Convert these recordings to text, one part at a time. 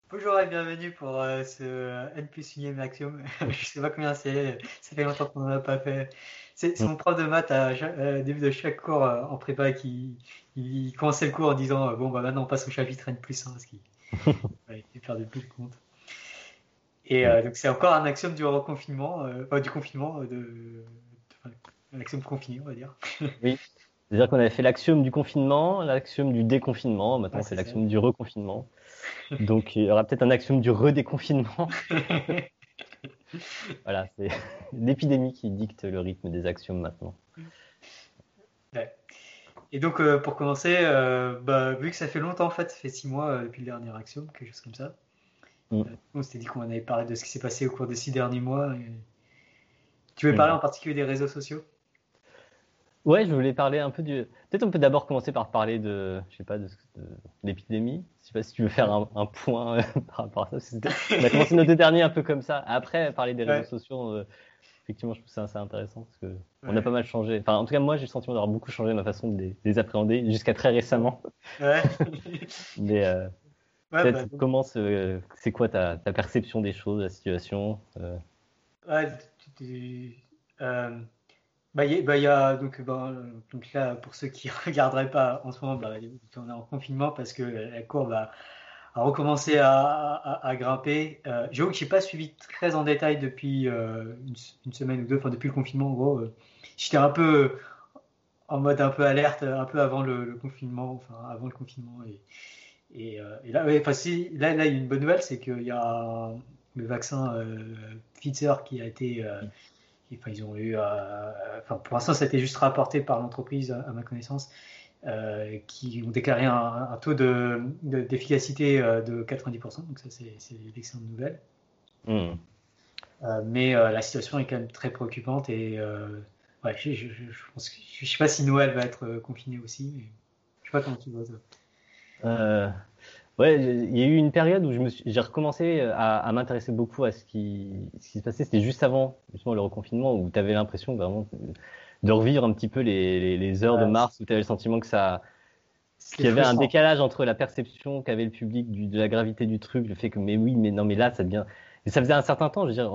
Bonjour et bienvenue pour ce N plus unième Axiome. Je sais pas combien c'est, ça fait longtemps qu'on n'en a pas fait. C'est Mm. mon prof de maths début de chaque cours en prépa qui il commençait le cours en disant bon bah maintenant on passe au chapitre N plus 1 parce qu'il il perdait plus le compte. Et Ouais. donc c'est encore un axiome du reconfinement, enfin, du confinement, enfin, un axiome confiné on va dire. Oui. C'est-à-dire qu'on avait fait l'axiome du confinement, l'axiome du déconfinement, Ouais maintenant on fait c'est ça. l'axiome du reconfinement. Donc il y aura peut-être un axiome du redéconfinement. Voilà, c'est l'épidémie qui dicte le rythme des axiomes maintenant. Ouais. Et donc pour commencer, bah, vu que ça fait longtemps en fait, ça fait 6 mois depuis le dernier axiome, quelque chose comme ça. Mm. On s'était dit qu'on avait parlé de ce qui s'est passé au cours des 6 derniers mois. Tu veux parler Mm. en particulier des réseaux sociaux? Ouais, je voulais parler un peu du. Peut-être on peut d'abord commencer par parler de, je sais pas, de l'épidémie. Je sais pas si tu veux faire Ouais. un point par rapport à ça. On a commencé nos deux derniers un peu comme ça. Après, parler des réseaux Ouais, sociaux, effectivement, je trouve ça assez intéressant parce que on a pas ouais, mal changé. Enfin, en tout cas, moi, j'ai le sentiment d'avoir beaucoup changé ma façon de les appréhender jusqu'à très récemment. ouais. Mais Ouais, bah, peut-être c'est quoi ta perception des choses, de la situation ouais, euh, bah, y a donc là, pour ceux qui regarderaient pas en ce moment, bah, on est en confinement parce que la courbe a recommencé à grimper. J'avoue que j'ai pas suivi très en détail depuis une semaine ou deux, enfin depuis le confinement, en gros. J'étais un peu en mode un peu alerte, un peu avant le confinement, enfin avant le confinement. Et là, ouais, enfin, si, là, il y a une bonne nouvelle, c'est qu'il y a le vaccin Pfizer qui a été, enfin, ils ont eu, enfin, pour l'instant, ça a été juste rapporté par l'entreprise, à ma connaissance, qui ont déclaré un taux d'efficacité de 90%, donc ça, c'est l'excellente nouvelle. Hmm. Mais la situation est quand même très préoccupante et ouais, pense je sais pas si Noël va être confiné aussi, mais je sais pas comment tu vois ça. Euh, Ouais, il y a eu une période où j'ai recommencé à m'intéresser beaucoup à ce qui se passait. C'était juste avant justement le reconfinement où tu avais l'impression vraiment de revivre un petit peu les heures de Ouais, mars où tu avais le sentiment c'était qu'il y avait un frustrant. décalage entre la perception qu'avait le public de la gravité du truc, le fait que mais oui, mais non, mais là ça devient. Et ça faisait un certain temps, je veux dire,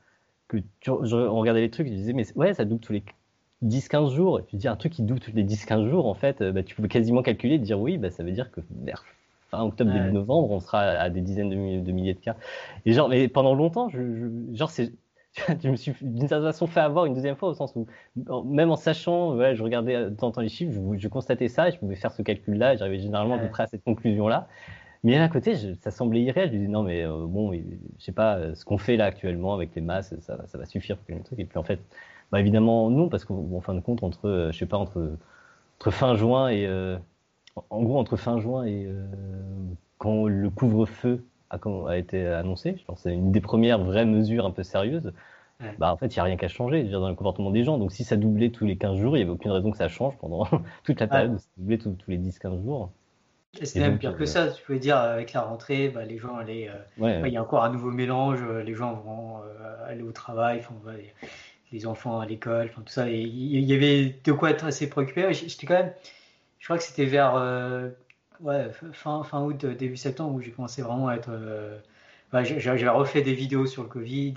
on regardait les trucs, je disais mais ouais, ça double tous les 10-15 jours. Et tu dis un truc qui double tous les 10-15 jours, en fait, bah, tu peux quasiment calculer et dire oui, bah, ça veut dire que vers fin octobre, début Ouais, novembre, on sera à des dizaines de milliers de cas. Et genre, mais pendant longtemps, genre, je me suis d'une certaine façon fait avoir une deuxième fois au sens où, même en sachant, ouais, je regardais de temps en temps les chiffres, je constatais ça et je pouvais faire ce calcul-là et j'arrivais généralement à peu ouais, près à cette conclusion-là. Mais à côté, ça semblait irréel. Je me disais non, mais bon, je sais pas, ce qu'on fait là actuellement avec les masses, ça va suffire pour le truc. Et puis en fait, bah évidemment non, parce qu'en fin de compte, je sais pas, entre fin juin et, en gros, entre fin juin et quand le couvre-feu a été annoncé, je pense que c'est une des premières vraies mesures un peu sérieuses. ouais. Bah en fait, il y a rien qu'à changer, je veux dire, dans le comportement des gens. Donc si ça doublait tous les 15 jours, il y avait aucune raison que ça change pendant toute la période où Ouais. ça doublait tous les 10-15 jours. Et Et c'était même donc, pire que ça, tu pouvais dire, avec la rentrée, bah, les gens allaient. Ouais, ouais, il y a encore un nouveau mélange, les gens vont aller au travail, enfin, ouais, les enfants à l'école, enfin, tout ça. Et il y avait de quoi être assez préoccupé. Ouais, j'étais quand même, je crois que c'était vers ouais, fin août, début septembre où j'ai commencé vraiment à être. Ouais, j'avais refait des vidéos sur le Covid.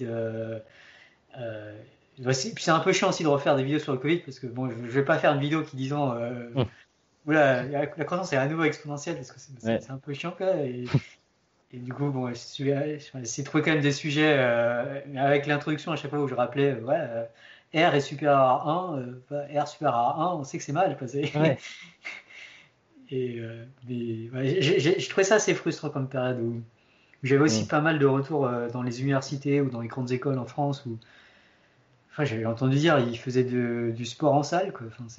Euh, puis c'est un peu chiant aussi de refaire des vidéos sur le Covid parce que bon, je vais pas faire une vidéo qui disant oula, la croissance est à nouveau exponentielle parce que ouais. c'est un peu chiant quoi. Et du coup, bon, j'ai essayé de trouver quand même des sujets avec l'introduction à chaque fois où je rappelais ouais, R est supérieur à 1, R supérieur à 1, on sait que c'est mal. Quoi, Ouais. et, mais, ouais, j'ai trouvé ça assez frustrant comme période où j'avais aussi Mm. pas mal de retours dans les universités ou dans les grandes écoles en France où enfin, j'avais entendu dire ils faisaient du sport en salle. Quoi. Enfin,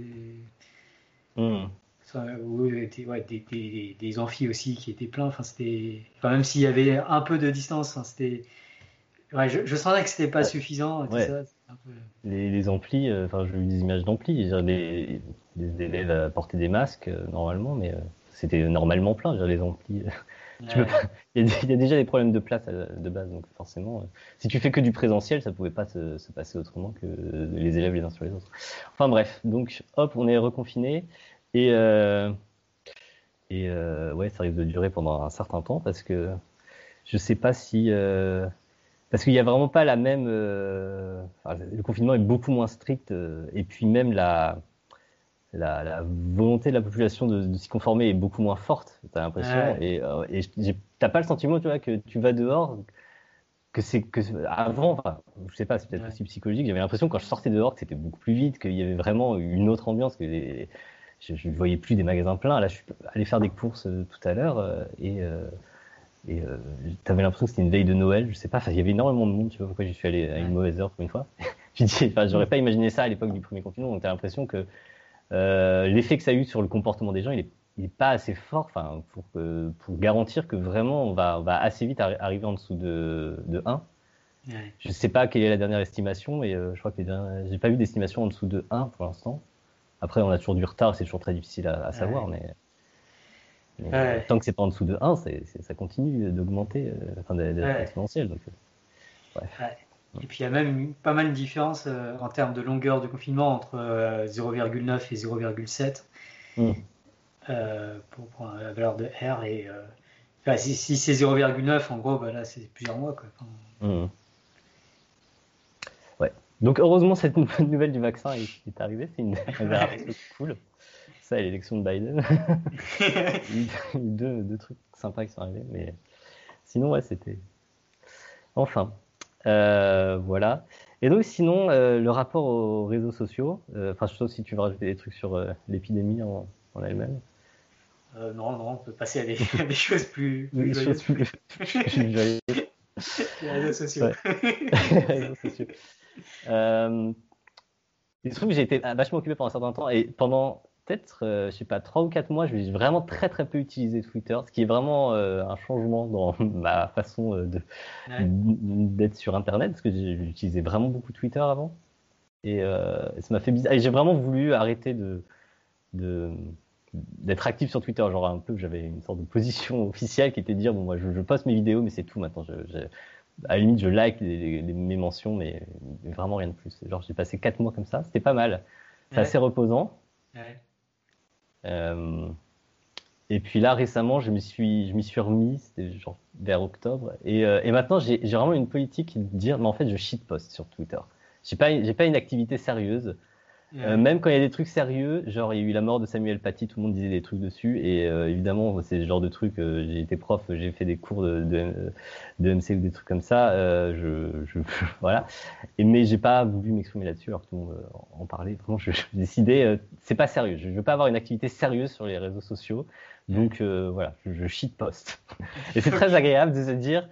Mm. ouais, des amphis aussi qui étaient pleins. Enfin, enfin, même s'il y avait un peu de distance, enfin, ouais, je sentais que c'était pas Ouais. suffisant et tout Ouais. ça. Un peu... Les amplis, enfin, j'ai eu des images d'amplis, je veux dire, les élèves portaient des masques normalement, mais c'était normalement plein, je veux dire, les amplis. Tu peux pas, Ouais, il y a déjà des problèmes de place de base, donc forcément, si tu fais que du présentiel, ça pouvait pas se passer autrement que les élèves les uns sur les autres. Enfin bref, donc hop, on est reconfiné et ouais, ça risque de durer pendant un certain temps parce que je sais pas si parce qu'il y a vraiment pas la même. Le confinement est beaucoup moins strict et puis même la volonté de la population de s'y conformer est beaucoup moins forte. T'as l'impression et t'as pas le sentiment, tu vois, que tu vas dehors. Que avant, enfin, je sais pas, c'est peut-être aussi psychologique. J'avais l'impression quand je sortais dehors que c'était beaucoup plus vite, qu'il y avait vraiment une autre ambiance, que je ne voyais plus des magasins pleins. Là, je suis allé faire des courses tout à l'heure et t'avais l'impression que c'était une veille de Noël. Je sais pas, il y avait énormément de monde. Tu vois pourquoi j'y suis allé à une mauvaise heure pour une fois. Je dis, j'aurais pas imaginé ça à l'époque du premier confinement. Donc t'as l'impression que l'effet que ça a eu sur le comportement des gens, il est pas assez fort, enfin, pour garantir que vraiment on va assez vite arriver en dessous de 1. Ouais. Je sais pas quelle est la dernière estimation, mais je crois que j'ai pas vu d'estimation en dessous de 1 pour l'instant. Après, on a toujours du retard, c'est toujours très difficile à savoir, mais tant que c'est pas en dessous de 1, ça continue d'augmenter, enfin d'être exponentiel. Donc, bref. Ouais. Et puis il y a même pas mal de différence en termes de longueur de confinement entre 0,9 et 0,7 pour la valeur de R. Et si c'est 0,9, en gros, là c'est plusieurs mois, quoi. Ouais. Donc heureusement cette nouvelle du vaccin est arrivée, c'est une cool. Ça et l'élection de Biden. Il y a eu deux trucs sympas qui sont arrivés, mais sinon ouais c'était. Enfin, voilà. Et donc sinon le rapport aux réseaux sociaux. Enfin, je sais pas si tu veux rajouter des trucs sur l'épidémie en elle-même. Non, on peut passer à des choses plus joyeuses. Les réseaux sociaux. Les réseaux sociaux. Il se trouve que j'ai été vachement occupé pendant un certain temps et pendant peut-être, je sais pas, 3 ou 4 mois, je vais vraiment très très peu utiliser Twitter, ce qui est vraiment un changement dans ma façon d'être sur Internet, parce que j'utilisais vraiment beaucoup Twitter avant et ça m'a fait bizarre. Et j'ai vraiment voulu arrêter d'être actif sur Twitter, genre un peu, j'avais une sorte de position officielle qui était de dire bon moi je poste mes vidéos mais c'est tout maintenant. À la limite je like mes mentions mais vraiment rien de plus. Genre j'ai passé 4 mois comme ça, c'était pas mal, c'est assez reposant. Et puis là récemment je m'y suis remis, c'était genre vers octobre et maintenant j'ai vraiment une politique de dire mais en fait je shitpost sur Twitter. J'ai pas une activité sérieuse. Même quand il y a des trucs sérieux, genre il y a eu la mort de Samuel Paty, tout le monde disait des trucs dessus et évidemment c'est le genre de truc, j'ai été prof, j'ai fait des cours de MC ou des trucs comme ça, voilà. Mais j'ai pas voulu m'exprimer là-dessus alors que tout le monde en parlait. Vraiment, j'ai décidé, c'est pas sérieux, je veux pas avoir une activité sérieuse sur les réseaux sociaux, donc voilà, je shitpost. Et c'est très agréable de se dire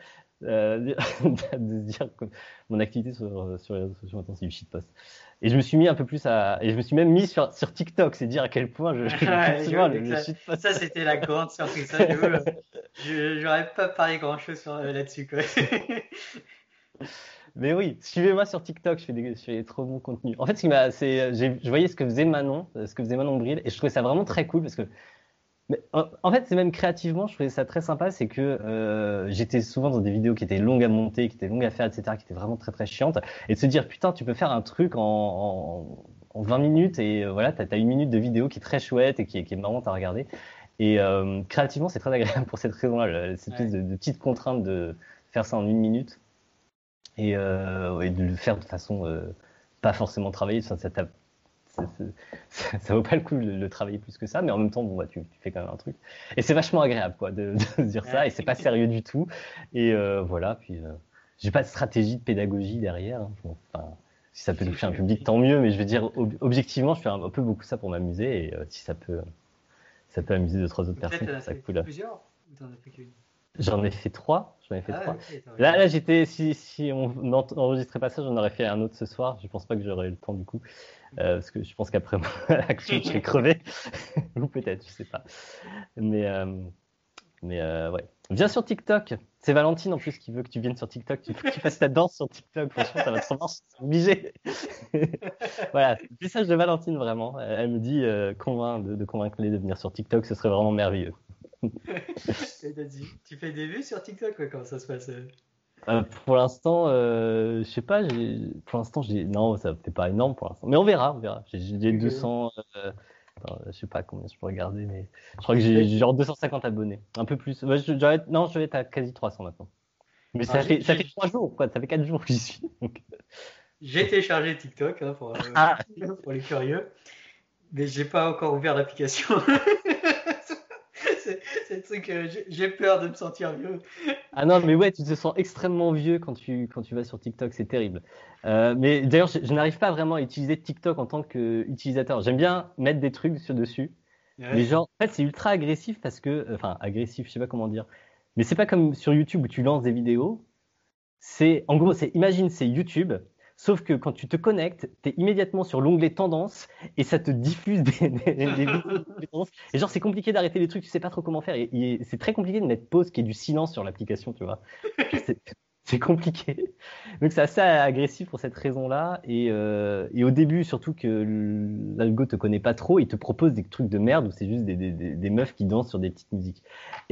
que mon activité sur les réseaux sociaux maintenant c'est du shitpost. Et je me suis mis un peu plus et je me suis même mis sur TikTok, c'est dire à quel point je shitpost. Ça c'était la grande surprise. J'aurais pas parlé grand chose là-dessus, quoi. Mais oui, suivez-moi sur TikTok, je fais trop bon contenu. En fait, je voyais ce que faisait Manon Bril, et je trouvais ça vraiment très cool parce que mais en fait, c'est même créativement, je trouvais ça très sympa, c'est que j'étais souvent dans des vidéos qui étaient longues à monter, qui étaient longues à faire, etc., qui étaient vraiment très très chiantes, et de se dire putain, tu peux faire un truc en 20 minutes et voilà, t'as une minute de vidéo qui est très chouette et qui est marrante à regarder. Et créativement, c'est très agréable pour cette raison-là, cette espèce de petite contrainte de faire ça en 1 minute et de le faire de façon pas forcément travaillée, ça vaut pas le coup de le travailler plus que ça, mais en même temps, bon, bah, tu fais quand même un truc. Et c'est vachement agréable, quoi, de dire ça, et c'est pas sérieux du tout. Et voilà, puis j'ai pas de stratégie de pédagogie derrière. Hein. Enfin, si ça peut toucher un public, tant mieux, mais je veux dire, objectivement, je fais un peu beaucoup ça pour m'amuser, et si ça peut amuser 2-3 autres personnes, c'est ça cool. Plusieurs ou t'en as fait qu'une? J'en ai fait 3. Okay, là, j'étais, si on n'enregistrait pas ça, j'en aurais fait un autre ce soir. Je pense pas que j'aurais le temps du coup. Parce que je pense qu'après l'action, je vais crever. Ou peut-être, je sais pas. Mais ouais. Viens sur TikTok. C'est Valentine en plus qui veut que tu viennes sur TikTok. Il faut que tu fasses ta danse sur TikTok. Franchement, ça va trop marcher. C'est obligé. Voilà. Message de Valentine, vraiment. Elle me dit de convaincre les de venir sur TikTok. Ce serait vraiment merveilleux. Tu fais des vues sur TikTok, quoi, comment ça se passe? Pour l'instant, je sais pas. Pour l'instant, non, ça fait pas énorme pour l'instant. Mais on verra. J'ai 200. Je sais pas combien je peux regarder, mais je crois que j'ai genre 250 abonnés, un peu plus. Je vais être à quasi 300 maintenant. Mais Alors, ça fait 3 jours, quoi. Ça fait 4 jours que j'y suis. Donc... J'ai téléchargé TikTok hein, Ah, pour les curieux, mais j'ai pas encore ouvert l'application. C'est le truc, j'ai peur de me sentir vieux. ah non, mais ouais, tu te sens extrêmement vieux quand tu vas sur TikTok, c'est terrible. Mais d'ailleurs, je n'arrive pas vraiment à utiliser TikTok en tant qu'utilisateur. J'aime bien mettre des trucs dessus, mais Ouais. genre, en fait, c'est ultra agressif parce que, enfin, agressif, je sais pas comment dire, mais c'est pas comme sur YouTube où tu lances des vidéos. En gros, imagine, c'est YouTube, sauf que quand tu te connectes, tu es immédiatement sur l'onglet tendance et ça te diffuse des vidéos de tendance. Et genre, c'est compliqué d'arrêter les trucs, tu sais pas trop comment faire. Et c'est très compliqué de mettre pause, qu'il y ait du silence sur l'application, tu vois. Genre, c'est compliqué. Donc, c'est assez agressif pour cette raison-là. Et au début, surtout que l'algo te connaît pas trop, il te propose des trucs de merde où c'est juste des meufs qui dansent sur des petites musiques.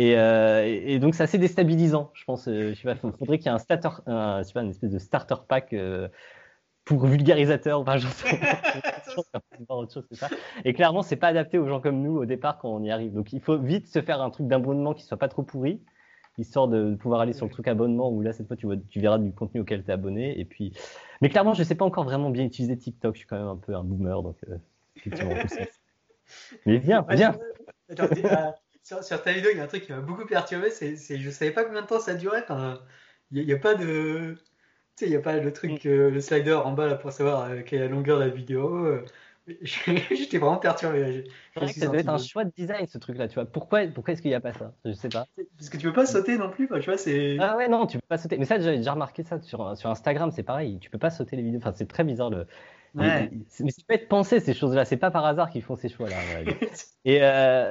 Et donc c'est assez déstabilisant, je pense. Je sais pas, faudrait qu'il y ait je sais pas, une espèce de starter pack pour vulgarisateur. Enfin, j'en sais rien. C'est pas autre chose que ça. Et clairement, c'est pas adapté aux gens comme nous au départ quand on y arrive. Donc il faut vite se faire un truc d'abonnement qui soit pas trop pourri, histoire de pouvoir aller sur le truc abonnement où là cette fois tu verras du contenu auquel tu es abonné. Et puis, mais clairement, je sais pas encore vraiment bien utiliser TikTok. Je suis quand même un peu un boomer, donc effectivement. Mais viens, Ouais, viens. attends, sur ta vidéo, il y a un truc qui m'a beaucoup perturbé, je savais pas combien de temps ça durait. Enfin, il y a pas de, tu sais, il y a pas le truc, le slider en bas là pour savoir quelle est la longueur de la vidéo. J'étais vraiment perturbé. C'est Je me vrai que suis ça doit être senti un de... choix de design, ce truc-là, tu vois. Pourquoi est-ce qu'il n'y a pas ça? Je sais pas. Parce que tu peux pas sauter non plus, enfin, tu vois, c'est. Ah ouais, non, tu peux pas sauter. Mais ça, j'avais déjà remarqué ça sur Instagram, c'est pareil. Tu peux pas sauter les vidéos. Enfin, c'est très bizarre. Ouais. Mais ça peut être pensé, ces choses-là. C'est pas par hasard qu'ils font ces choix-là, à mon avis. Et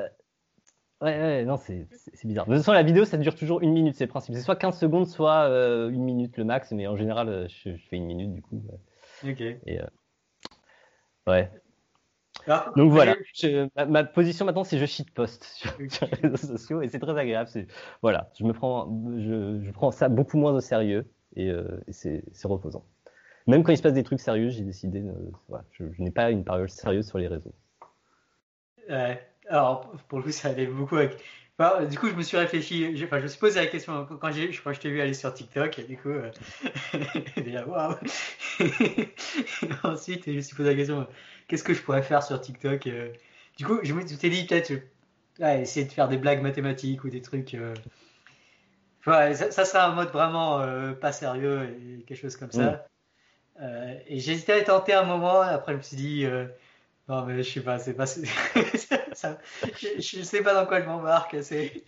ouais, non, c'est bizarre. De toute façon, la vidéo, ça dure toujours 1 minute, c'est le principe. C'est soit 15 secondes, soit 1 minute le max. Mais en général, je fais 1 minute, du coup. Ok. Et ouais. Alors, Donc moi, voilà, ma position maintenant, c'est je shitpost sur ok. les réseaux sociaux et c'est très agréable. Voilà, je prends ça beaucoup moins au sérieux et c'est reposant. Même quand il se passe des trucs sérieux, j'ai décidé, voilà, je n'ai pas une parole sérieuse sur les réseaux. Ouais. Alors, pour le coup, ça allait beaucoup avec. Enfin, du coup, je me suis réfléchi, enfin, je me suis posé la question quand je t'ai vu aller sur TikTok, et du coup, déjà, waouh! Ensuite, je me suis posé la question, qu'est-ce que je pourrais faire sur TikTok? Du coup, je m'étais dit, peut-être, ouais, essayer de faire des blagues mathématiques ou des trucs. Ouais, ça serait un mode vraiment pas sérieux et quelque chose comme Mm. ça. Et j'hésitais à tenter un moment, après, je me suis dit, non, mais je sais pas, c'est pas. Ça, je sais pas dans quoi je m'embarque.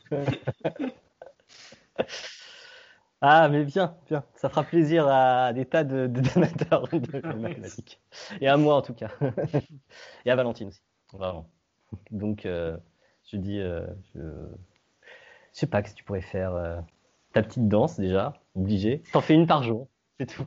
Ah, mais viens, ça fera plaisir à des tas d'amateurs de mathématiques. Et à moi en tout cas. Et à Valentine aussi, vraiment. Donc, je dis, je sais pas ce que tu pourrais faire. Ta petite danse déjà, obligé. T'en fais une par jour, c'est tout.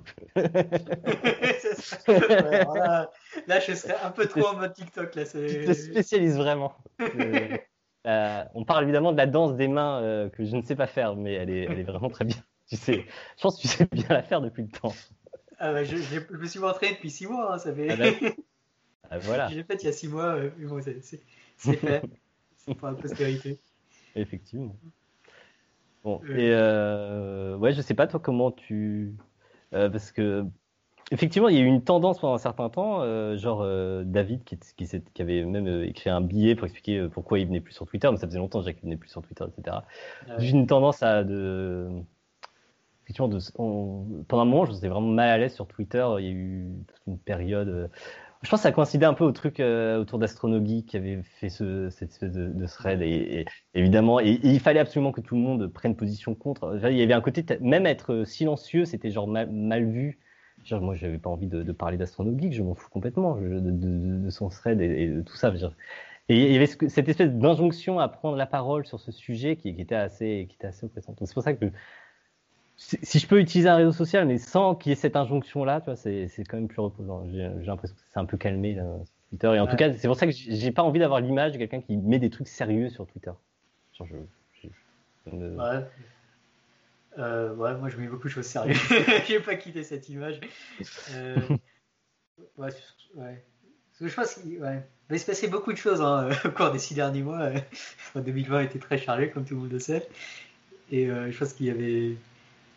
Ouais, alors là, je serais un peu tu, trop te, en mode TikTok. Là, tu te spécialises vraiment. On parle évidemment de la danse des mains que je ne sais pas faire, mais elle est vraiment très bien. Tu sais, je pense que tu sais bien la faire depuis le temps. Ah bah, je me suis entraîné depuis 6 mois. Hein, ça Ah bah, fait. voilà, Je l'ai fait il y a 6 mois. Mais bon, c'est fait. C'est pour la postérité. effectivement. Bon, et Euh, ouais, je sais pas toi comment parce que effectivement, il y a eu une tendance pendant un certain temps, genre David qui avait même écrit un billet pour expliquer pourquoi il venait plus sur Twitter, mais ça faisait longtemps déjà qu'il venait plus sur Twitter, etc. J'ai eu ouais. une tendance effectivement, pendant un moment, je me sentais vraiment mal à l'aise sur Twitter. Il y a eu toute une période. Je pense que ça coïncidait un peu au truc autour d'Astronogie qui avait fait cette espèce de thread. Et évidemment, et il fallait absolument que tout le monde prenne position contre. Enfin, il y avait un côté, même être silencieux, c'était genre mal vu. Genre, moi, j'avais pas envie de parler d'Astronogie, je m'en fous complètement de son thread et de tout ça. Et il y avait cette espèce d'injonction à prendre la parole sur ce sujet qui était assez oppressante. Donc, c'est pour ça que si je peux utiliser un réseau social, mais sans qu'il y ait cette injonction-là, tu vois, c'est quand même plus reposant. J'ai l'impression que c'est un peu calmé là, sur Twitter. Et en tout Ouais. cas, c'est pour ça que j'ai pas envie d'avoir l'image de quelqu'un qui met des trucs sérieux sur Twitter. Genre, Ouais. Ouais, moi je mets beaucoup de choses sérieuses. Je vais pas quitter cette image. Euh, ouais, ouais. Parce que je pense qu'il ouais. Va se passer beaucoup de choses hein, au cours des 6 derniers mois. 2020 a été très chargé, comme tout le monde le sait. Et je pense qu'il y avait.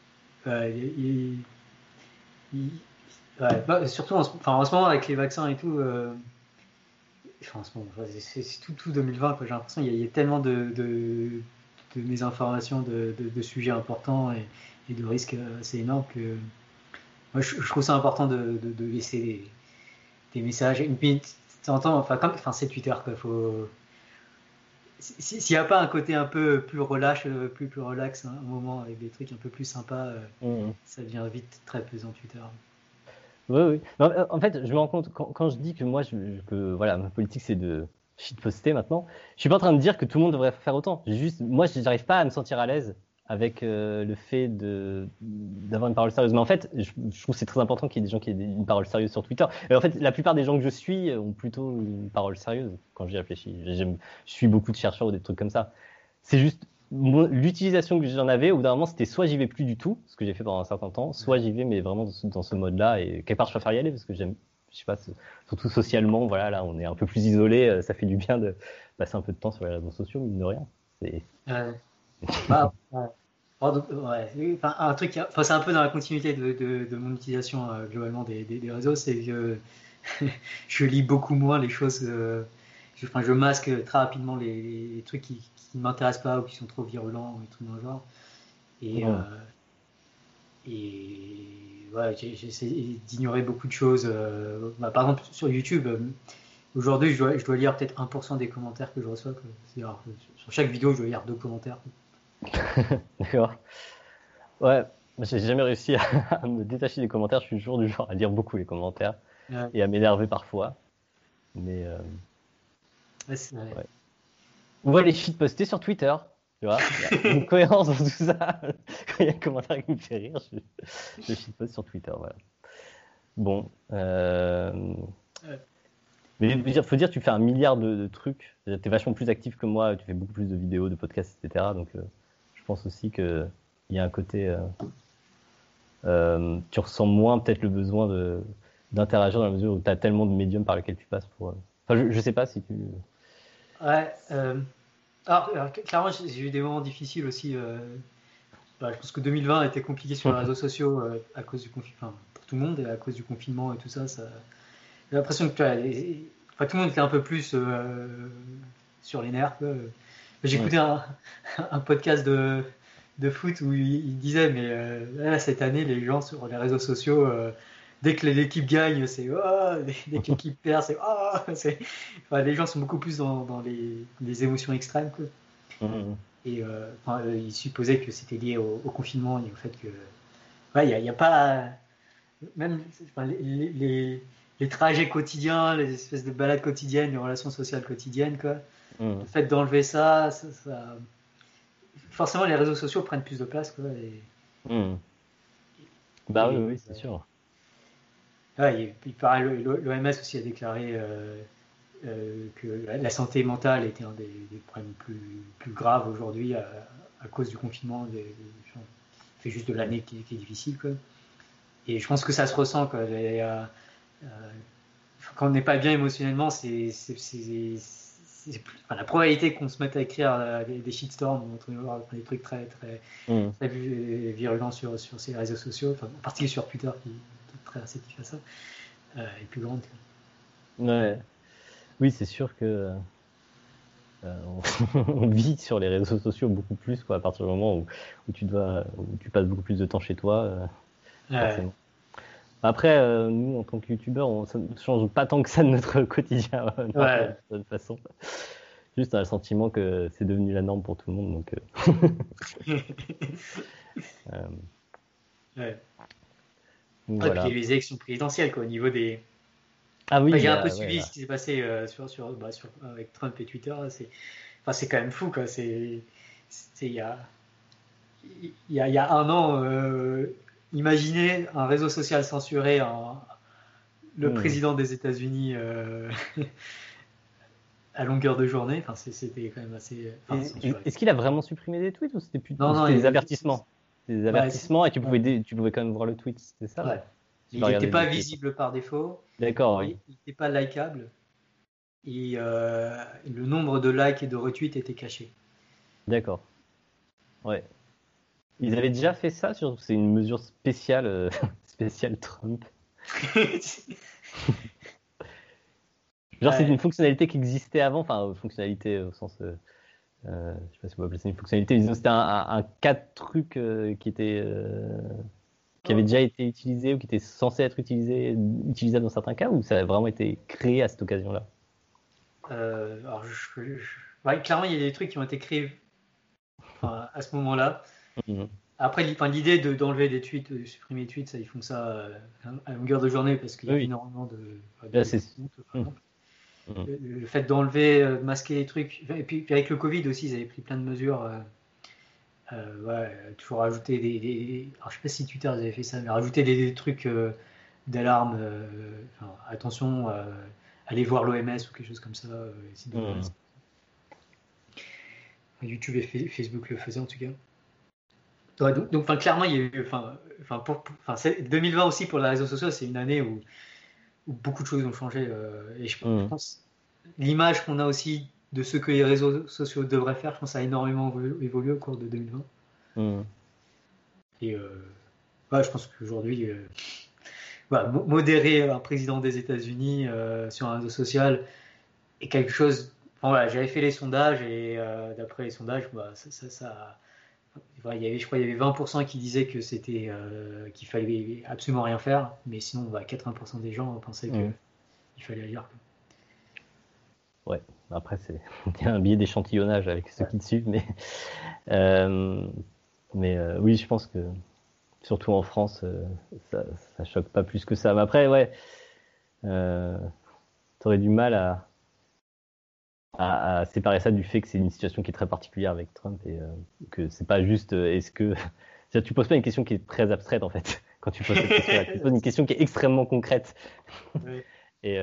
il- ouais, surtout en ce moment avec les vaccins et tout. En ce moment, c'est tout 2020, quoi. J'ai l'impression qu'il y a tellement de mésinformations, de sujets importants et de risques assez énormes que moi, je trouve ça important de laisser des messages. Et puis, enfin, c'est Twitter, quoi. S'il n'y a pas un côté un peu plus relâche, plus relax, hein, un moment avec des trucs un peu plus sympas, ça devient vite très pesant Twitter. Oui, oui. Non, en fait, je me rends compte, quand je dis que moi, que voilà, ma politique, c'est de shitposter maintenant, je suis pas en train de dire que tout le monde devrait faire autant. Moi, j'arrive pas à me sentir à l'aise avec le fait d'avoir une parole sérieuse. Mais en fait, je trouve que c'est très important qu'il y ait des gens qui aient une parole sérieuse sur Twitter. Et en fait, la plupart des gens que je suis ont plutôt une parole sérieuse quand j'y réfléchis. Je suis beaucoup de chercheurs ou des trucs comme ça. C'est juste l'utilisation que j'en avais. Au bout d'un moment, c'était soit j'y vais plus du tout, ce que j'ai fait pendant un certain temps, soit j'y vais, mais vraiment dans ce mode-là. Et quelque part, je préfère y aller parce que j'aime, je sais pas, surtout socialement, voilà, là, on est un peu plus isolé. Ça fait du bien de passer un peu de temps sur les réseaux sociaux, mine de rien. C'est... Bah, ouais. Enfin, un truc, enfin, c'est un peu dans la continuité de mon utilisation globalement des réseaux, c'est que je lis beaucoup moins les choses. Je masque très rapidement les trucs qui ne m'intéressent pas ou qui sont trop virulents ou des trucs dans le genre. Et, ouais, j'essaie d'ignorer beaucoup de choses. Par exemple, sur YouTube, aujourd'hui, je dois lire peut-être 1% des commentaires que je reçois. C'est-à-dire, sur chaque vidéo, je dois lire 2 commentaires. D'accord. Ouais, j'ai jamais réussi à me détacher des commentaires. Je suis toujours du genre à lire beaucoup les commentaires Ouais, et à m'énerver parfois. Mais ouais, c'est vrai. ouais. On voit les shit postés sur Twitter. Tu vois, il y a une cohérence dans tout ça. Quand il y a un commentaire qui me fait rire, je shitpost sur Twitter. Voilà. Bon. Ouais. Mais il faut dire, tu fais un milliard de trucs. Tu es vachement plus actif que moi. Tu fais beaucoup plus de vidéos, de podcasts, etc. Donc, je pense aussi qu'il y a un côté. Tu ressens moins peut-être le besoin d'interagir dans la mesure où tu as tellement de médiums par lesquels tu passes pour. Enfin, je sais pas si tu. Ouais, alors, clairement, j'ai eu des moments difficiles aussi. Je pense que 2020 a été compliqué sur les réseaux sociaux à cause du confinement, enfin, pour tout le monde et à cause du confinement et tout ça. J'ai l'impression que tu vois, enfin, tout le monde était un peu plus sur les nerfs, quoi. J'écoutais un podcast de foot où il disait, mais là, cette année, les gens sur les réseaux sociaux, dès que l'équipe gagne, c'est oh, dès que l'équipe perd, c'est oh, enfin, les gens sont beaucoup plus dans les émotions extrêmes, quoi. Et il supposait que c'était lié au confinement et au fait que ouais, il y a pas même enfin, les trajets quotidiens, les espèces de balades quotidiennes, les relations sociales quotidiennes, quoi. Le fait d'enlever forcément les réseaux sociaux prennent plus de place, quoi. Bah oui, Et, oui, c'est sûr. ouais, il paraît l'OMS aussi a déclaré que la santé mentale était un des problèmes plus graves aujourd'hui à cause du confinement. C'est juste de l'année qui est difficile, quoi. Et je pense que ça se ressent, quoi. Quand on n'est pas bien émotionnellement, enfin, la probabilité qu'on se mette à écrire des shitstorms ou des trucs très virulents sur ces réseaux sociaux, enfin, en particulier sur Twitter qui est très réceptif à ça, est plus grande. Ouais. Oui, c'est sûr que on, on vit sur les réseaux sociaux beaucoup plus, quoi, à partir du moment où tu passes beaucoup plus de temps chez toi, Ouais, forcément. Après, nous, en tant que youtubeurs, ça ne change pas tant que ça de notre quotidien, normal, ouais, de toute façon. Juste un sentiment que c'est devenu la norme pour tout le monde. Donc, euh, ouais. Et puis voilà. les élections présidentielles, quoi, au niveau des. Ah oui, Enfin, il j'ai y un peu a, ouais, suivi là. ce qui s'est passé avec Trump et Twitter. Enfin, c'est quand même fou, quoi. Il y a un an, imaginez un réseau social censuré, le Hmm. président des États-Unis à longueur de journée. Enfin, c'était quand même assez. Enfin, censuré. Est-ce qu'il a vraiment supprimé des tweets ou Non, non, c'était des avertissements? C'était des ouais, avertissements et ouais, tu pouvais quand même voir le tweet, c'était ça ouais. ou tu Mais vas il n'était regarder pas depuis les visible par défaut. D'accord, oui. Il n'était pas likable. Et le nombre de likes et de retweets était caché. D'accord. Ouais. Ils avaient déjà fait ça, c'est une mesure spéciale, spéciale Trump. Genre, c'est une fonctionnalité qui existait avant, enfin, fonctionnalité au sens, je sais pas si on peut appeler ça une fonctionnalité, disons, c'était un cas de truc qui avait déjà été utilisé ou qui était censé être utilisable dans certains cas, ou ça a vraiment été créé à cette occasion-là? Alors, ouais, clairement, il y a des trucs qui ont été créés à ce moment-là. Mmh. Après, l'idée d'enlever des tweets, de supprimer des tweets, ça, ils font ça à longueur de journée parce qu'il y a énormément de Là, c'est... comptes, par exemple. Le fait d'enlever, masquer les trucs, et puis avec le Covid aussi, ils avaient pris plein de mesures. Toujours rajouter alors, je sais pas si Twitter avait fait ça, mais rajouter des trucs d'alarme. Attention, allez voir l'OMS ou quelque chose comme ça. YouTube et Facebook le faisaient en tout cas. Ouais, donc clairement, il y a eu. 2020 aussi pour les réseaux sociaux, c'est une année où beaucoup de choses ont changé. Et je pense l'image qu'on a aussi de ce que les réseaux sociaux devraient faire, je pense, ça a énormément évolué au cours de 2020. Et je pense qu'aujourd'hui, modérer un président des États-Unis sur un réseau social est quelque chose. J'avais fait les sondages et d'après les sondages, il y avait 20% qui disaient que c'était qu'il fallait absolument rien faire, mais sinon 80% des gens pensaient qu'il fallait agir. Ouais, après il y a un biais d'échantillonnage avec ceux qui te suivent, mais oui, je pense que surtout en France, ça choque pas plus que ça. Mais après, ouais, t'aurais du mal à séparer ça du fait que c'est une situation qui est très particulière avec Trump et que c'est pas juste est-ce que tu poses pas une question qui est très abstraite en fait quand tu poses cette question-là. Tu poses une question qui est extrêmement concrète. Ouais. Et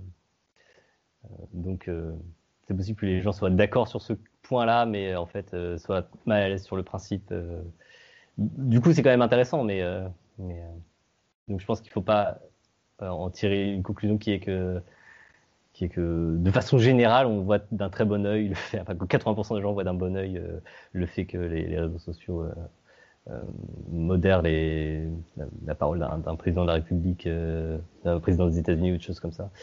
donc c'est possible que les gens soient d'accord sur ce point-là, mais en fait soient mal à l'aise sur le principe. Du coup, c'est quand même intéressant, mais donc je pense qu'il faut pas en tirer une conclusion qui est que de façon générale, on voit d'un très bon œil le fait, que 80% des gens voient d'un bon œil le fait que les réseaux sociaux modèrent la parole d'un président de la République, d'un président des États-Unis ou de choses comme ça.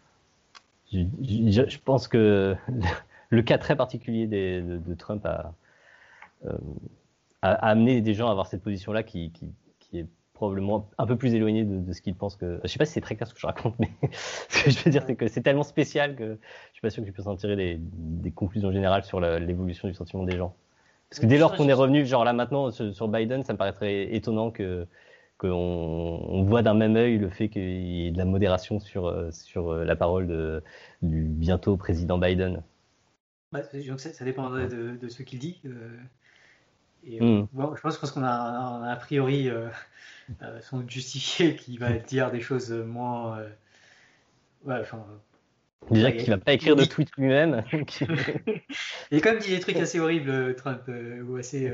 Je pense que le cas très particulier de Trump a amené des gens à avoir cette position-là qui est probablement un peu plus éloigné de ce qu'ils pensent que. Je sais pas si c'est très clair ce que je raconte, mais ce que je veux dire, c'est que c'est tellement spécial que je suis pas sûr que tu puisses en tirer des conclusions générales sur l'évolution du sentiment des gens. Parce que dès lors qu'on est revenu, genre là maintenant sur Biden, ça me paraîtrait étonnant qu'on voit d'un même œil le fait qu'il y ait de la modération sur la parole du bientôt président Biden. Ça dépendrait de ce qu'il dit. Je pense qu'on a a priori sans doute justifié qu'il va dire des choses moins. Déjà qu'il va pas écrire de tweet lui-même. Il a quand même dit des trucs assez horribles, Trump, ou assez.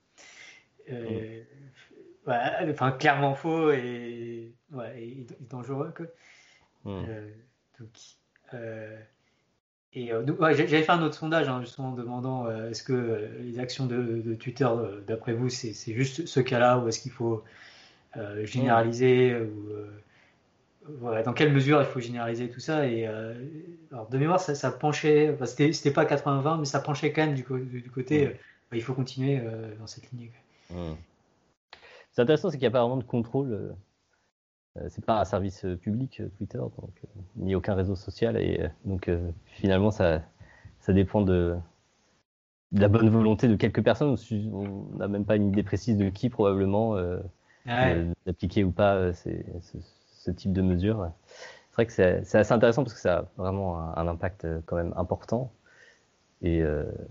Clairement faux et dangereux, quoi. J'avais fait un autre sondage, justement, demandant est-ce que les actions de Twitter, d'après vous, c'est juste ce cas-là, ou est-ce qu'il faut généraliser, dans quelle mesure il faut généraliser tout ça. Et alors, de mémoire, ça penchait, c'était pas 80-20, mais ça penchait quand même du côté il faut continuer dans cette lignée. C'est intéressant, c'est qu'il n'y a pas vraiment de contrôle. C'est pas un service public, Twitter, donc, ni aucun réseau social, et donc finalement ça dépend de la bonne volonté de quelques personnes. On n'a même pas une idée précise de qui probablement d'appliquer ou pas ce type de mesures. C'est vrai que c'est assez intéressant parce que ça a vraiment un impact quand même important. Et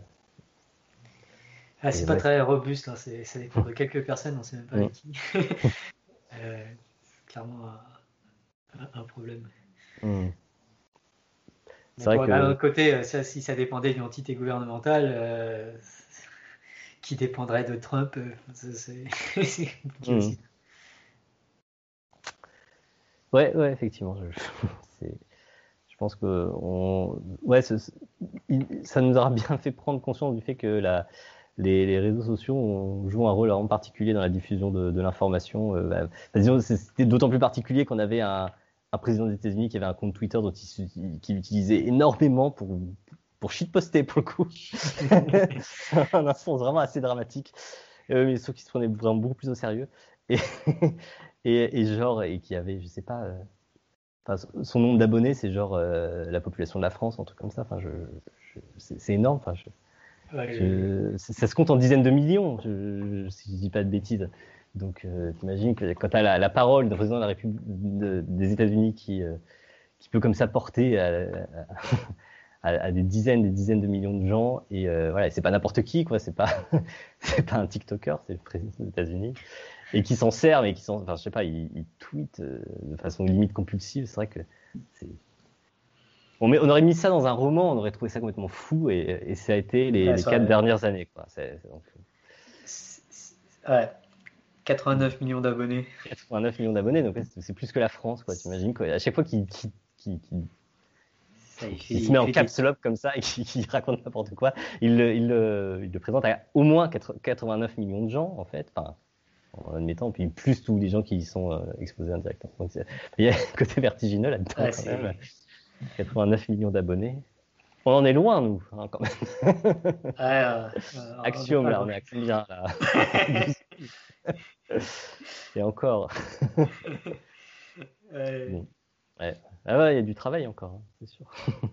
c'est pas très robuste, hein, ça dépend de quelques personnes, on ne sait même pas avec qui. C'est clairement un problème. C'est vrai que d'un autre côté, si ça dépendait d'une entité gouvernementale qui dépendrait de Trump, c'est compliqué aussi. Ouais, effectivement. Je pense que ça nous aura bien fait prendre conscience du fait que les réseaux sociaux jouent un rôle vraiment particulier dans la diffusion de l'information. Disons, c'était d'autant plus particulier qu'on avait un président des États-Unis qui avait un compte Twitter qu'il utilisait énormément pour shitposter, pour le coup. C'est un instance vraiment assez dramatique. Mais sauf qu'il se prenait vraiment beaucoup plus au sérieux. Et, et qui avait, je sais pas, son nombre d'abonnés, c'est genre la population de la France, un truc comme ça. Enfin, c'est énorme. Enfin, ça se compte en dizaines de millions, si je dis pas de bêtises. Donc, t'imagines que quand t'as la parole d'un président de la République des États-Unis qui peut comme ça porter à des dizaines de millions de gens, et voilà, c'est pas n'importe qui, quoi. C'est pas un TikToker, c'est le président des États-Unis, et qui s'en sert, mais enfin, je sais pas, il tweet de façon limite compulsive. C'est vrai que on aurait mis ça dans un roman, on aurait trouvé ça complètement fou, et ça a été les 4 dernières années, quoi. Ouais. 89 millions d'abonnés. 89 millions d'abonnés, donc c'est plus que la France, quoi. T'imagines qu'à chaque fois qu'il se met en caps lock comme ça et qu'il raconte n'importe quoi, il le présente à au moins 89 millions de gens, en fait. Enfin, en admettant, puis plus tous les gens qui y sont exposés indirectement. Donc, il y a un côté vertigineux là-dedans, quand même. 89 millions d'abonnés. On en est loin, nous, hein, quand même. Axiome, là, on est à combien, là? Et encore. Bon. Ouais. Ah ouais, il y a du travail encore, hein, c'est sûr.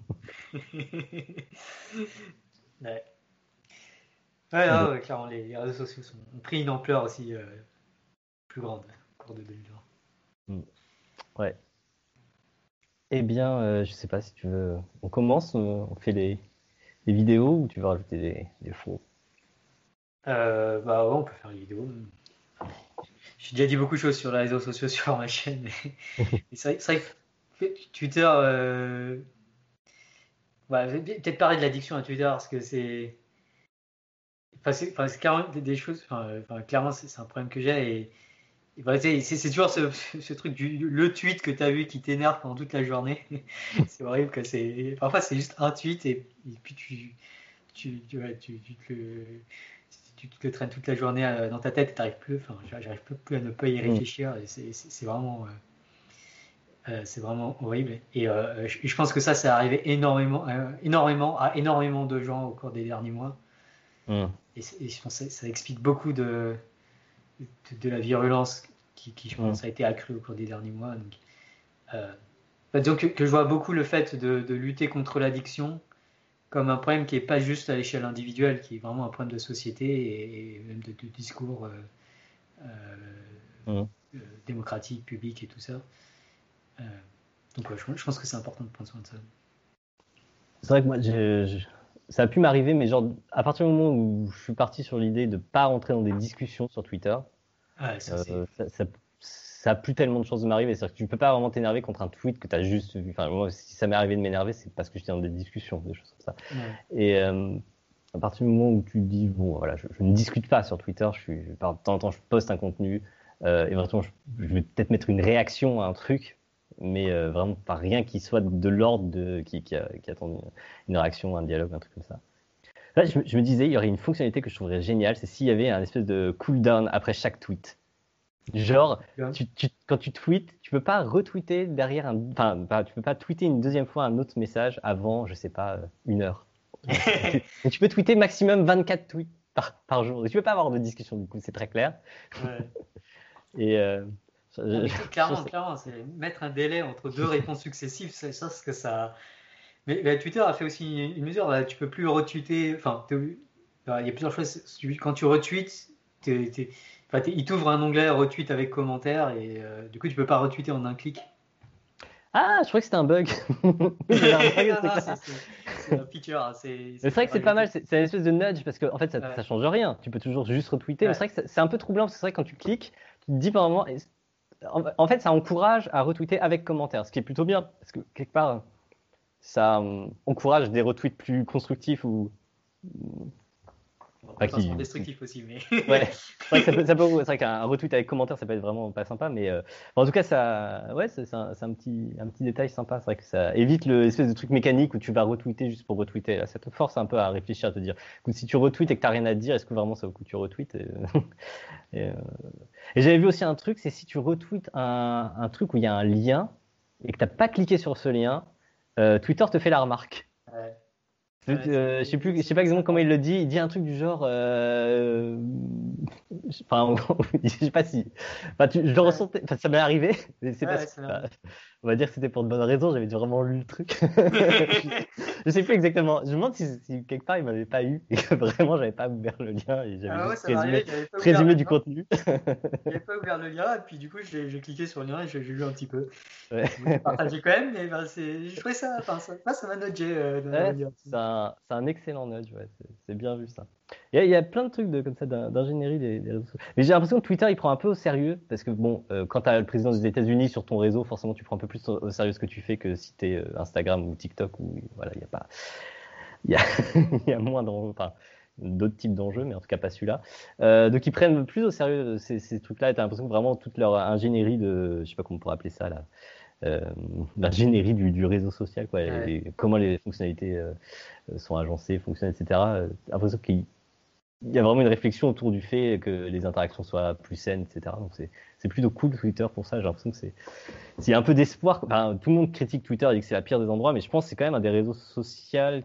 Ouais. Ouais, clairement, les réseaux sociaux ont pris une ampleur aussi plus grande au cours de 2020. Ouais. Eh bien, je sais pas si tu veux. On commence, on fait les vidéos ou tu veux rajouter des faux? Bah ouais, on peut faire les vidéos. J'ai déjà dit beaucoup de choses sur les réseaux sociaux sur ma chaîne. Et c'est vrai que Twitter. Peut-être parler de l'addiction à Twitter parce que c'est. C'est clairement des choses. Clairement, c'est un problème que j'ai. Et c'est toujours ce truc le tweet que tu as vu qui t'énerve pendant toute la journée. C'est horrible que parfois c'est juste un tweet et puis tu te le traînes toute la journée dans ta tête et t'arrives plus. Enfin, j'arrive plus à ne pas y réfléchir. Et c'est vraiment horrible. Et je pense que ça arrivé énormément à énormément de gens au cours des derniers mois. Et je pense que ça explique beaucoup de la virulence qui je pense, a été accrue au cours des derniers mois. Donc que je vois beaucoup le fait de lutter contre l'addiction comme un problème qui n'est pas juste à l'échelle individuelle, qui est vraiment un problème de société et même de discours démocratique, public et tout ça. Donc ouais, je pense que c'est important de prendre soin de ça. C'est vrai que moi, ça a pu m'arriver, mais genre, à partir du moment où je suis parti sur l'idée de ne pas rentrer dans des discussions sur Twitter, ça a plus tellement de chances de m'arriver. C'est-à-dire que tu ne peux pas vraiment t'énerver contre un tweet que tu as juste vu. Enfin, moi, si ça m'est arrivé de m'énerver, c'est parce que j'étais dans des discussions, des choses comme ça. Ouais. Et à partir du moment où tu dis, bon, voilà, je ne discute pas sur Twitter, de temps en temps, je poste un contenu, éventuellement, je vais peut-être mettre une réaction à un truc, mais vraiment pas rien qui soit de l'ordre qui attend une réaction, un dialogue, un truc comme ça. Là, je me disais, il y aurait une fonctionnalité que je trouverais géniale, c'est s'il y avait un espèce de cooldown après chaque tweet. Genre, quand tu tweets, tu peux pas retweeter derrière tu peux pas tweeter une deuxième fois un autre message avant, je sais pas, 1 heure. Et tu peux tweeter maximum 24 tweets par jour. Et tu peux pas avoir de discussion, du coup, c'est très clair. Ouais. Et clairement, c'est mettre un délai entre 2 réponses successives, c'est ça ce que ça. Mais Twitter a fait aussi une mesure, là, tu peux plus retweeter. Enfin, il y a plusieurs choses. Quand tu retweets, il t'ouvre un onglet retweet avec commentaire et du coup tu peux pas retweeter en un clic. Ah, je crois que c'était un bug. C'est un feature. Hein, c'est vrai que c'est pas mal, c'est une espèce de nudge parce qu'en fait ça change rien. Tu peux toujours juste retweeter. Mais c'est vrai que c'est un peu troublant parce que c'est vrai que quand tu cliques, tu te dis par moment. En fait, ça encourage à retweeter avec commentaire, ce qui est plutôt bien parce que quelque part, ça encourage des retweets plus constructifs ou Bon, Enfin, potentiellement destructif aussi, mais. Ouais, c'est vrai que c'est vrai qu'un retweet avec commentaire, ça peut être vraiment pas sympa, mais en tout cas, ouais, c'est un petit détail sympa. C'est vrai que ça évite l'espèce de truc mécanique où tu vas retweeter juste pour retweeter. Là, ça te force un peu à réfléchir, à te dire, écoute, si tu retweets et que t'as rien à dire, est-ce que vraiment ça vaut le coup que tu retweets et, euh, et j'avais vu aussi un truc, c'est si tu retweets un truc où il y a un lien et que t'as pas cliqué sur ce lien, Twitter te fait la remarque. Ouais. Ouais, c'est Je sais pas exactement comment sympa. il le dit. Il dit un truc du genre, enfin, je sais pas si, enfin, je le Ouais, ressentais, enfin, ça m'est arrivé, mais c'est ouais, parce ouais, que, c'est bah, marrant. on va dire que c'était pour de bonnes raisons. J'avais vraiment lu le truc. Je sais plus exactement. Je me demande si quelque part il m'avait pas eu et que vraiment j'avais pas ouvert le lien et j'avais Ah ouais, juste ça m'est arrivé, présumé du contenu. j'avais pas ouvert le lien, et puis du coup, j'ai cliqué sur le lien et j'ai lu un petit peu. Ouais. Bon, j'ai partagé quand même, mais ben, je trouvais ça, enfin, ça m'a nudgé dans la Ouais, bonne direction. c'est un excellent nudge, ouais, c'est bien vu ça. Il y a plein de trucs comme ça d'ingénierie des réseaux sociaux. Mais j'ai l'impression que Twitter il prend un peu au sérieux parce que bon, quand tu as le président des États-Unis sur ton réseau, forcément tu prends un peu plus au sérieux ce que tu fais que si tu es Instagram ou TikTok où voilà, il y a pas il y a, il y a moins d'enjeux, enfin d'autres types d'enjeux, mais en tout cas pas celui-là. Donc ils prennent plus au sérieux ces trucs-là et tu as l'impression que vraiment toute leur ingénierie de, je sais pas comment on pourrait appeler ça là, euh, l'ingénierie du réseau social, quoi, Ouais, et comment les fonctionnalités sont agencées, fonctionnent, etc. J'ai l'impression qu'il y a vraiment une réflexion autour du fait que les interactions soient plus saines, etc. Donc c'est plutôt cool Twitter pour ça. J'ai l'impression que c'est un peu d'espoir. Enfin, tout le monde critique Twitter et dit que c'est la pire des endroits, mais je pense que c'est quand même un des réseaux sociaux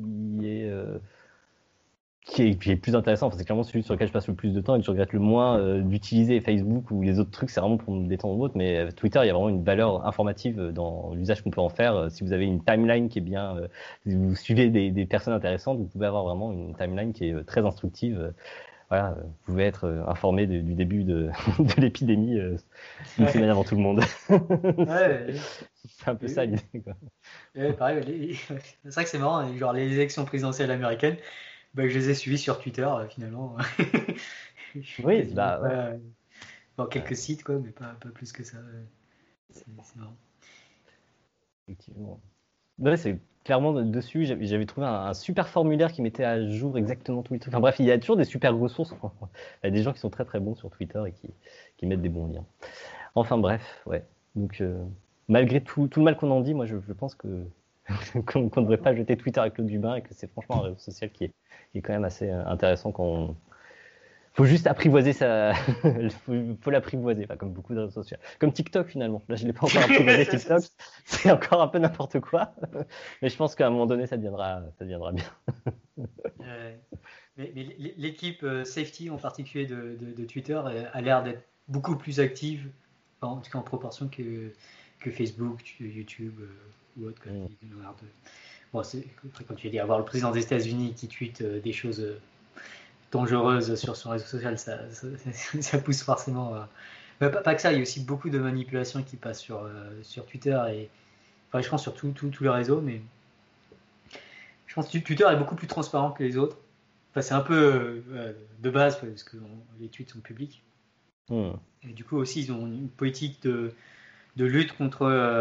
qui est le plus intéressant. Enfin, c'est clairement celui sur lequel je passe le plus de temps et que je regrette le moins d'utiliser. Facebook ou les autres trucs, c'est vraiment pour me détendre ou autre. Mais Twitter, il y a vraiment une valeur informative dans l'usage qu'on peut en faire. Si vous avez une timeline qui est bien, si vous suivez des personnes intéressantes, vous pouvez avoir vraiment une timeline qui est très instructive. Voilà, vous pouvez être informé du début de l'épidémie une semaine ouais, avant tout le monde. ouais, C'est un peu ça ouais, l'idée, quoi. pareil, c'est vrai que c'est marrant, hein, genre les élections présidentielles américaines, bah, je les ai suivies sur Twitter finalement. Je suis Oui, quasiment bah ouais. pas dans Ouais, quelques sites, quoi, mais pas plus que ça. C'est marrant. effectivement. Ouais, c'est clairement dessus. J'avais trouvé un super formulaire qui mettait à jour exactement tous les trucs. Enfin bref, il y a toujours des super ressources. Il y a des gens qui sont très très bons sur Twitter et qui mettent des bons liens. Enfin bref, ouais. Donc malgré tout le mal qu'on en dit, moi je pense que qu'on ne devrait pas jeter Twitter avec l'eau du bain et que c'est franchement un réseau social qui est quand même assez intéressant quand on, faut juste apprivoiser ça. Faut l'apprivoiser, enfin, comme beaucoup de réseaux sociaux. Comme TikTok finalement. Là, je l'ai pas encore apprivoisé TikTok. C'est encore un peu n'importe quoi. Mais je pense qu'à un moment donné, ça deviendra bien. Euh, mais l'équipe safety en particulier de Twitter a l'air d'être beaucoup plus active, en tout cas en proportion que Facebook, YouTube ou autre. Quoi. Mm. Bon, comme tu as dit, avoir le président des États-Unis qui tweet des choses dangereuses sur son réseau social, ça pousse forcément à. Mais pas que ça, il y a aussi beaucoup de manipulations qui passent sur Twitter et enfin, je pense sur tous les réseaux, mais je pense que Twitter est beaucoup plus transparent que les autres. Enfin, c'est un peu de base parce que les tweets sont publics. Mm. Et du coup aussi, ils ont une politique de lutte contre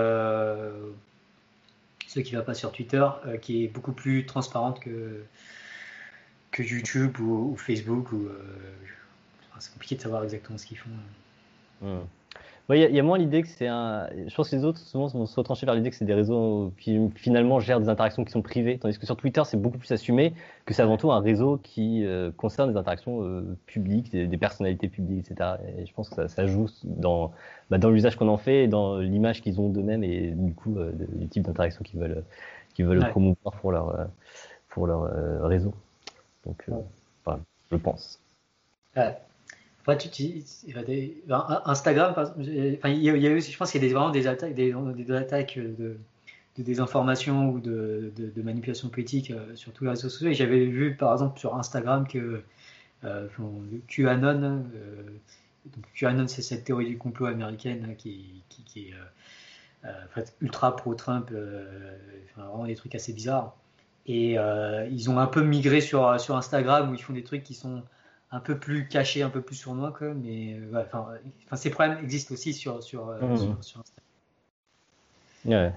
ceux qui ne vont pas sur Twitter, qui est beaucoup plus transparente que YouTube ou Facebook. C'est compliqué de savoir exactement ce qu'ils font. Mm. Ouais, il y a moins l'idée que c'est un. Je pense que les autres souvent vont se retrancher vers l'idée que c'est des réseaux qui finalement gèrent des interactions qui sont privées, tandis que sur Twitter c'est beaucoup plus assumé que c'est avant Ouais, tout un réseau qui concerne des interactions publiques, des personnalités publiques, etc. Et je pense que ça joue dans l'usage qu'on en fait, et dans l'image qu'ils ont d'eux-mêmes et du coup du type d'interaction qu'ils veulent ouais, promouvoir pour leur réseau. Donc, ouais. voilà, je pense. Ouais. Après, Instagram, enfin, il y a aussi, je pense qu'il y a vraiment des attaques, des attaques de désinformation ou de manipulation politique sur tous les réseaux sociaux. Et j'avais vu par exemple sur Instagram que QAnon, donc QAnon c'est cette théorie du complot américaine qui est en fait, ultra pro-Trump, enfin, vraiment des trucs assez bizarres. Et ils ont un peu migré sur Instagram où ils font des trucs qui sont un peu plus cachés, un peu plus sournois, quoi. Mais ouais, enfin, ces problèmes existent aussi Mhm. sur Instagram. Ouais.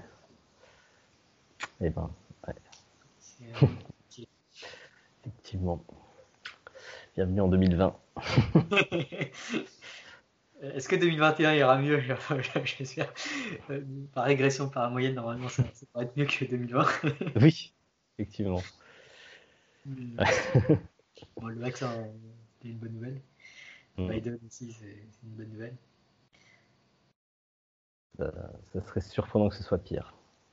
Et ben, ouais, C'est, effectivement. Bienvenue en 2020. Est-ce que 2021 ira mieux? J'espère. Par régression, par moyenne, normalement, ça pourrait être mieux que 2020. Oui, effectivement. Bon, le vaccin, c'est une bonne nouvelle. Biden aussi, c'est une bonne nouvelle. Ça serait surprenant que ce soit pire.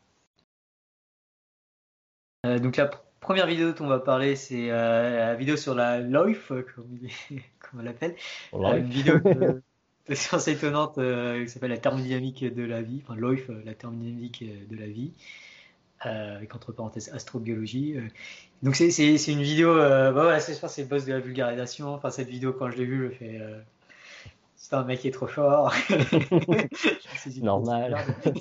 Donc la première vidéo dont on va parler, c'est la vidéo sur la LOIF, comme on l'appelle. Une vidéo de science étonnante qui s'appelle la thermodynamique de la vie, enfin LOIF, la thermodynamique de la vie, avec entre parenthèses astrobiologie. Donc c'est une vidéo, voilà, je pense que c'est le boss de la vulgarisation. Enfin, cette vidéo, quand je l'ai vue, je fais c'est un mec qui est trop fort. Normal.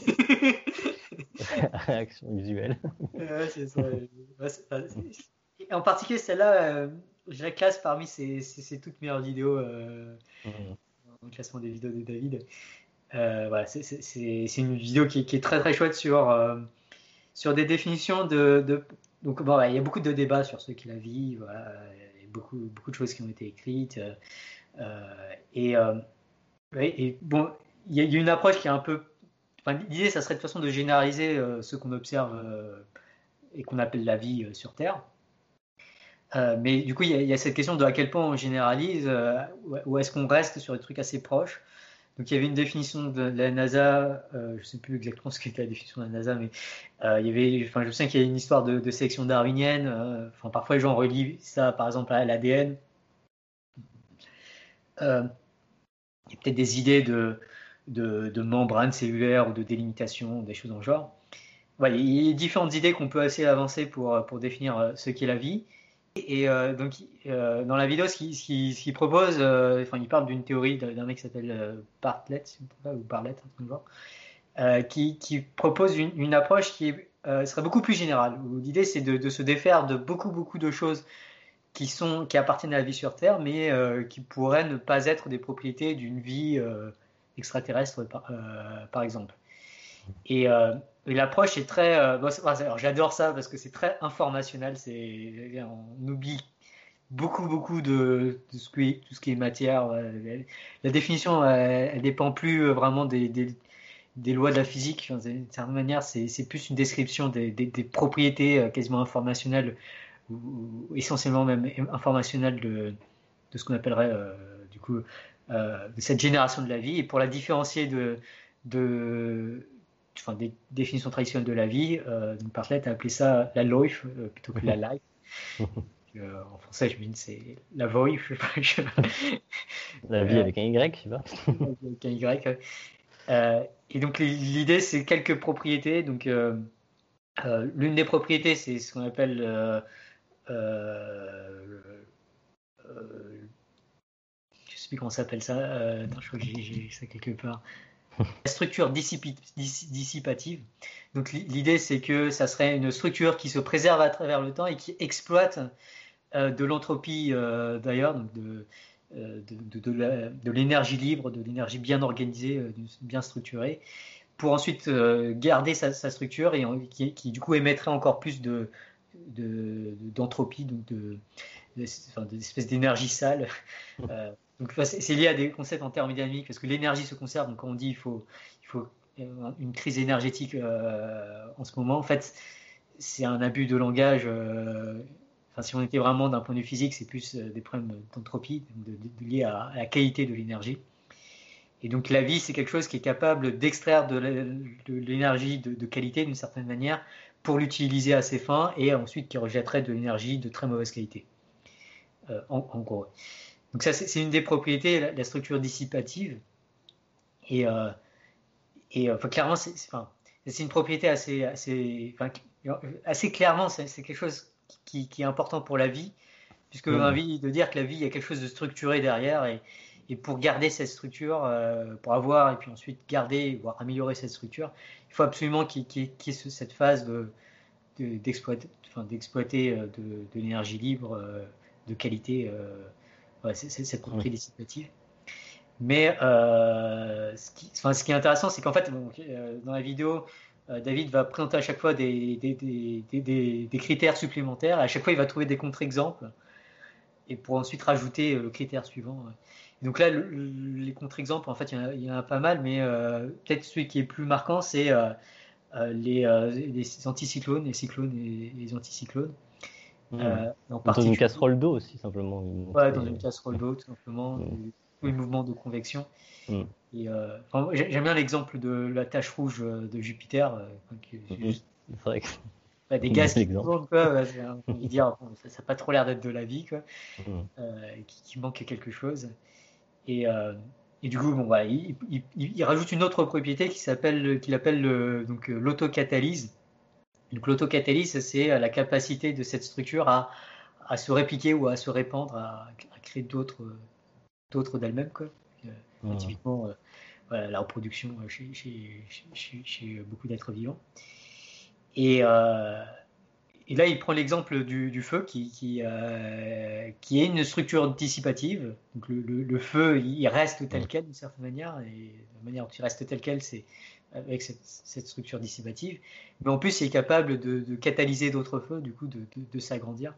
Réaction visuelle. Ouais, c'est ça. En particulier, celle-là, je la classe parmi ses toutes meilleures vidéos dans le classement des vidéos de David. Voilà, c'est une vidéo qui est très très chouette sur des définitions donc bon, il y a beaucoup de débats sur ce qu'est la vie. Voilà, il y a beaucoup de choses qui ont été écrites. Et bon, il y a une approche qui est un peu. Enfin, l'idée, ça serait de toute façon de généraliser ce qu'on observe et qu'on appelle la vie sur Terre. Mais du coup, il y a cette question de à quel point on généralise ou est-ce qu'on reste sur des trucs assez proches. Donc, il y avait une définition de la NASA, je ne sais plus exactement ce qu'était la définition de la NASA, mais je sais qu'il y a une histoire de sélection darwinienne. Parfois, les gens relient ça, par exemple, à l'ADN. Il y a peut-être des idées de membrane cellulaire ou de délimitation, des choses en genre. Ouais, il y a différentes idées qu'on peut assez avancer pour définir ce qu'est la vie. Et donc, dans la vidéo, ce qu'il propose, il parle d'une théorie d'un mec qui s'appelle Bartlett, ou Bartlett, un truc genre, qui propose une approche qui serait beaucoup plus générale. Où l'idée, c'est de se défaire de beaucoup de choses qui appartiennent à la vie sur Terre, mais qui pourraient ne pas être des propriétés d'une vie extraterrestre, par exemple. Et l'approche est très. Alors j'adore ça parce que c'est très informationnel. On oublie beaucoup de tout ce qui est matière. La définition, elle dépend plus vraiment des lois de la physique. D'une certaine manière, c'est plus une description des propriétés quasiment informationnelles ou essentiellement même informationnelles de ce qu'on appellerait du coup de cette génération de la vie. Et pour la différencier des définitions traditionnelles de la vie, Bartlett a appelé ça la LOIF plutôt que la life. En français, je me dis c'est la VOIF. La vie avec un Y, je sais pas. Avec un Y. Et donc l'idée, c'est quelques propriétés. Donc l'une des propriétés, c'est ce qu'on appelle je sais plus comment ça s'appelle ça. Attends, je crois que j'ai ça quelque part. La structure dissipative. Donc l'idée, c'est que ça serait une structure qui se préserve à travers le temps et qui exploite de l'entropie d'ailleurs, donc de l'énergie libre, de l'énergie bien organisée, bien structurée, pour ensuite garder sa structure et qui du coup émettrait encore plus d'entropie, donc d'espèces d'énergie sale. Donc c'est lié à des concepts en thermodynamique parce que l'énergie se conserve. Donc quand on dit il faut une crise énergétique en ce moment, en fait c'est un abus de langage. Si on était vraiment d'un point de vue physique, c'est plus des problèmes d'entropie liés à la qualité de l'énergie. Et donc la vie, c'est quelque chose qui est capable d'extraire de l'énergie de qualité d'une certaine manière pour l'utiliser à ses fins et ensuite qui rejetterait de l'énergie de très mauvaise qualité. En gros. Donc ça, c'est une des propriétés, la structure dissipative. Et clairement, c'est une propriété assez clairement, c'est quelque chose qui est important pour la vie, puisque j'ai envie de dire que la vie, il y a quelque chose de structuré derrière, et pour garder cette structure, pour avoir et puis ensuite garder, voire améliorer cette structure, il faut absolument qu'il y ait cette phase d'exploiter de l'énergie libre de qualité. C'est cette propriété dissipative. Mais ce qui est intéressant, c'est qu'en fait, dans la vidéo, David va présenter à chaque fois des critères supplémentaires. Et à chaque fois, il va trouver des contre-exemples et pour ensuite rajouter le critère suivant. Et donc là, les contre-exemples, en fait, il y en a pas mal, mais peut-être celui qui est plus marquant, c'est les anticyclones, les cyclones et les anticyclones. En Dans une particulier, casserole d'eau aussi, simplement. ouais, dans une casserole d'eau, tout simplement, Mm. ou les mouvements de convection. Mm. Et, j'aime bien l'exemple de la tache rouge de Jupiter, qui est juste C'est vrai que des c'est un gaz bel qui exemple. tournent, quoi. Ouais, on envie de dire, bon, ça n'a pas trop l'air d'être de la vie, quoi, Mm. qui manque quelque chose. Et, et du coup, bon, voilà, il rajoute une autre propriété qu'il appelle donc l'autocatalyse. Donc l'autocatalyse, c'est la capacité de cette structure à se répliquer ou à se répandre, à créer d'autres d'elle-même, quoi. Mm. Typiquement, voilà, la reproduction chez beaucoup d'êtres vivants. Et, et là, il prend l'exemple du feu qui est une structure dissipative. Donc le feu, il reste tel Mm. quel d'une certaine manière, et la manière dont il reste tel quel, c'est avec cette structure dissipative. Mais en plus, il est capable de catalyser d'autres feux, du coup, de s'agrandir.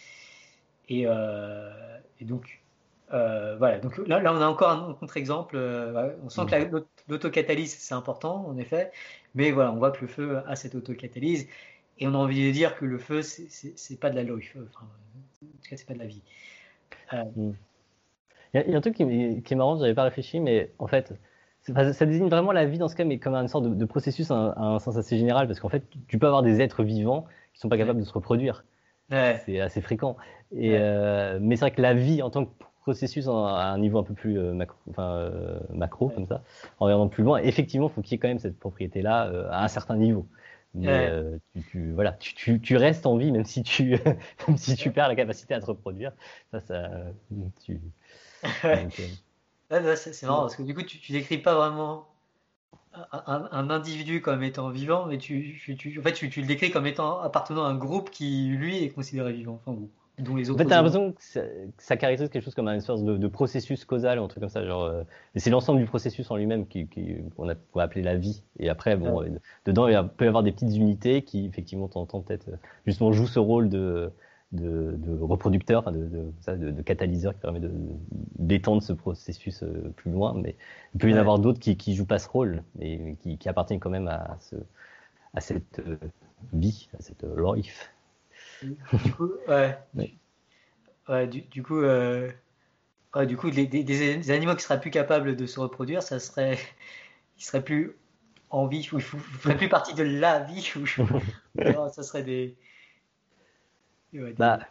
Et donc, voilà. Donc là, on a encore un contre-exemple. On sent que l'autocatalyse, c'est important, en effet. Mais voilà, on voit que le feu a cette autocatalyse. Et on a envie de dire que le feu, c'est pas de la life. Enfin, en tout cas, c'est pas de la vie. Mm. Il y a un truc qui est marrant, j'avais pas réfléchi, mais en fait, ça désigne vraiment la vie dans ce cas, mais comme une sorte de processus à un sens assez général, parce qu'en fait, tu peux avoir des êtres vivants qui sont pas Ouais. capables de se reproduire. Ouais. C'est assez fréquent. Ouais. Mais c'est vrai que la vie en tant que processus à un niveau un peu plus macro, Ouais. comme ça, en regardant plus loin, effectivement, il faut qu'il y ait quand même cette propriété-là à un certain niveau. Mais Ouais. voilà, tu restes en vie même si même si tu Ouais. perds la capacité à te reproduire. Ça, tu, Ouais. donc, Ouais, c'est marrant parce que du coup, tu décris pas vraiment un individu comme étant vivant, mais en fait, tu le décris comme étant appartenant à un groupe qui, lui, est considéré vivant, enfin, dont les En fait, autres t'as éléments. l'impression que ça caractérise quelque chose comme un espèce de processus causal ou un truc comme ça. Genre, et c'est l'ensemble du processus en lui-même qu'on pourrait appeler la vie. Et après, bon, Ouais. dedans, peut y avoir des petites unités qui, effectivement, t'entends peut-être, justement, jouent ce rôle de reproducteur, enfin, de catalyseur qui permet d'étendre ce processus plus loin. Mais il peut y en Ouais. avoir d'autres qui jouent pas ce rôle et qui appartiennent quand même à cette vie, à cette life. Du coup, ouais. Ouais. Ouais, du coup, des animaux qui seraient plus capables de se reproduire, ils seraient plus en vie, ou ils feraient plus partie de la vie, ou alors ça serait ouais, Bah,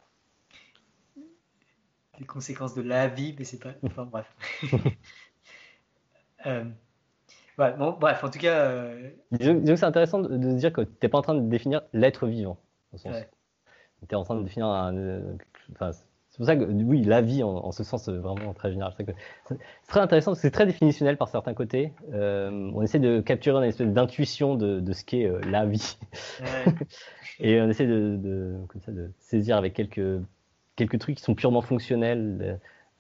des conséquences de la vie, mais c'est pas, enfin bref. Euh, ouais, bon, bref, en tout cas, disons que c'est intéressant de se dire que tu n'es pas en train de définir l'être vivant, au sens. ouais, Tu es en train de définir enfin, c'est pour ça que, oui, la vie, en ce sens vraiment très général. C'est très intéressant parce que c'est très définitionnel par certains côtés. On essaie de capturer une espèce d'intuition de ce qu'est la vie. ouais, Et on essaie comme ça, de saisir avec quelques trucs qui sont purement fonctionnels,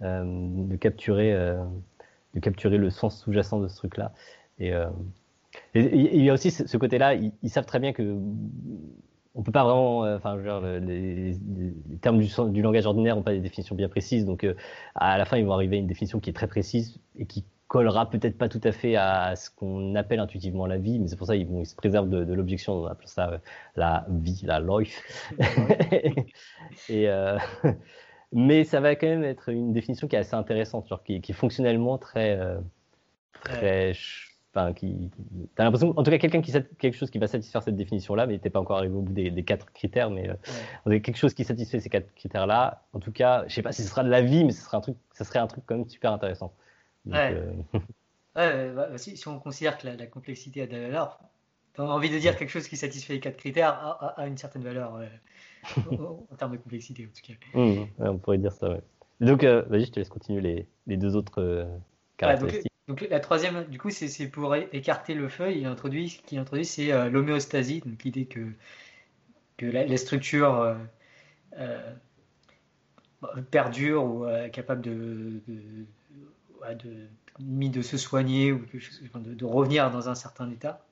de capturer le sens sous-jacent de ce truc-là. Et, euh, et il y a aussi ce côté-là, ils savent très bien que on peut pas vraiment, enfin, les termes du langage ordinaire n'ont pas des définitions bien précises, donc à la fin ils vont arriver à une définition qui est très précise et qui collera peut-être pas tout à fait à ce qu'on appelle intuitivement la vie, mais c'est pour ça ils se préservent de l'objection, on appelle ça la vie, la life. et mais ça va quand même être une définition qui est assez intéressante, genre qui est fonctionnellement ouais, très, enfin, t'as l'impression, en tout cas, quelqu'un quelque chose qui va satisfaire cette définition-là, mais t'es pas encore arrivé au bout des quatre critères, mais ouais, on a quelque chose qui satisfait ces quatre critères-là. En tout cas, je sais pas si ce sera de la vie, mais ce serait un truc quand même super intéressant. Donc, ouais. Si on considère que la complexité a de la valeur, on a envie de dire quelque chose qui satisfait les quatre critères a une certaine valeur en termes de complexité, en tout cas. ouais, on pourrait dire ça, ouais. Donc, vas-y, je te laisse continuer les deux autres Ouais, caractéristiques. donc la troisième, du coup, c'est pour écarter le feu. Ce qu'il introduit, c'est l'homéostasie, donc l'idée que la structure euh, perdure ou capable ouais, limite de se soigner ou enfin, de revenir dans un certain état.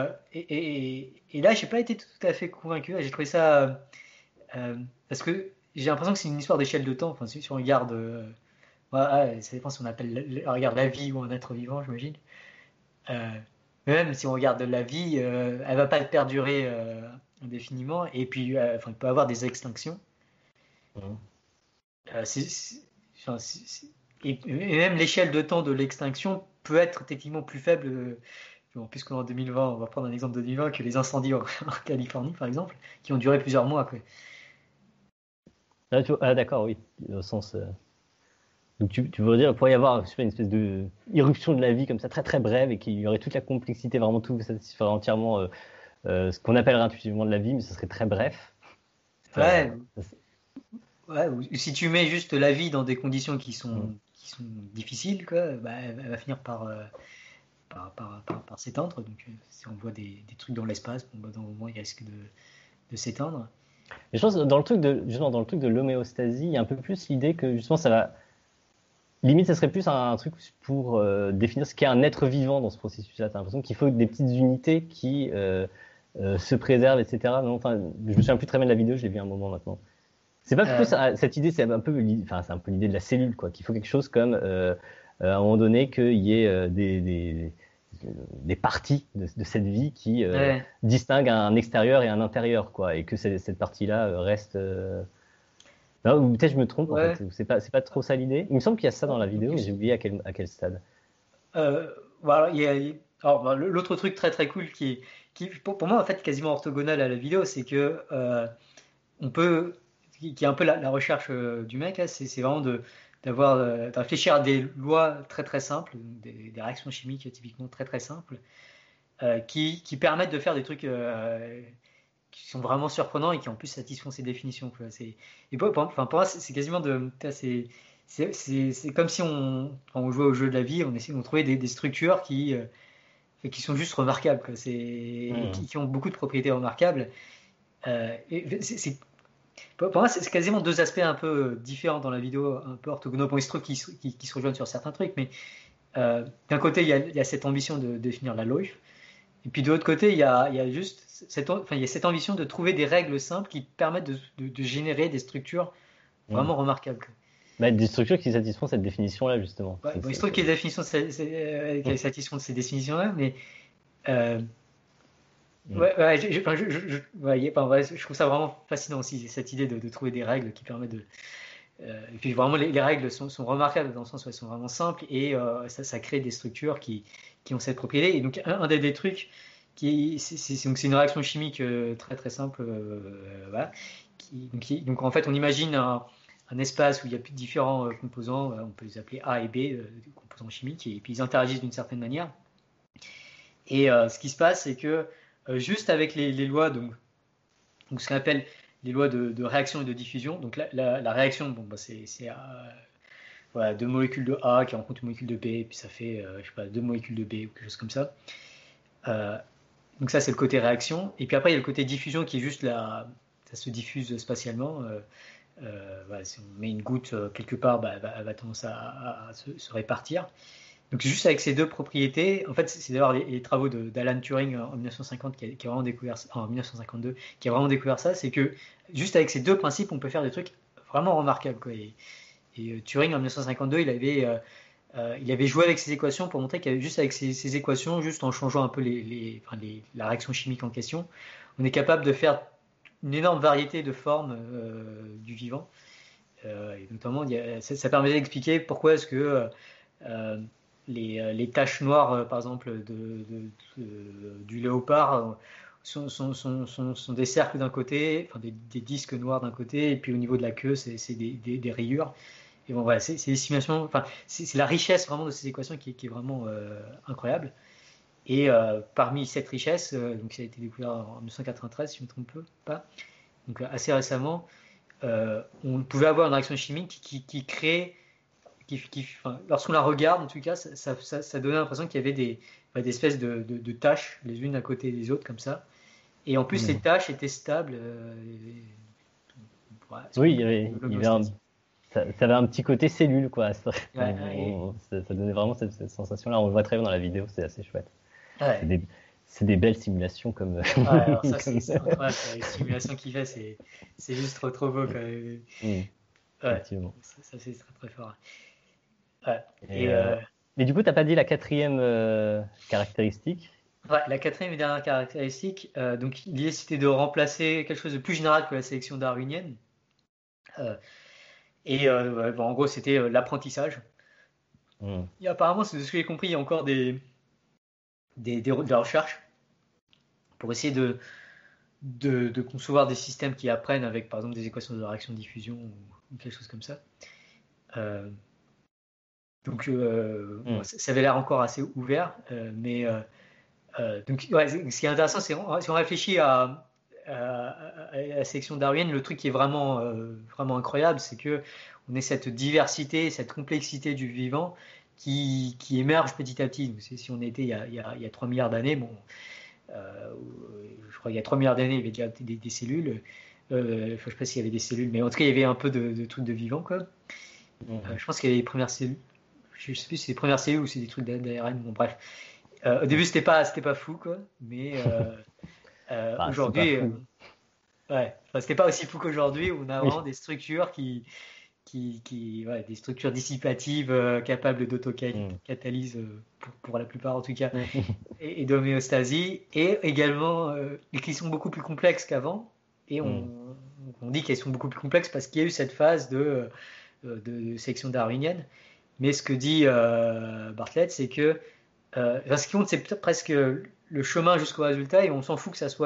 Et là, j'ai pas été tout à fait convaincu. J'ai trouvé ça parce que j'ai l'impression que c'est une histoire d'échelle de temps. Enfin, si on regarde, ça dépend si on regarde la vie ou un être vivant, j'imagine. Euh, mais même si on regarde la vie, elle va pas perdurer indéfiniment. Et puis, enfin, il peut y avoir des extinctions. Mhm. Euh, c'est- c'est- enfin, et même l'échelle de temps de l'extinction peut être techniquement plus faible. Bon, puisqu'en 2020, on va prendre un exemple de 2020, que les incendies en Californie, par exemple, qui ont duré plusieurs mois, quoi. D'accord, oui, au sens. Donc tu veux dire, il pourrait y avoir, je sais pas, une espèce de irruption de la vie comme ça, très très brève, et qu'il y aurait toute la complexité, vraiment tout, ça satisferait entièrement ce qu'on appellerait intuitivement de la vie, mais ça serait très bref. Ça, Ouais, ça- ouais, ou si tu mets juste la vie dans des conditions mm. qui sont difficiles, quoi, bah, elle va finir par s'éteindre. Donc, si on voit des trucs dans l'espace, bon, bah, dans le moment, il risque de s'éteindre. Mais je pense que dans le truc de, justement, dans le truc de l'homéostasie, il y a un peu plus l'idée que justement ça va. Limite, ça serait plus un truc pour définir ce qu'est un être vivant dans ce processus-là. T'as l'impression qu'il faut des petites unités qui se préservent, etc. Non, enfin, je me souviens plus très bien de la vidéo, je l'ai vu un moment maintenant. C'est pas plus Euh, cette idée, c'est un peu, enfin, c'est un peu l'idée de la cellule, quoi. Qu'il faut quelque chose comme à un moment donné qu'il y ait des parties de cette vie qui ouais, distinguent un extérieur et un intérieur, quoi, et que cette partie-là reste. Non, ou peut-être je me trompe en ouais. fait. C'est pas trop ça l'idée. Il me semble qu'il y a ça dans la vidéo, mais j'ai oublié à quel stade. Voilà, alors, bah, l'autre truc très très cool qui pour moi en fait quasiment orthogonal à la vidéo, c'est que on peut, qui est un peu la recherche du mec là, c'est vraiment de réfléchir à des lois très très simples, des réactions chimiques typiquement très très simples, qui permettent de faire des trucs qui sont vraiment surprenants et qui en plus satisfont ces définitions, quoi. Enfin, pour moi, c'est quasiment c'est comme si quand on jouait au jeu de la vie, on essayait de trouver des structures qui sont juste remarquables, quoi. Et Hmm. qui ont beaucoup de propriétés remarquables. Pour moi, c'est quasiment deux aspects un peu différents dans la vidéo, un peu orthogonaux. Bon, il se trouve qu'ils se rejoignent sur certains trucs, mais d'un côté, il y a cette ambition de définir la loi. Et puis de l'autre côté, il y a juste il y a cette ambition de trouver des règles simples qui permettent de générer des structures Hmm. vraiment remarquables, quoi. Bah, des structures qui satisfont cette définition-là, justement. Ouais, bon, il se trouve qu'il y a des définitions qui Hmm. satisfont de ces définitions-là, mais euh, Hmm. ouais, enfin, enfin, ouais, je trouve ça vraiment fascinant aussi, cette idée de trouver des règles qui permettent de. Et puis vraiment, les règles sont remarquables dans le sens où elles sont vraiment simples et ça crée des structures qui ont cette propriété. Et donc, un des trucs donc c'est une réaction chimique très très simple. Voilà, donc, en fait, on imagine un espace où il y a différents composants, on peut les appeler A et B, composants chimiques, et puis ils interagissent d'une certaine manière. Et ce qui se passe, c'est que juste avec les lois, donc ce qu'on appelle les lois de réaction et de diffusion. Donc la réaction, bon, bah, c'est voilà, deux molécules de A qui rencontrent une molécule de B, et puis ça fait je sais pas, deux molécules de B ou quelque chose comme ça. Euh, donc ça c'est le côté réaction. Et puis après il y a le côté diffusion qui est juste ça se diffuse spatialement. Voilà, si on met une goutte quelque part, bah, elle va tendance à se répartir. Donc juste avec ces deux propriétés, en fait c'est d'ailleurs les travaux d'Alan Turing en 1950 qui a vraiment découvert ça, en 1952, qui a vraiment découvert ça, c'est que juste avec ces deux principes on peut faire des trucs vraiment remarquables, quoi. Et Turing en 1952 il avait joué avec ces équations pour montrer qu'avec juste avec ces équations, juste en changeant un peu la réaction chimique en question, on est capable de faire une énorme variété de formes du vivant. Et notamment, ça permettait d'expliquer pourquoi est-ce que euh, les taches noires, par exemple, du léopard, sont des cercles d'un côté, enfin des disques noirs d'un côté, et puis au niveau de la queue, c'est des rayures. Et bon, voilà, c'est des simulations, enfin, c'est la richesse vraiment de ces équations qui est vraiment incroyable. Et parmi cette richesse, donc ça a été découvert en 1993, si je ne me trompe pas, donc assez récemment, on pouvait avoir une réaction chimique qui crée enfin, lorsqu'on la regarde, en tout cas, ça donnait l'impression qu'il y avait des espèces de taches, les unes à côté des autres, comme ça. Et en plus, ces Hmm. taches étaient stables. Voilà, ce qu'on Oui, appelle il y avait l'homéostasie. ça avait un petit côté cellule, quoi. Ouais, Ça donnait vraiment cette sensation-là. On le voit très bien dans la vidéo, c'est assez chouette. C'est ouais, des, c'est des belles simulations comme. Ouais, alors ça, c'est incroyable. Les simulations qu'il fait, c'est juste trop, trop beau, quoi. Ouais, Effectivement. ça c'est très, très fort. Ouais. Et, Et mais du coup, t'as pas dit la quatrième caractéristique. ouais, la quatrième et dernière caractéristique, donc l'idée c'était de remplacer quelque chose de plus général que la sélection darwinienne. Euh, ouais, bon, en gros, c'était l'apprentissage. Mm. Et apparemment, c'est de ce que j'ai compris, il y a encore des recherches pour essayer de concevoir des systèmes qui apprennent avec, par exemple, des équations de réaction-diffusion ou quelque chose comme ça. Euh, donc, bon, Mm. ça avait l'air encore assez ouvert, mais donc, ouais, ce qui est intéressant, c'est si on réfléchit à la sélection darwinienne, le truc qui est vraiment incroyable, c'est que on ait cette diversité, cette complexité du vivant qui émerge petit à petit. Donc, si on était il y a 3 milliards d'années, bon, je crois qu'il y a 3 milliards d'années, il y avait déjà des cellules. Je ne sais pas s'il y avait des cellules, mais en tout cas, il y avait un peu de trucs de vivant, quoi. Mm. Je pense qu'il y avait les premières cellules. Je ne sais plus si c'est les premières cellules ou c'est des trucs d'ARN. Bon, bref. Au début, c'était pas fou, quoi. Mais Bah, c'est pas aujourd'hui, fou. ouais. Enfin, c'était pas aussi fou qu'aujourd'hui où on a vraiment Oui. des structures ouais, des structures dissipatives capables Mm. d'autocatalyse pour la plupart en tout cas, Mm. et d'homéostasie, et également qui sont beaucoup plus complexes qu'avant. Et Mm. on dit qu'elles sont beaucoup plus complexes parce qu'il y a eu cette phase de sélection darwinienne. Mais ce que dit Bartlett, c'est que ce qui compte, c'est peut-être presque le chemin jusqu'au résultat, et on s'en fout que ça soit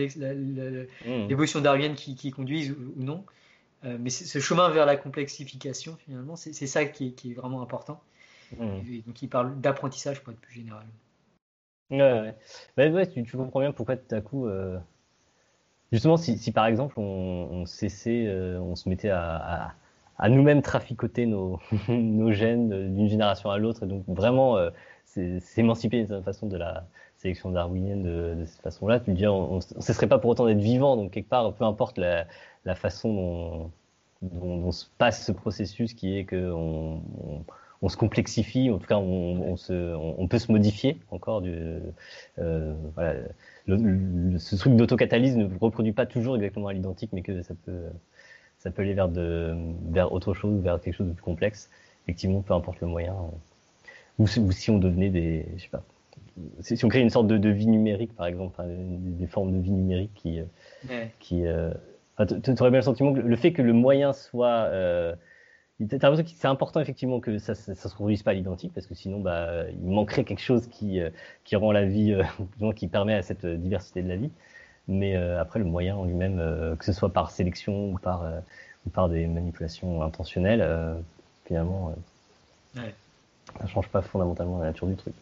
Mm. l'évolution darwinienne qui conduise ou non. Mais ce chemin vers la complexification, finalement, c'est ça qui est vraiment important. Mm. Et donc, il parle d'apprentissage pour être plus général. Ouais, ouais. Ouais, ouais, tu comprends bien pourquoi tout à coup. Justement, si par exemple on cessait, on se mettait à nous-mêmes traficoter nos, nos gènes d'une génération à l'autre, et donc vraiment s'émanciper d'une certaine façon de la sélection darwinienne de cette façon-là, tu te dis on ne cesserait pas pour autant d'être vivant, donc quelque part, peu importe la façon dont se passe ce processus qui est que on se complexifie, en tout cas on peut se modifier encore voilà, ce truc d'autocatalyse ne reproduit pas toujours exactement à l'identique, mais que ça peut aller vers autre chose, vers quelque chose de plus complexe. Effectivement, peu importe le moyen. Ou si on devenait je sais pas, si on crée une sorte de vie numérique, par exemple, hein, des formes de vie numérique Ouais, qui enfin, t'aurais bien le sentiment que le fait que le moyen soit t'as l'impression que c'est important effectivement que ça se reproduise pas à l'identique parce que sinon bah il manquerait quelque chose qui rend la vie qui permet à cette diversité de la vie. Mais après le moyen en lui-même, que ce soit par sélection ou par des manipulations intentionnelles, finalement ouais, ça change pas fondamentalement la nature du truc.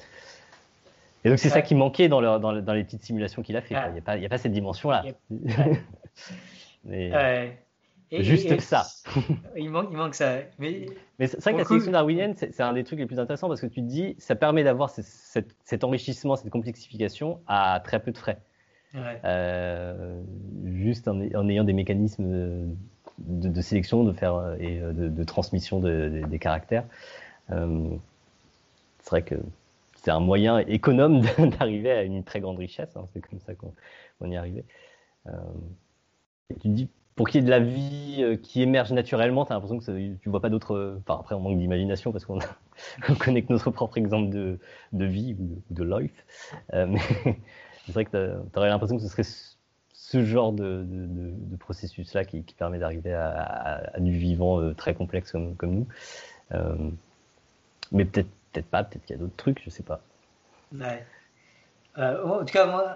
Et donc c'est ça ouais, qui manquait dans les petites simulations qu'il a fait, quoi. ouais, Il y a pas cette dimension là. yep, ouais, Mais ouais. juste Et ça. il manque ça. Mais Mais c'est vrai pour que le la coup, sélection darwinienne, c'est un des trucs les plus intéressants parce que tu te dis, ça permet d'avoir cet enrichissement, cette complexification à très peu de frais. ouais, Euh, juste en ayant des mécanismes de sélection et de transmission des caractères. Euh, c'est vrai que c'est un moyen économe d'arriver à une très grande richesse. Hein, c'est comme ça qu'on y est arrivé. Euh, et tu te dis, pour qu'il y ait de la vie qui émerge naturellement, tu as l'impression que tu vois pas d'autres. Enfin, après, on manque d'imagination parce on connaît que notre propre exemple de vie ou de life. Mais c'est vrai que tu aurais l'impression que ce serait ce genre de processus-là qui permet d'arriver à du vivant très complexe comme nous. Euh, mais peut-être pas, peut-être qu'il y a d'autres trucs, je sais pas. ouais. En tout cas, moi,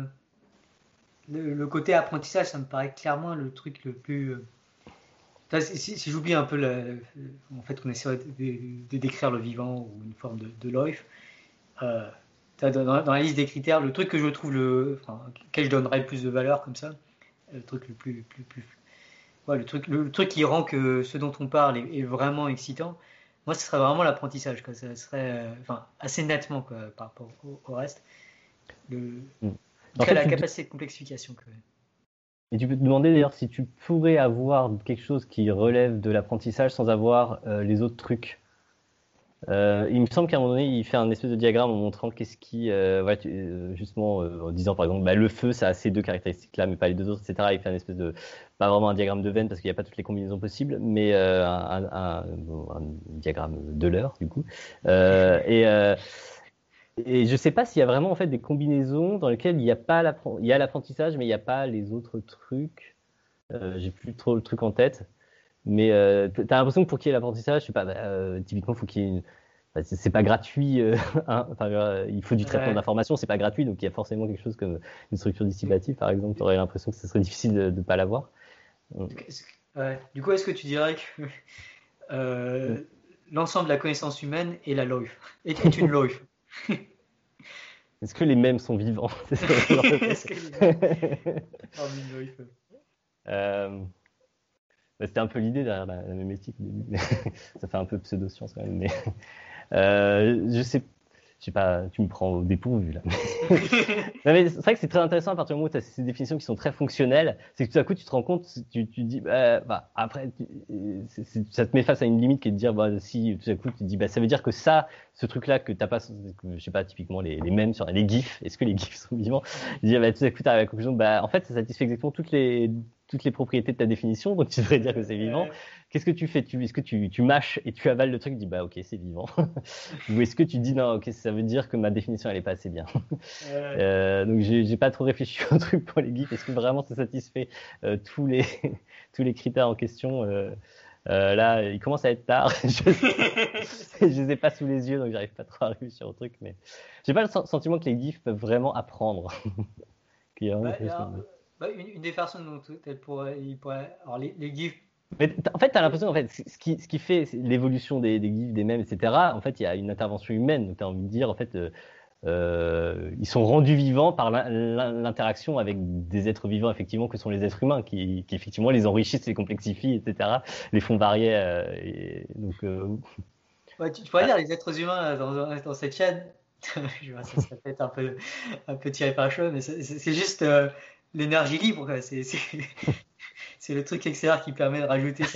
le côté apprentissage, ça me paraît clairement le truc le plus. Enfin, si j'oublie un peu en fait qu'on essaie de décrire le vivant ou une forme de life, euh, dans la liste des critères, le truc que je trouve enfin, auquel je donnerais le plus de valeur comme ça, le truc ouais, le truc qui rend que ce dont on parle est vraiment excitant, moi, ce serait vraiment l'apprentissage, quoi. Ça serait, enfin, assez nettement, quoi, par rapport au reste. Mm. En tout En cas, fait, la capacité de complexification, quoi. et tu peux te demander d'ailleurs si tu pourrais avoir quelque chose qui relève de l'apprentissage sans avoir les autres trucs. Il me semble qu'à un moment donné, il fait un espèce de diagramme en montrant qu'est-ce qui, justement, en disant par exemple, bah, le feu, ça a ces deux caractéristiques-là, mais pas les deux autres, etc. Il fait un espèce de, pas vraiment un diagramme de Venn parce qu'il n'y a pas toutes les combinaisons possibles, mais un diagramme de l'heure, du coup. Et je sais pas s'il y a vraiment en fait des combinaisons dans lesquelles il y a pas il y a l'apprentissage, mais il n'y a pas les autres trucs. J'ai plus trop le truc en tête. Mais t'as l'impression que pour qu'il y ait l'apprentissage, je sais pas, typiquement, faut qu'il y ait c'est pas gratuit. Hein, enfin, il faut du traitement Ouais. d'information, c'est pas gratuit, donc il y a forcément quelque chose comme une structure dissipative, par exemple. T'aurais l'impression que ce serait difficile de pas l'avoir. Ouais. Du coup, est-ce que tu dirais que l'ensemble de la connaissance humaine est la LOIF, est une LOIF? Est-ce que les mêmes sont vivants? C'est ce genre de Est-ce que les mêmes forment une LOIF? euh, C'était un peu l'idée derrière la mémétique au début, mais ça fait un peu pseudo-science quand même. Mais je sais pas, tu me prends au dépourvu là. Non, mais c'est vrai que c'est très intéressant à partir du moment où tu as ces définitions qui sont très fonctionnelles, c'est que tout à coup tu te rends compte, tu te dis, après, ça te met face à une limite qui est de dire, si tout à coup tu te dis, ça veut dire que ça, ce truc-là que t'as pas, je sais pas, typiquement les mèmes sur les gifs, est-ce que les gifs sont vivants? Dire, tout à coup tu arrives à la conclusion, en fait ça satisfait exactement toutes les propriétés de ta définition, donc tu devrais dire que c'est vivant. Qu'est-ce que tu fais? Est-ce que tu mâches et tu avales le truc, tu dis, ok, c'est vivant. Ou est-ce que tu dis, non, ok, ça veut dire que ma définition elle est pas assez bien. Donc j'ai pas trop réfléchi au truc pour les GIFs. Est-ce que vraiment ça satisfait tous les tous les critères en question là, il commence à être tard. Je les ai pas sous les yeux, donc j'arrive pas trop à réfléchir au truc. Mais j'ai pas le sentiment que les GIFs peuvent vraiment apprendre. Qu'il y a vraiment quelque chose comme... Une des façons dont alors les GIFs. Mais en fait, tu as l'impression, en fait, ce qui fait l'évolution des GIFs, des mèmes, etc., en fait, il y a une intervention humaine. Donc, tu as envie de dire, en fait, ils sont rendus vivants par l'interaction avec des êtres vivants, effectivement, que sont les êtres humains, qui effectivement, les enrichissent, les complexifient, etc., les font varier. Donc, Ouais, tu pourrais dire les êtres humains dans cette chaîne. Je vois, ça serait peut-être un peu tiré par les cheveux, mais c'est juste l'énergie libre, quoi. C'est le truc XLR qui permet de rajouter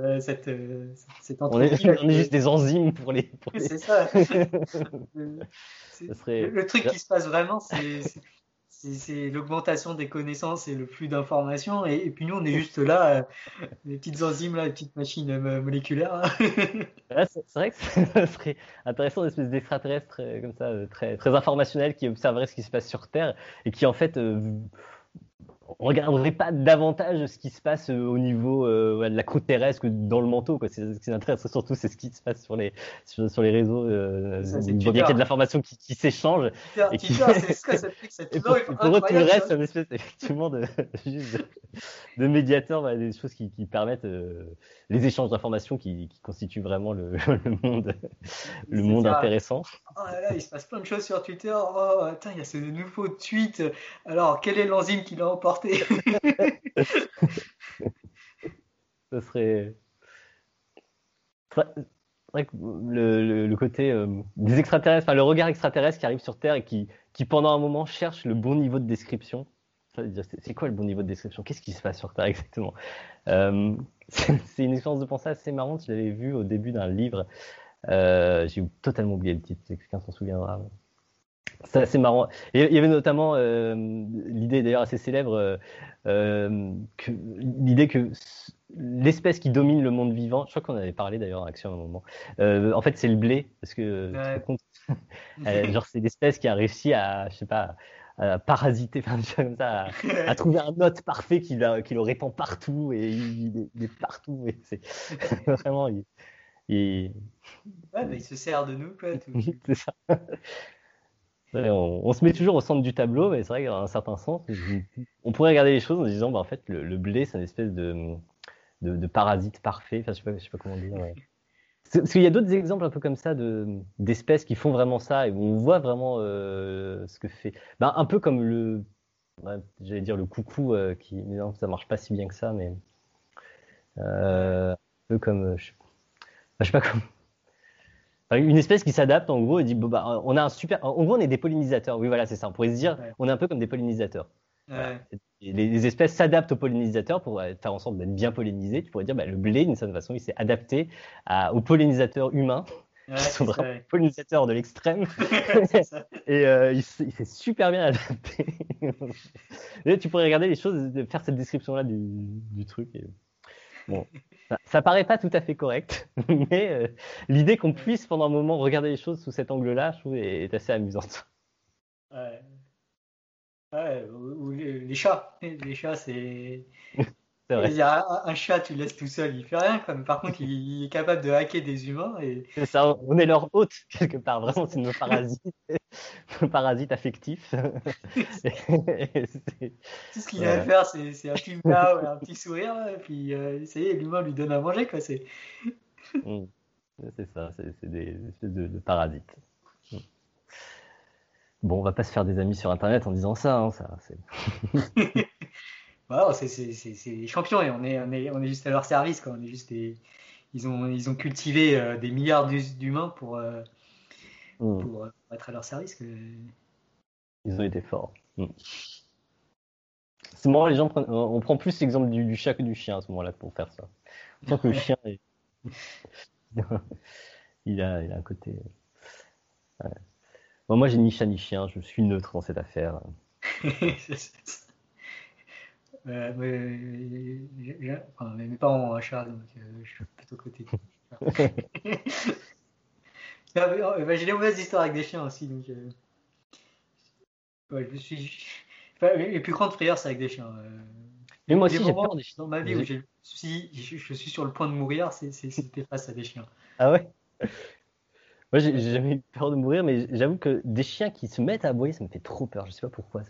cette on est, entropie là. on est juste des enzymes pour les. C'est ça. Le, Ça serait. le truc qui se passe vraiment, c'est l'augmentation des connaissances et le flux d'informations. Et puis nous, on est juste là, les petites enzymes, là, les petites machines moléculaires. Là. Ouais, c'est vrai que ça serait intéressant d'espèces d'extraterrestres comme ça, très, très informationnels qui observeraient ce qui se passe sur Terre et qui en fait on regarderait pas davantage ce qui se passe au niveau de la croûte terrestre que dans le manteau. Quoi. Ce qui m'intéresse surtout, c'est ce qui se passe sur les réseaux. Ça, On c'est voit bien qu'il y a de l'information qui s'échange. C'est ce que ça fait que cette Et pour eux, tout le incroyable. reste, c'est une espèce effectivement juste de médiateur, des choses qui permettent les échanges d'informations qui constituent vraiment le monde intéressant. Oh là là, il se passe plein de choses sur Twitter. Oh, attends, il y a ce nouveau tweet. Alors, quelle est l'enzyme qui l'a emporté? Ce serait vrai que le côté des extraterrestres, enfin le regard extraterrestre qui arrive sur Terre et qui pendant un moment cherche le bon niveau de description. C'est quoi le bon niveau de description? Qu'est-ce qui se passe sur Terre exactement? C'est une expérience de pensée assez marrante. Je l'avais vu au début d'un livre. J'ai totalement oublié le titre. Quelqu'un s'en souviendra. C'est assez marrant. Et il y avait notamment l'idée d'ailleurs assez célèbre, l'idée que l'espèce qui domine le monde vivant, je crois qu'on avait parlé d'ailleurs en Action à un moment, en fait c'est le blé, parce que tu te rends compte, genre c'est l'espèce qui a réussi à, je sais pas, à parasiter, enfin comme ça, à trouver un hôte parfait qui le répand partout et il est partout. Et c'est vraiment, Ouais, bah, il se sert de nous, quoi. c'est ça. Ouais, on se met toujours au centre du tableau, mais c'est vrai qu'à un certain sens, on pourrait regarder les choses en se disant, en fait, le blé, c'est une espèce de parasite parfait. Enfin, je sais pas comment dire. Ouais. Parce qu'il y a d'autres exemples un peu comme ça d'espèces qui font vraiment ça et où on voit vraiment ce que fait. Un peu comme j'allais dire le coucou qui, non, ça marche pas si bien que ça, mais un peu comme, je sais pas comment. Une espèce qui s'adapte en gros et dit on a un super. En gros, on est des pollinisateurs. Oui, voilà, c'est ça. On pourrait se dire, on est un peu comme des pollinisateurs. Voilà. Et les espèces s'adaptent aux pollinisateurs pour faire en sorte d'être bien pollinisées. Tu pourrais dire, le blé, d'une certaine façon, il s'est adapté aux pollinisateurs humains Ouais, qui sont c'est ça. vraiment Ouais. pollinisateurs de l'extrême. C'est ça. Et il s'est super bien adapté. Et tu pourrais regarder les choses, faire cette description-là du truc. Et, bon, ça paraît pas tout à fait correct, mais l'idée qu'on puisse pendant un moment regarder les choses sous cet angle-là, je trouve, est assez amusante. Ouais. Ouais, ou les chats. Les chats, c'est. C'est Il vrai. y a un chat, tu le laisses tout seul, il fait rien. Comme, par contre, il est capable de hacker des humains. Et C'est ça, on est leur hôte, quelque part. Vraiment, c'est nos parasites, nos parasites affectifs. Et tout ce qu'il a à voilà. faire, c'est un petit miaou et un petit sourire. Et puis, ça y est, l'humain lui donne à manger, quoi. Mm. C'est ça, c'est des espèces de parasites. Mm. Bon, on va pas se faire des amis sur Internet en disant ça. Hein, ça Voilà, c'est des champions et on est juste à leur service, quoi. On est juste ils ont cultivé des milliards d'humains mm. pour être à leur service. Ils ont été forts. Mm. C'est marrant, les gens on prend plus l'exemple du chat que du chien à ce moment-là pour faire ça. On sent que le chien, il a un côté. Ouais. Bon, moi, j'ai ni chat ni chien, je suis neutre dans cette affaire. Enfin, mes parents ont un chat, donc je suis plutôt côté. J'ai des mauvaises histoires avec des chiens aussi, donc ouais, je me suis. Enfin, mes plus grandes frayeurs, c'est avec des chiens. Mais moi Les aussi, j'ai moments peur des chiens. dans ma vie où je suis sur le point de mourir, c'était face à des chiens. Ah ouais? Moi, j'ai Ouais, j'ai jamais eu peur de mourir, mais j'avoue que des chiens qui se mettent à aboyer, ça me fait trop peur. Je sais pas pourquoi.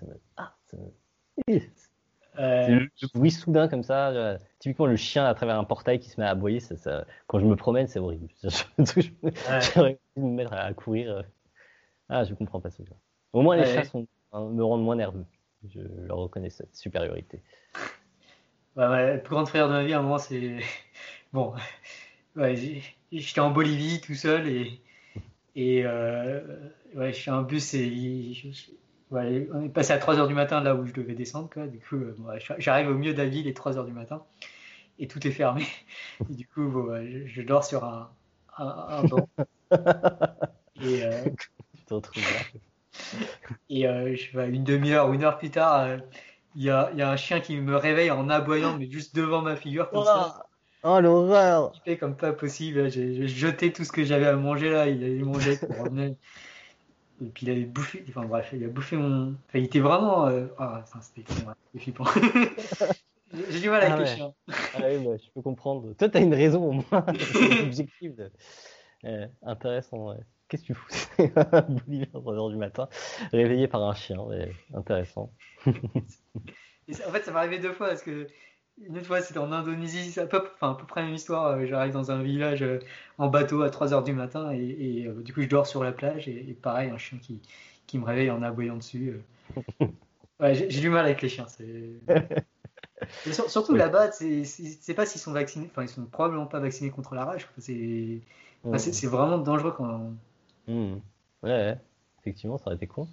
C'est euh, le bruit soudain comme ça. Typiquement, le chien à travers un portail qui se met à aboyer, quand je me promène, c'est horrible. ouais, J'aurais envie de me mettre à courir. Ah, je comprends pas ce truc-là. Au moins, les chats ouais, me rendent moins nerveux. Je leur reconnais cette supériorité. ouais, le plus grand frayeur de ma vie, à un moment, c'est. Bon, ouais, j'étais en Bolivie tout seul et ouais, je suis un bus et ouais, on est passé à 3 heures du matin là où je devais descendre, quoi. Du coup, bon, ouais, j'arrive au milieu de la ville, il est 3 heures du matin et tout est fermé. Et du coup, bon, ouais, je dors sur un banc et, Tu te retrouves là. je sais pas, une demi-heure ou une heure plus tard, il y a un chien qui me réveille en aboyant, mais juste devant ma figure comme ça. Oh, oh, l'horreur! Flippé comme pas possible. J'ai jeté tout ce que j'avais à manger là. Il allait manger pour revenir. Et puis il avait bouffé. Enfin bref, il a bouffé mon. Enfin, il était vraiment. Enfin, c'était flippant. J'ai du mal avec Ah les ouais. chiens. Ah oui, bah, je peux comprendre. Toi, t'as une raison au moins objective. Intéressant. Ouais. Qu'est-ce que tu fous? Bolivie à 3 heures du matin, réveillé par un chien. Ouais, intéressant. En fait, ça m'est arrivé deux fois parce que une autre fois c'était en Indonésie, c'est à peu près la même histoire. J'arrive dans un village en bateau à 3 heures du matin et du coup je dors sur la plage et pareil, un chien qui me réveille en aboyant dessus. Ouais, j'ai du mal avec les chiens. Et surtout Oui. là-bas, c'est pas s'ils sont vaccinés, enfin ils sont probablement pas vaccinés contre la rage, quoi. Enfin, Mm. c'est vraiment dangereux quand. Mm. Ouais, effectivement, ça aurait été con.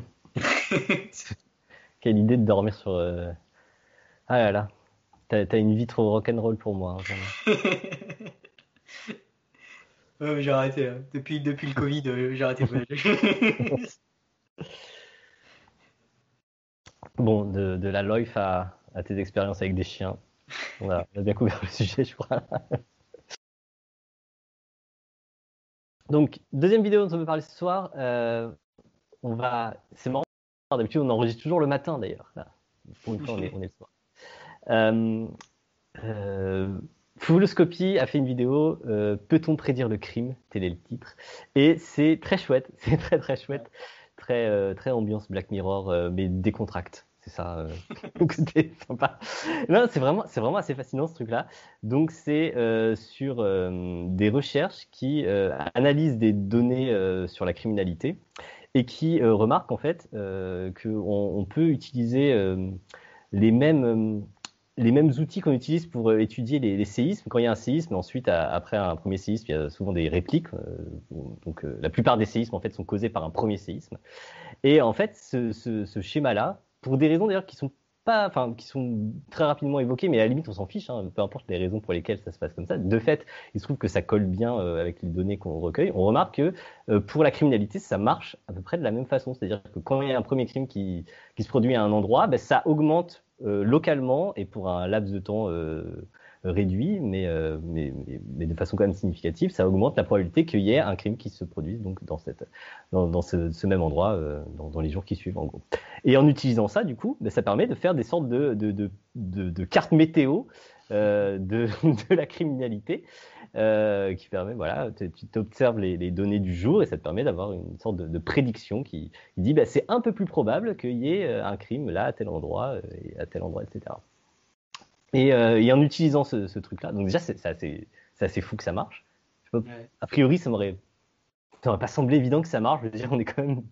Quelle idée de dormir sur. Ah là là, t'as une vie trop rock'n'roll pour moi, hein, vraiment. Ouais, mais j'ai arrêté là. Depuis le Covid, j'ai arrêté de voyager. Bon, de la LOIF à tes expériences avec des chiens, on a bien couvert le sujet, je crois. Donc, deuxième vidéo dont on veut parler ce soir, c'est marrant, d'habitude on enregistre toujours le matin d'ailleurs. Là, pour une fois, on est le soir. Euh, euh, Fulloscopy a fait une vidéo, peut-on prédire le crime? Tel est le titre. Et c'est très chouette, c'est très très chouette, très ambiance Black Mirror, mais décontracte. C'est ça. Donc c'était sympa. Non, c'est vraiment assez fascinant ce truc-là. Donc c'est sur des recherches qui analysent des données sur la criminalité et qui remarquent en fait qu'on peut utiliser les mêmes, les mêmes outils qu'on utilise pour étudier les séismes. Quand il y a un séisme, ensuite, après un premier séisme, il y a souvent des répliques. Donc, la plupart des séismes, en fait, sont causés par un premier séisme. Et en fait, ce schéma-là, pour des raisons d'ailleurs qui sont enfin, qui sont très rapidement évoqués, mais à la limite, on s'en fiche, hein, peu importe les raisons pour lesquelles ça se passe comme ça. De fait, il se trouve que ça colle bien avec les données qu'on recueille. On remarque que pour la criminalité, ça marche à peu près de la même façon. C'est-à-dire que quand il y a un premier crime qui se produit à un endroit, ben, ça augmente localement et pour un laps de temps réduit, mais de façon quand même significative, ça augmente la probabilité qu'il y ait un crime qui se produise donc dans ce même endroit dans les jours qui suivent en gros. Et en utilisant ça, du coup, ben, ça permet de faire des sortes de cartes météo de la criminalité qui permet, voilà, tu observes les données du jour et ça te permet d'avoir une sorte de prédiction qui dit ben, c'est un peu plus probable qu'il y ait un crime là à tel endroit et à tel endroit, etc. Et en utilisant ce truc-là, donc déjà c'est assez fou que ça marche. A priori, ça m'aurait pas semblé évident que ça marche. Je veux dire, on est quand même.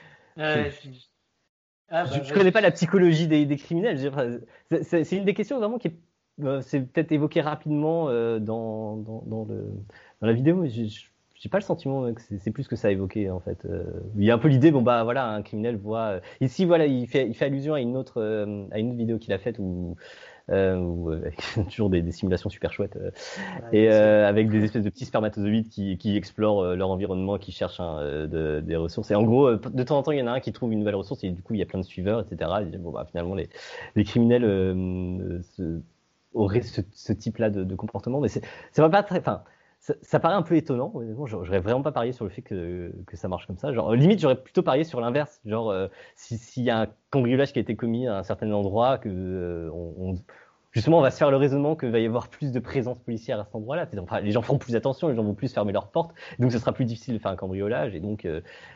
Je connais pas la psychologie des criminels. C'est une des questions vraiment qui est, c'est peut-être évoqué rapidement dans la vidéo, mais j'ai pas le sentiment que c'est plus que ça évoqué en fait. Il y a un peu l'idée, bon bah voilà, un criminel voit. Ici voilà, il fait allusion à une autre vidéo qu'il a faite où avec toujours des simulations super chouettes et avec des espèces de petits spermatozoïdes qui explorent leur environnement, qui cherchent des ressources. Et en gros, de temps en temps, il y en a un qui trouve une nouvelle ressource et du coup, il y a plein de suiveurs, etc. Et bon, bah, finalement, les criminels auraient ce type-là de comportement, mais c'est pas très. Enfin, ça paraît un peu étonnant. Honnêtement, j'aurais vraiment pas parié sur le fait que ça marche comme ça. Genre, limite, j'aurais plutôt parié sur l'inverse. Genre, s'il y a un cambriolage qui a été commis à un certain endroit, que justement, on va se faire le raisonnement qu'il va y avoir plus de présence policière à cet endroit-là. Enfin, les gens feront plus attention, les gens vont plus fermer leurs portes, donc ce sera plus difficile de faire un cambriolage, et donc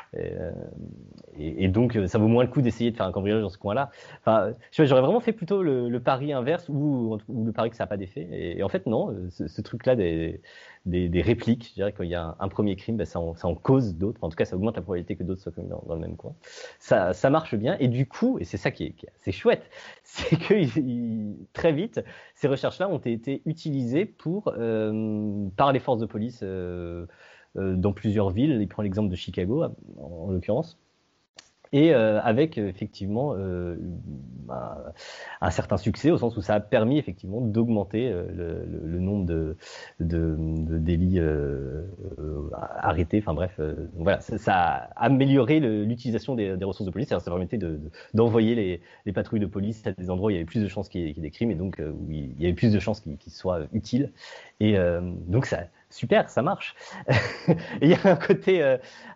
ça vaut moins le coup d'essayer de faire un cambriolage dans ce coin-là. Enfin, j'aurais vraiment fait plutôt le pari inverse ou le pari que ça n'a pas d'effet. Et en fait, non, ce truc-là des répliques, je dirais qu'il y a un premier crime, bah, ça en cause d'autres. En tout cas, ça augmente la probabilité que d'autres soient commis dans le même coin. Ça marche bien. Et du coup, et c'est ça qui est assez chouette, c'est que très vite, ces recherches-là ont été utilisées par les forces de police dans plusieurs villes. Il prend l'exemple de Chicago, en l'occurrence. Et avec effectivement un certain succès, au sens où ça a permis effectivement d'augmenter le nombre de délits arrêtés. Enfin bref, voilà, ça a amélioré l'utilisation des ressources de police. Ça permettait d'envoyer les patrouilles de police à des endroits où il y avait plus de chances qu'il y ait des crimes et donc où il y avait plus de chances qu'ils soient utiles. Et donc ça, super, ça marche. Et il y a un côté,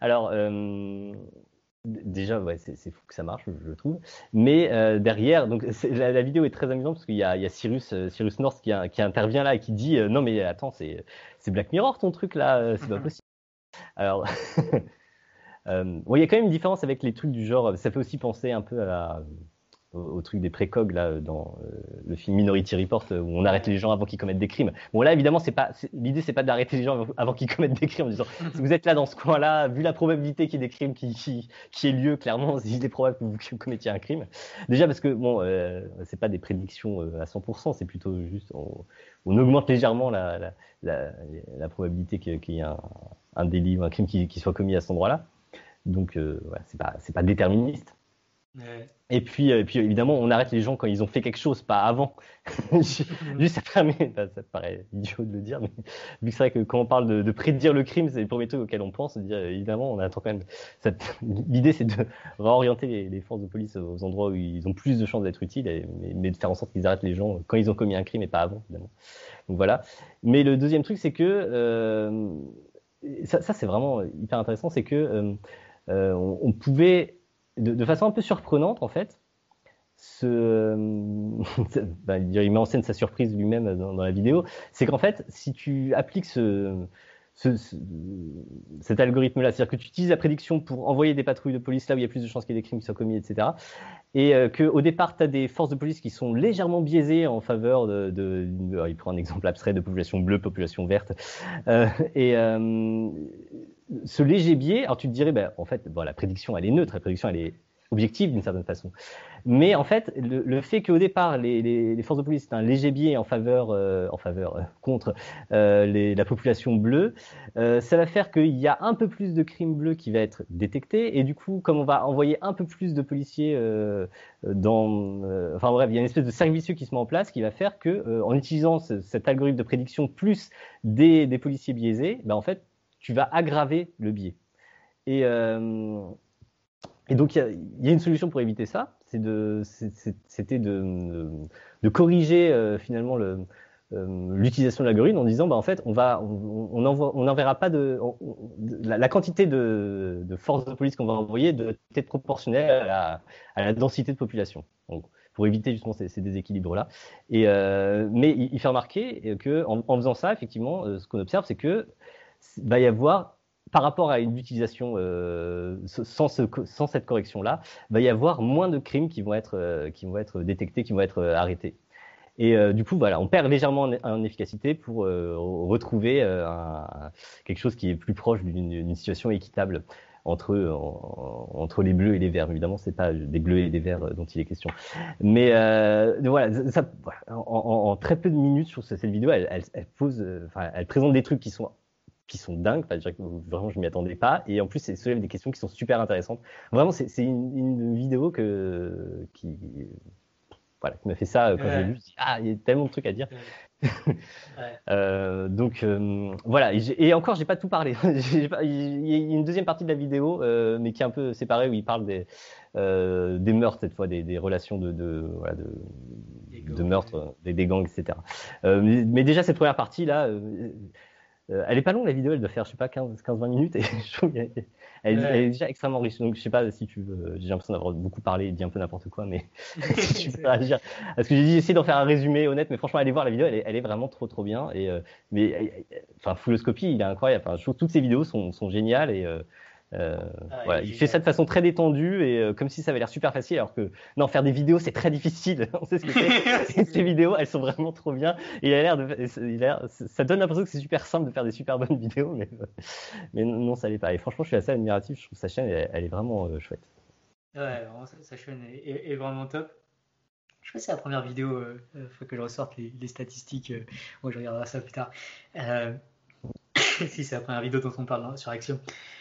déjà, ouais, c'est fou que ça marche, je trouve. Mais derrière, donc la vidéo est très amusante parce qu'il y a Cyrus North qui intervient là et qui dit non mais attends, c'est Black Mirror ton truc là, c'est pas possible. Alors, bon, il y a quand même une différence avec les trucs du genre. Ça fait aussi penser un peu au truc des précogs là dans le film Minority Report où on arrête les gens avant qu'ils commettent des crimes. Bon là évidemment l'idée c'est pas d'arrêter les gens avant qu'ils commettent des crimes en disant si vous êtes là dans ce coin-là, vu la probabilité qu'il y ait des crimes qui ait lieu, clairement il est probable que vous commettiez un crime. Déjà parce que bon c'est pas des prédictions à 100%, c'est plutôt juste on augmente légèrement la probabilité qu'il y ait un délit ou un crime qui soit commis à cet endroit-là. Donc voilà, c'est pas déterministe. Ouais. Et puis évidemment, on arrête les gens quand ils ont fait quelque chose, pas avant. Juste, ça permet, ça paraît idiot de le dire, mais vu que c'est vrai que quand on parle de prédire le crime, c'est le premier truc auquel on pense. Dire, évidemment, on attend quand même. L'idée, c'est de réorienter les forces de police aux endroits où ils ont plus de chances d'être utiles, mais de faire en sorte qu'ils arrêtent les gens quand ils ont commis un crime et pas avant, évidemment. Donc voilà. Mais le deuxième truc, c'est que ça c'est vraiment hyper intéressant, c'est que on pouvait de façon un peu surprenante, en fait, il met en scène sa surprise lui-même dans la vidéo, c'est qu'en fait, si tu appliques cet algorithme-là, c'est-à-dire que tu utilises la prédiction pour envoyer des patrouilles de police là où il y a plus de chances qu'il y ait des crimes qui soient commis, etc., et qu'au départ, tu as des forces de police qui sont légèrement biaisées en faveur il prend un exemple abstrait de population bleue, population verte, ce léger biais, alors tu te dirais, en fait, la prédiction, elle est neutre, la prédiction, elle est objective d'une certaine façon. Mais en fait, le fait qu'au départ, les forces de police aient un léger biais contre la population bleue, ça va faire qu'il y a un peu plus de crimes bleus qui va être détecté. Et du coup, comme on va envoyer un peu plus de policiers enfin bref, il y a une espèce de cercle vicieux qui se met en place qui va faire que, en utilisant cet algorithme de prédiction plus des policiers biaisés, en fait, tu vas aggraver le biais. Et donc, il y a une solution pour éviter ça, c'était de corriger finalement l'utilisation de l'algorithme en disant, en fait, on n'enverra pas la quantité de forces de police qu'on va envoyer doit être proportionnelle à la densité de population. Donc, pour éviter justement ces déséquilibres-là. Mais il fait remarquer qu'en faisant ça, effectivement, ce qu'on observe, c'est que va y avoir, par rapport à une utilisation sans cette correction-là, va y avoir moins de crimes qui vont être détectés, qui vont être arrêtés. Et du coup, voilà, on perd légèrement en efficacité pour retrouver quelque chose qui est plus proche d'une situation équitable entre les bleus et les verts. Évidemment, c'est pas des bleus et des verts dont il est question. Mais voilà, en très peu de minutes sur cette vidéo, elle présente des trucs qui sont dingues. Enfin, vraiment, je m'y attendais pas. Et en plus, c'est soulève des questions qui sont super intéressantes. Vraiment, c'est une vidéo qui m'a fait ça quand j'ai vu. Il y a tellement de trucs à dire. Donc voilà. Et encore, j'ai pas tout parlé. Il y a une deuxième partie de la vidéo, mais qui est un peu séparée, où il parle des meurtres cette fois, des relations de meurtres, des gangs, etc. Mais déjà cette première partie là. Elle est pas longue la vidéo, elle doit faire 15-20 minutes et je trouve qu'elle elle est déjà extrêmement riche. Donc je sais pas si tu veux, j'ai l'impression d'avoir beaucoup parlé et dit un peu n'importe quoi, mais si tu peux réagir. Parce que j'ai dit essayer d'en faire un résumé honnête, mais franchement allez voir la vidéo, elle est vraiment trop bien. Et Fulloscopy, il est incroyable. Enfin, je trouve que toutes ces vidéos sont géniales et voilà, il fait ça de façon très détendue et comme si ça avait l'air super facile, alors que non, faire des vidéos c'est très difficile. On sait ce que c'est. Et ces vidéos, elles sont vraiment trop bien. Et ça donne l'impression que c'est super simple de faire des super bonnes vidéos, mais non, ça l'est pas. Et franchement, je suis assez admiratif. Je trouve sa chaîne, elle est vraiment chouette. Ouais, vraiment, sa chaîne est vraiment top. Je sais pas si c'est la première vidéo, faut que je ressorte les statistiques. Moi, je regarderai ça plus tard. Si c'est la première vidéo dont on parle sur Axiom.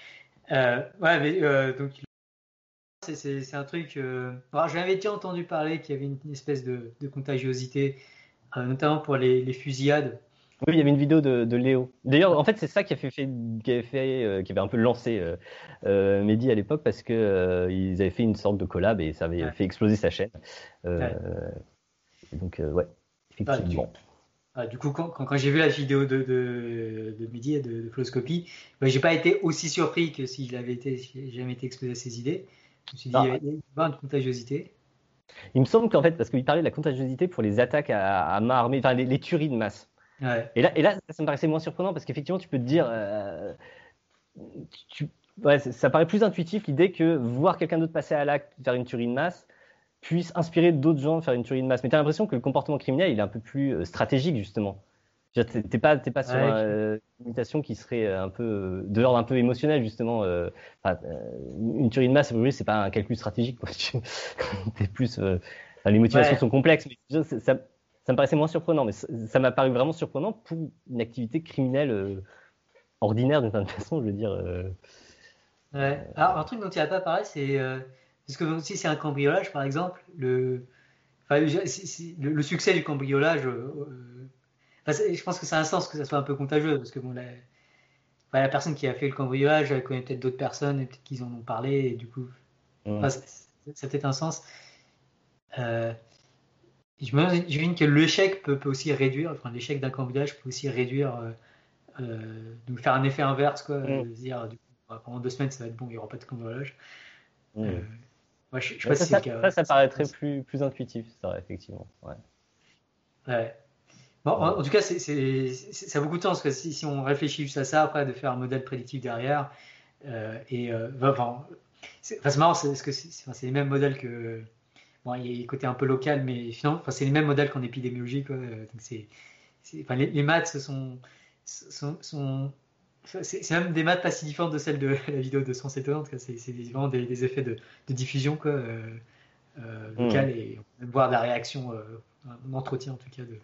Donc c'est un truc. Alors, j'avais déjà entendu parler qu'il y avait une espèce de contagiosité, notamment pour les fusillades. Oui, il y avait une vidéo de Léo. D'ailleurs, en fait, c'est ça qui avait un peu lancé Mehdi à l'époque parce que ils avaient fait une sorte de collab et ça avait fait exploser sa chaîne. Donc ouais, effectivement. Du coup, quand j'ai vu la vidéo de Mehdi et de Fulloscopy, j'ai pas été aussi surpris que si jamais été exposé à ses idées. Je me suis dit, il y a pas une contagiosité. Il me semble qu'en fait, parce qu'il parlait de la contagiosité pour les attaques à main armée, enfin les tueries de masse. Ouais. Et là, ça me paraissait moins surprenant parce qu'effectivement, tu peux te dire, ça paraît plus intuitif l'idée que voir quelqu'un d'autre passer à l'acte, faire une tuerie de masse, puisse inspirer d'autres gens de faire une tuerie de masse. Mais tu as l'impression que le comportement criminel, il est un peu plus stratégique, justement. T'es pas sur une imitation qui serait un peu de l'ordre un peu émotionnel, justement. Une tuerie de masse, c'est pas un calcul stratégique. T'es plus, les motivations sont complexes, mais ça me paraissait moins surprenant. Mais ça m'a paru vraiment surprenant pour une activité criminelle ordinaire, d'une certaine façon, je veux dire. Ouais. Alors, un truc dont il n'a pas parlé, c'est parce que si c'est un cambriolage, par exemple, le succès du cambriolage, je pense que ça a un sens que ça soit un peu contagieux, parce que bon, la personne qui a fait le cambriolage, elle connaît peut-être d'autres personnes, et peut-être qu'ils en ont parlé, et du coup, ça a peut-être un sens. J'imagine que l'échec peut aussi réduire, l'échec d'un cambriolage peut aussi réduire, donc faire un effet inverse, quoi, dire du coup, pendant 2 semaines ça va être bon, il n'y aura pas de cambriolage. Je sais pas si c'est le cas. Ça paraîtrait plus intuitif, c'est vrai, effectivement. Ouais. Bon, en tout cas, ça a beaucoup de sens, parce que si on réfléchit juste à ça, après, de faire un modèle prédictif derrière, c'est marrant, parce que c'est les mêmes modèles que. Bon, il y a le côté un peu local, mais finalement, c'est les mêmes modèles qu'en épidémiologie, quoi. Donc les maths sont c'est même des maths pas si différentes de celles de la vidéo de Sens Étonnante. C'est vraiment des effets de diffusion quoi, locale et on peut même voir de la réaction, un entretien en tout cas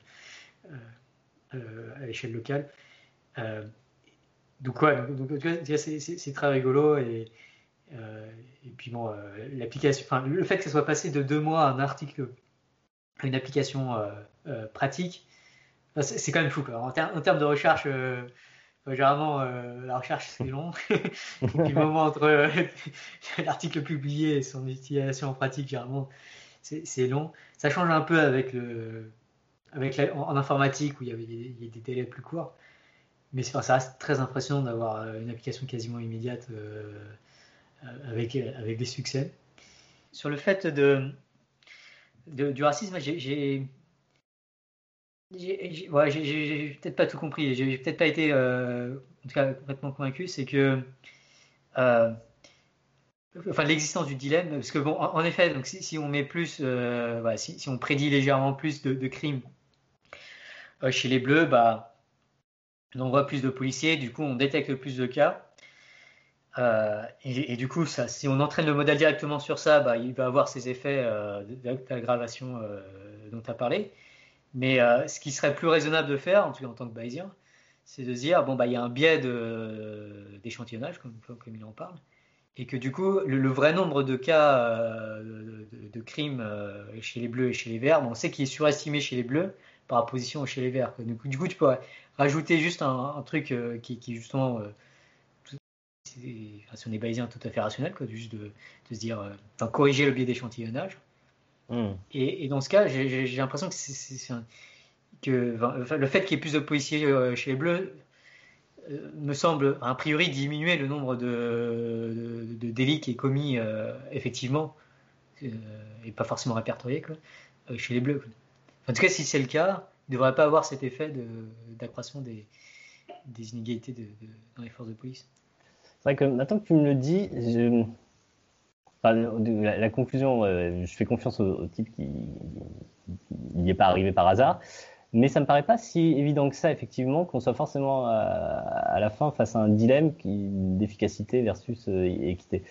à l'échelle locale. Donc ouais, c'est très rigolo et puis bon, l'application, enfin le fait que ça soit passé de 2 mois à un article, à une application pratique, c'est quand même fou quoi. En termes de recherche. Généralement, la recherche c'est long. Et puis le moment entre l'article publié et son utilisation en pratique, généralement, c'est long. Ça change un peu en informatique où il y a des délais plus courts. Mais ça reste très impressionnant d'avoir une application quasiment immédiate avec des succès. Sur le fait du racisme, j'ai peut-être pas tout compris. J'ai peut-être pas été, en tout cas, complètement convaincu. C'est que, euh, enfin, l'existence du dilemme, parce que bon, en effet, donc si on met plus, voilà, si on prédit légèrement plus de crimes chez les Bleus, bah, on voit plus de policiers. Du coup, on détecte plus de cas. Et du coup, si on entraîne le modèle directement sur ça, bah, il va avoir ces effets d'aggravation dont tu as parlé. Mais ce qui serait plus raisonnable de faire, en tout cas en tant que Bayésien, c'est de se dire, bon, bah, il y a un biais d'échantillonnage, comme il en parle, et que du coup, le vrai nombre de cas de crimes chez les Bleus et chez les Verts, on sait qu'il est surestimé chez les Bleus par opposition chez les Verts. Du coup, tu peux rajouter juste un truc qui justement, si on est Bayésien, tout à fait rationnel, quoi, juste de se dire, corriger le biais d'échantillonnage. Et dans ce cas, j'ai l'impression que le fait qu'il y ait plus de policiers chez les Bleus me semble a priori diminuer le nombre de délits qui est commis effectivement et pas forcément répertorié chez les Bleus. En tout cas, si c'est le cas, il ne devrait pas avoir cet effet d'accroissement des inégalités dans les forces de police. C'est vrai que maintenant que tu me le dis, la conclusion, je fais confiance au type qui n'y est pas arrivé par hasard. Mais ça me paraît pas si évident que ça, effectivement, qu'on soit forcément à la fin face à un dilemme d'efficacité versus équité.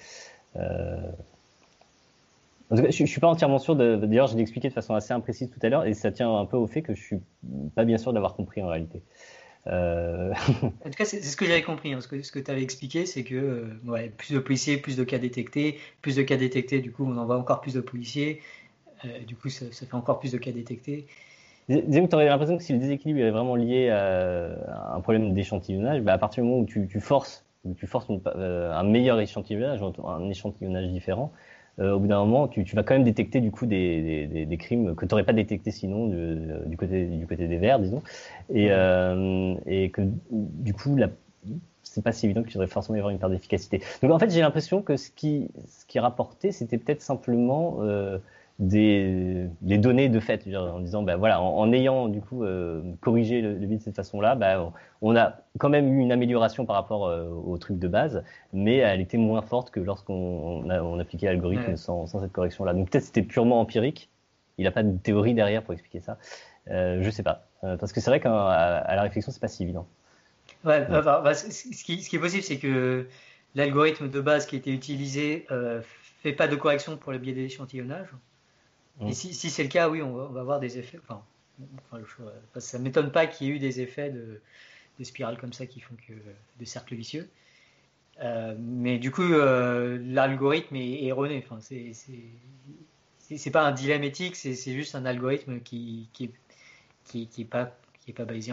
En tout cas, je suis pas entièrement sûr d'ailleurs, je l'ai expliqué de façon assez imprécise tout à l'heure, et ça tient un peu au fait que je suis pas bien sûr d'avoir compris en réalité. En tout cas, c'est ce que j'avais compris. Hein. Ce que tu avais expliqué, c'est que plus de policiers, plus de cas détectés, du coup, on envoie encore plus de policiers, du coup, ça fait encore plus de cas détectés. Disons que tu aurais l'impression que si le déséquilibre est vraiment lié à un problème d'échantillonnage, bah à partir du moment où tu forces un meilleur échantillonnage, un échantillonnage différent, au bout d'un moment, tu vas quand même détecter du coup des crimes que tu n'aurais pas détectés sinon du côté des Verts, disons, et que du coup c'est pas si évident qu'il devrait forcément y avoir une part d'efficacité. Donc en fait, j'ai l'impression que ce qui rapportait, c'était peut-être simplement des données de fait, en disant bah voilà, en ayant du coup corrigé le biais de cette façon-là, bah on a quand même eu une amélioration par rapport au truc de base, mais elle était moins forte que lorsqu'on appliquait l'algorithme sans cette correction-là. Donc peut-être c'était purement empirique. Il n'a pas de théorie derrière pour expliquer ça. Je sais pas, parce que c'est vrai qu'à la réflexion c'est pas si évident. Ouais, ce qui est possible, c'est que l'algorithme de base qui a été utilisé fait pas de correction pour le biais d'échantillonnage. Et si c'est le cas, oui, on va avoir des effets. Ça ne m'étonne pas qu'il y ait eu des effets de spirales comme ça qui font de cercles vicieux. Mais du coup, l'algorithme est erroné. Enfin, c'est pas un dilemme éthique, c'est juste un algorithme qui est pas bayésien.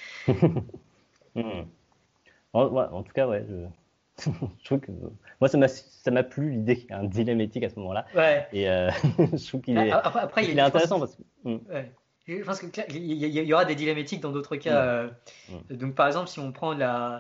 En tout cas, ouais. Je trouve que moi ça m'a plu l'idée qu'il y a un dilemme éthique à ce moment-là. Ouais. Et je trouve qu'il est, il est intéressant parce que. Ouais. Je pense qu'il y aura des dilemmes éthiques dans d'autres cas. Donc par exemple, si on prend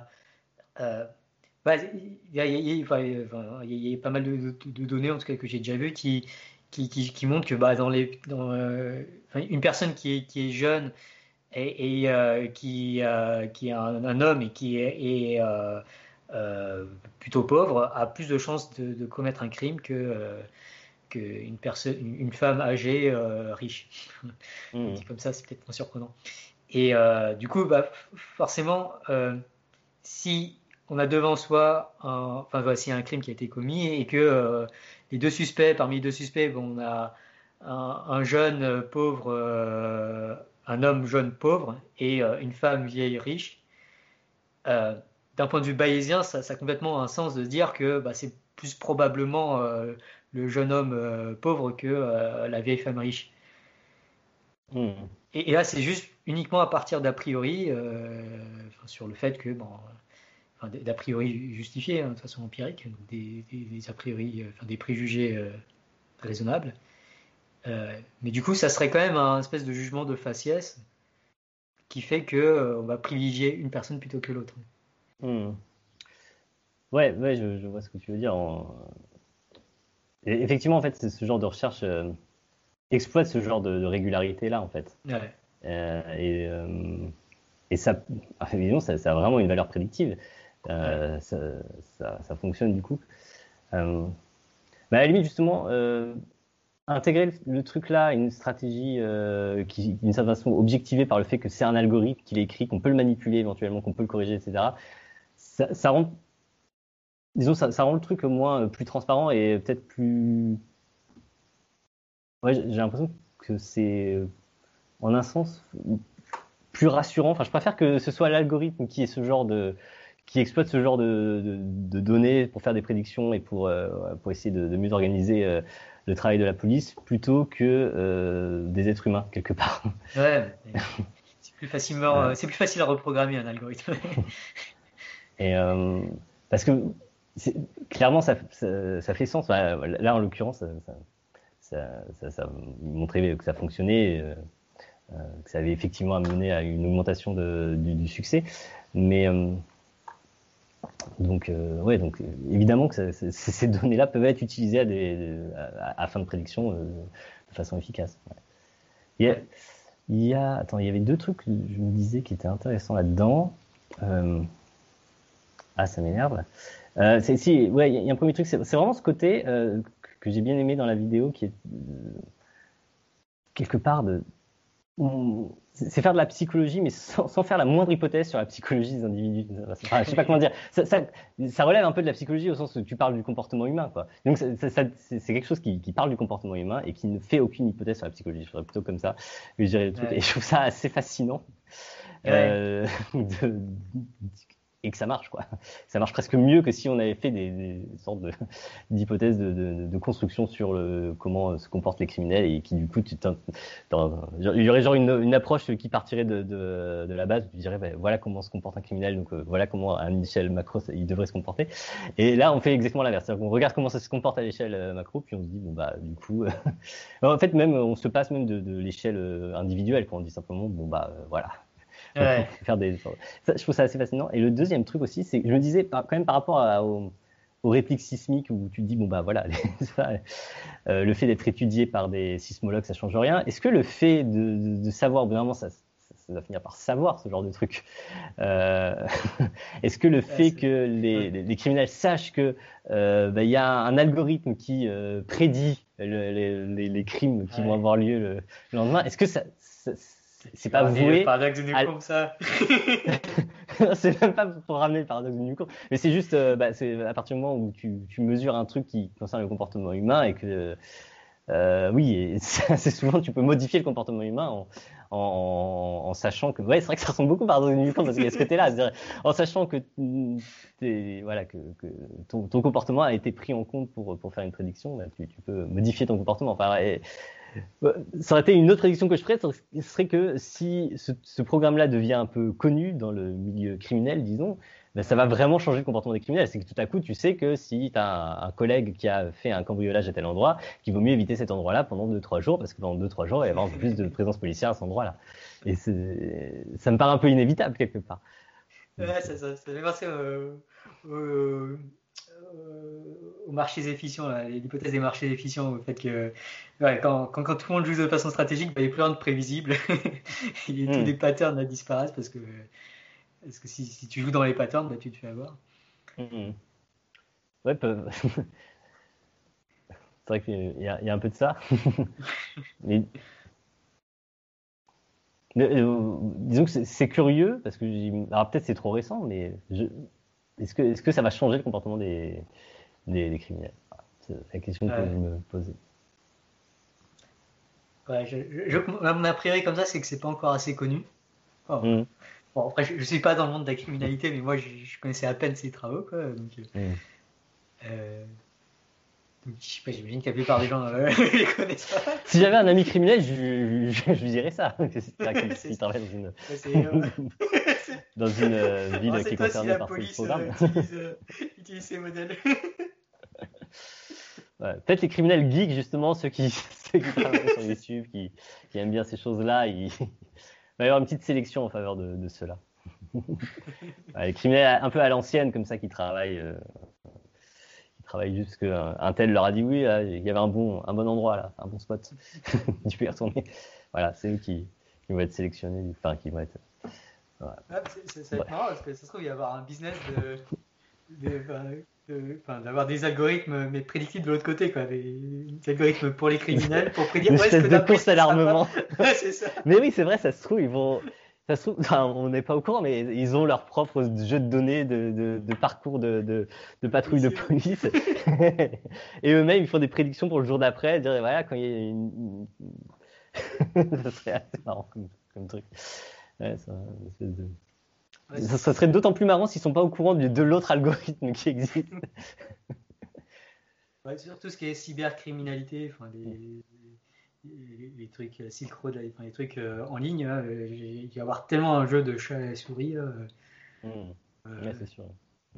il y a pas mal de données en tout cas que j'ai déjà vues qui montrent que une personne qui est jeune et qui est un homme et qui est plutôt pauvre a plus de chances de commettre un crime qu'une femme âgée riche. Dit comme ça, c'est peut-être moins surprenant. Et du coup, forcément, si on a devant soi enfin voici un crime qui a été commis et que parmi les deux suspects, bon, on a un jeune pauvre, un homme jeune pauvre et une femme vieille riche. Euh, D'un point de vue bayésien, ça a complètement un sens de se dire que bah, c'est plus probablement le jeune homme pauvre que la vieille femme riche. Hmm. Et là, c'est juste uniquement à partir d'a priori, sur le fait que, bon, enfin, d'a priori justifiés, hein, de façon empirique, des a priori, enfin, des préjugés raisonnables. Mais du coup, ça serait quand même un espèce de jugement de faciès qui fait que on va privilégier une personne plutôt que l'autre. Hmm. Ouais, ouais, je vois ce que tu veux dire. Et effectivement, en fait, ce genre de recherche exploite ce genre de régularité-là, en fait. Ouais. Euh, et, euh, et ça, évidemment, ça a vraiment une valeur prédictive. Ouais. Ça fonctionne du coup. À la limite, justement, intégrer le truc là, une stratégie qui, d'une certaine façon, objectivée par le fait que c'est un algorithme, qu'il est écrit, qu'on peut le manipuler éventuellement, qu'on peut le corriger, etc. Ça rend, disons, ça rend le truc au moins plus transparent et peut-être plus. Ouais, j'ai l'impression que c'est, en un sens, plus rassurant. Enfin, je préfère que ce soit l'algorithme qui exploite ce genre de données pour faire des prédictions et pour essayer de mieux organiser le travail de la police, plutôt que des êtres humains quelque part. Ouais. Euh, C'est plus facile à reprogrammer un algorithme. et parce que clairement, ça fait sens. Enfin, là, en l'occurrence, ça montrait que ça fonctionnait. Que ça avait effectivement amené à une augmentation du succès. Mais donc évidemment que ces données-là peuvent être utilisées à fin de prédiction de façon efficace. Ouais. Attends, il y avait deux trucs que je me disais qui étaient intéressants là-dedans. Ça m'énerve. Ouais, il y a un premier truc, c'est vraiment ce côté que j'ai bien aimé dans la vidéo, qui est quelque part c'est faire de la psychologie, mais sans faire la moindre hypothèse sur la psychologie des individus. Enfin, je sais pas comment dire. Ça relève un peu de la psychologie au sens où tu parles du comportement humain, quoi. Donc c'est quelque chose qui parle du comportement humain et qui ne fait aucune hypothèse sur la psychologie. Je ferais plutôt comme ça que je dirais le truc. Ouais. Et je trouve ça assez fascinant. Ouais. De, et que ça marche, quoi. Ça marche presque mieux que si on avait fait des sortes d'hypothèses de construction sur comment se comportent les criminels et qui, du coup, il y aurait genre une approche qui partirait de la base. Tu dirais, ben, voilà comment se comporte un criminel, donc voilà comment à une échelle macro il devrait se comporter. Et là, on fait exactement l'inverse. On regarde comment ça se comporte à l'échelle macro, puis on se dit, bon, bah, du coup, en fait, même, on se passe même de l'échelle individuelle, quand on dit simplement, bon, bah, voilà. Ouais. Faire je trouve ça assez fascinant. Et le deuxième truc aussi, c'est que je me disais, quand même par rapport aux répliques sismiques où tu te dis, bon bah voilà, le fait d'être étudié par des sismologues, ça change rien. Est-ce que le fait de savoir, vraiment, ça va finir par savoir ce genre de truc. Est-ce que le fait que les criminels sachent que y a un algorithme qui prédit les crimes qui vont avoir lieu le lendemain, est-ce que c'est pas voué le paradoxe de Newcomb, ça. c'est même pas pour ramener le paradoxe de Newcomb, mais c'est juste c'est à partir du moment où tu mesures un truc qui concerne le comportement humain et que oui, et assez souvent tu peux modifier le comportement humain en sachant que c'est vrai que ça ressemble beaucoup au paradoxe de Newcomb parce qu'il y a ce côté-là, en sachant que voilà que ton comportement a été pris en compte pour faire une prédiction, tu peux modifier ton comportement. Enfin, ça aurait été une autre prédiction que je ferais, ce serait que si ce programme-là devient un peu connu dans le milieu criminel, disons, ça va vraiment changer le comportement des criminels. C'est que tout à coup, tu sais que si tu as un collègue qui a fait un cambriolage à tel endroit, qu'il vaut mieux éviter cet endroit-là pendant 2-3 jours, parce que pendant 2-3 jours, il va y avoir un peu plus de présence policière à cet endroit-là. Et ça me paraît un peu inévitable quelque part. Ouais, ça fait penser aux marchés efficients, là, l'hypothèse des marchés efficients, au fait que ouais, quand tout le monde joue de façon stratégique, il n'y a plus rien de prévisible. Et tous les patterns là, disparaissent parce que si tu joues dans les patterns, tu te fais avoir. Ouais, c'est vrai qu'il y a un peu de ça. Mais disons que c'est curieux, parce que alors peut-être c'est trop récent, mais est-ce que ça va changer le comportement des criminels? C'est la question que je me posais. Ouais, mon a priori comme ça, c'est que c'est pas encore assez connu. Bon, après, je suis pas dans le monde de la criminalité, mais moi, je connaissais à peine ses travaux, quoi. Donc, je sais pas, j'imagine que la plupart des gens les connaissent pas. Si j'avais un ami criminel, je lui dirais ça. C'est s'il travaille dans une ville qui est concernée par ce programme. Utilise ces modèles. Ouais, peut-être les criminels geeks, justement, ceux qui travaillent sur YouTube, qui aiment bien ces choses-là, il va y avoir une petite sélection en faveur de ceux-là. Ouais, les criminels un peu à l'ancienne, comme ça, qui travaillent juste parce qu'un tel leur a dit oui, là, il y avait un bon endroit là, un bon spot. Tu peux y retourner. Voilà, c'est eux qui vont être sélectionnés, enfin qui vont être. Voilà. Ça va être marrant parce que ça se trouve il va y avoir un business d'avoir des algorithmes mais prédictifs de l'autre côté, quoi, des algorithmes pour les criminels pour prédire où est-ce que de course à l'armement. C'est ça. Mais oui, c'est vrai, ça se trouve ils vont. Ça se trouve, enfin, on n'est pas au courant, mais ils ont leur propre jeu de données de parcours de patrouille de police. Et eux-mêmes, ils font des prédictions pour le jour d'après, dire voilà, quand il y a une. Ça serait assez marrant comme truc. Ouais, ça serait d'autant plus marrant s'ils sont pas au courant de l'autre algorithme qui existe. Ouais, surtout ce qui est cybercriminalité, enfin les trucs Silk Road, les trucs en ligne, il va y avoir tellement un jeu de chat et souris. Ouais, c'est sûr.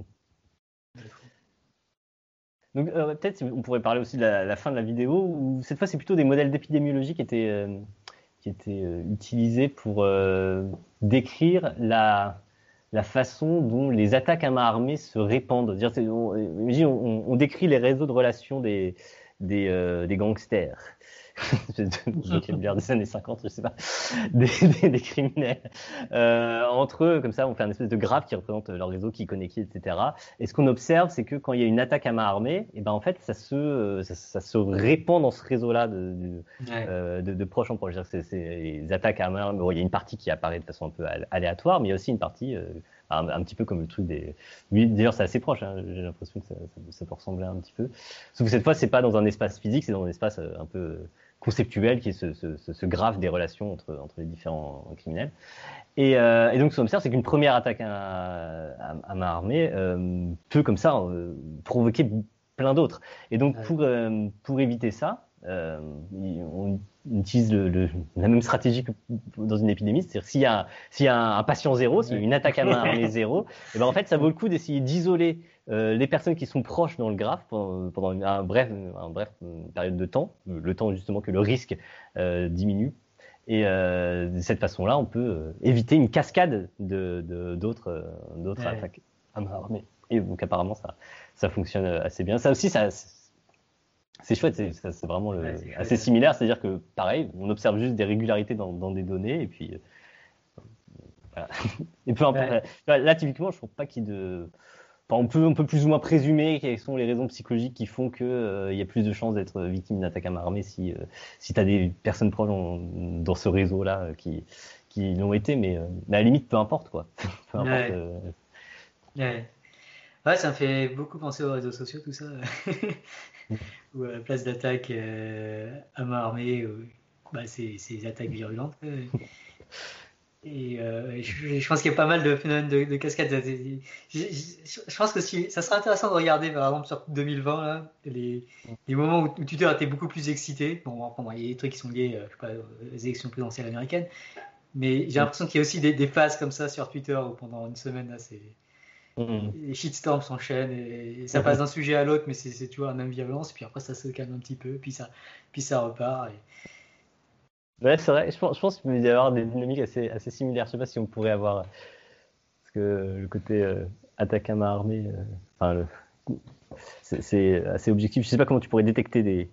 Donc peut-être on pourrait parler aussi de la fin de la vidéo, où cette fois c'est plutôt des modèles d'épidémiologie qui étaient utilisés pour décrire la façon dont les attaques à main armée se répandent. On décrit les réseaux de relations des gangsters. Vocabulaire des années 50, je sais pas, des criminels. Entre eux, comme ça, on fait un espèce de graphe qui représente leur réseau, qui connaît qui, etc. Et ce qu'on observe, c'est que quand il y a une attaque à main armée, et ben en fait, ça se répand dans ce réseau-là de proche en proche. C'est les attaques à main armée. Bon, il y a une partie qui apparaît de façon un peu aléatoire, mais il y a aussi une partie un petit peu comme le truc des. Oui, d'ailleurs, c'est assez proche. Hein. J'ai l'impression que ça peut ressembler un petit peu. Sauf que cette fois, c'est pas dans un espace physique, c'est dans un espace un peu conceptuel qui est ce graphe des relations entre les différents criminels. Et donc, ce qu'on observe, c'est qu'une première attaque à main armée peut, comme ça, provoquer plein d'autres. Et donc, pour éviter ça, on utilise la même stratégie que dans une épidémie, c'est-à-dire s'il y a un patient zéro, s'il y a une attaque à main armée zéro, et ben en fait ça vaut le coup d'essayer d'isoler les personnes qui sont proches dans le graphe pendant un bref période de temps, le temps justement que le risque diminue. Et de cette façon-là, on peut éviter une cascade d'autres attaques à main armée. Et donc apparemment ça fonctionne assez bien. Ça aussi, c'est chouette, c'est vraiment assez similaire, c'est-à-dire que pareil, on observe juste des régularités dans des données et puis voilà. Et peu importe. Là, typiquement, je trouve pas qu'il y ait de. Enfin, on peut plus ou moins présumer quelles sont les raisons psychologiques qui font que y a plus de chances d'être victime d'une attaque à main armée si tu as des personnes proches dans ce réseau-là qui l'ont été, mais à la limite, peu importe quoi. Peu importe. Ouais, ça me fait beaucoup penser aux réseaux sociaux, tout ça. Ou à la place d'attaque à main armée, ces attaques virulentes. Et je pense qu'il y a pas mal de phénomènes de cascade. Je pense que ça serait intéressant de regarder, par exemple, sur 2020, là, les moments où Twitter était beaucoup plus excité. Bon, il y a des trucs qui sont liés, je sais pas, aux élections présidentielles américaines. Mais j'ai l'impression qu'il y a aussi des phases comme ça sur Twitter où pendant une semaine, là, les shitstorms s'enchaînent et ça passe d'un sujet à l'autre, mais c'est toujours la même violence. Puis après, ça se calme un petit peu, puis ça repart. Ouais, c'est vrai. Je pense qu'il peut y avoir des dynamiques assez similaires. Je sais pas si on pourrait avoir parce que le côté attaque à main armée, c'est assez objectif. Je sais pas comment tu pourrais détecter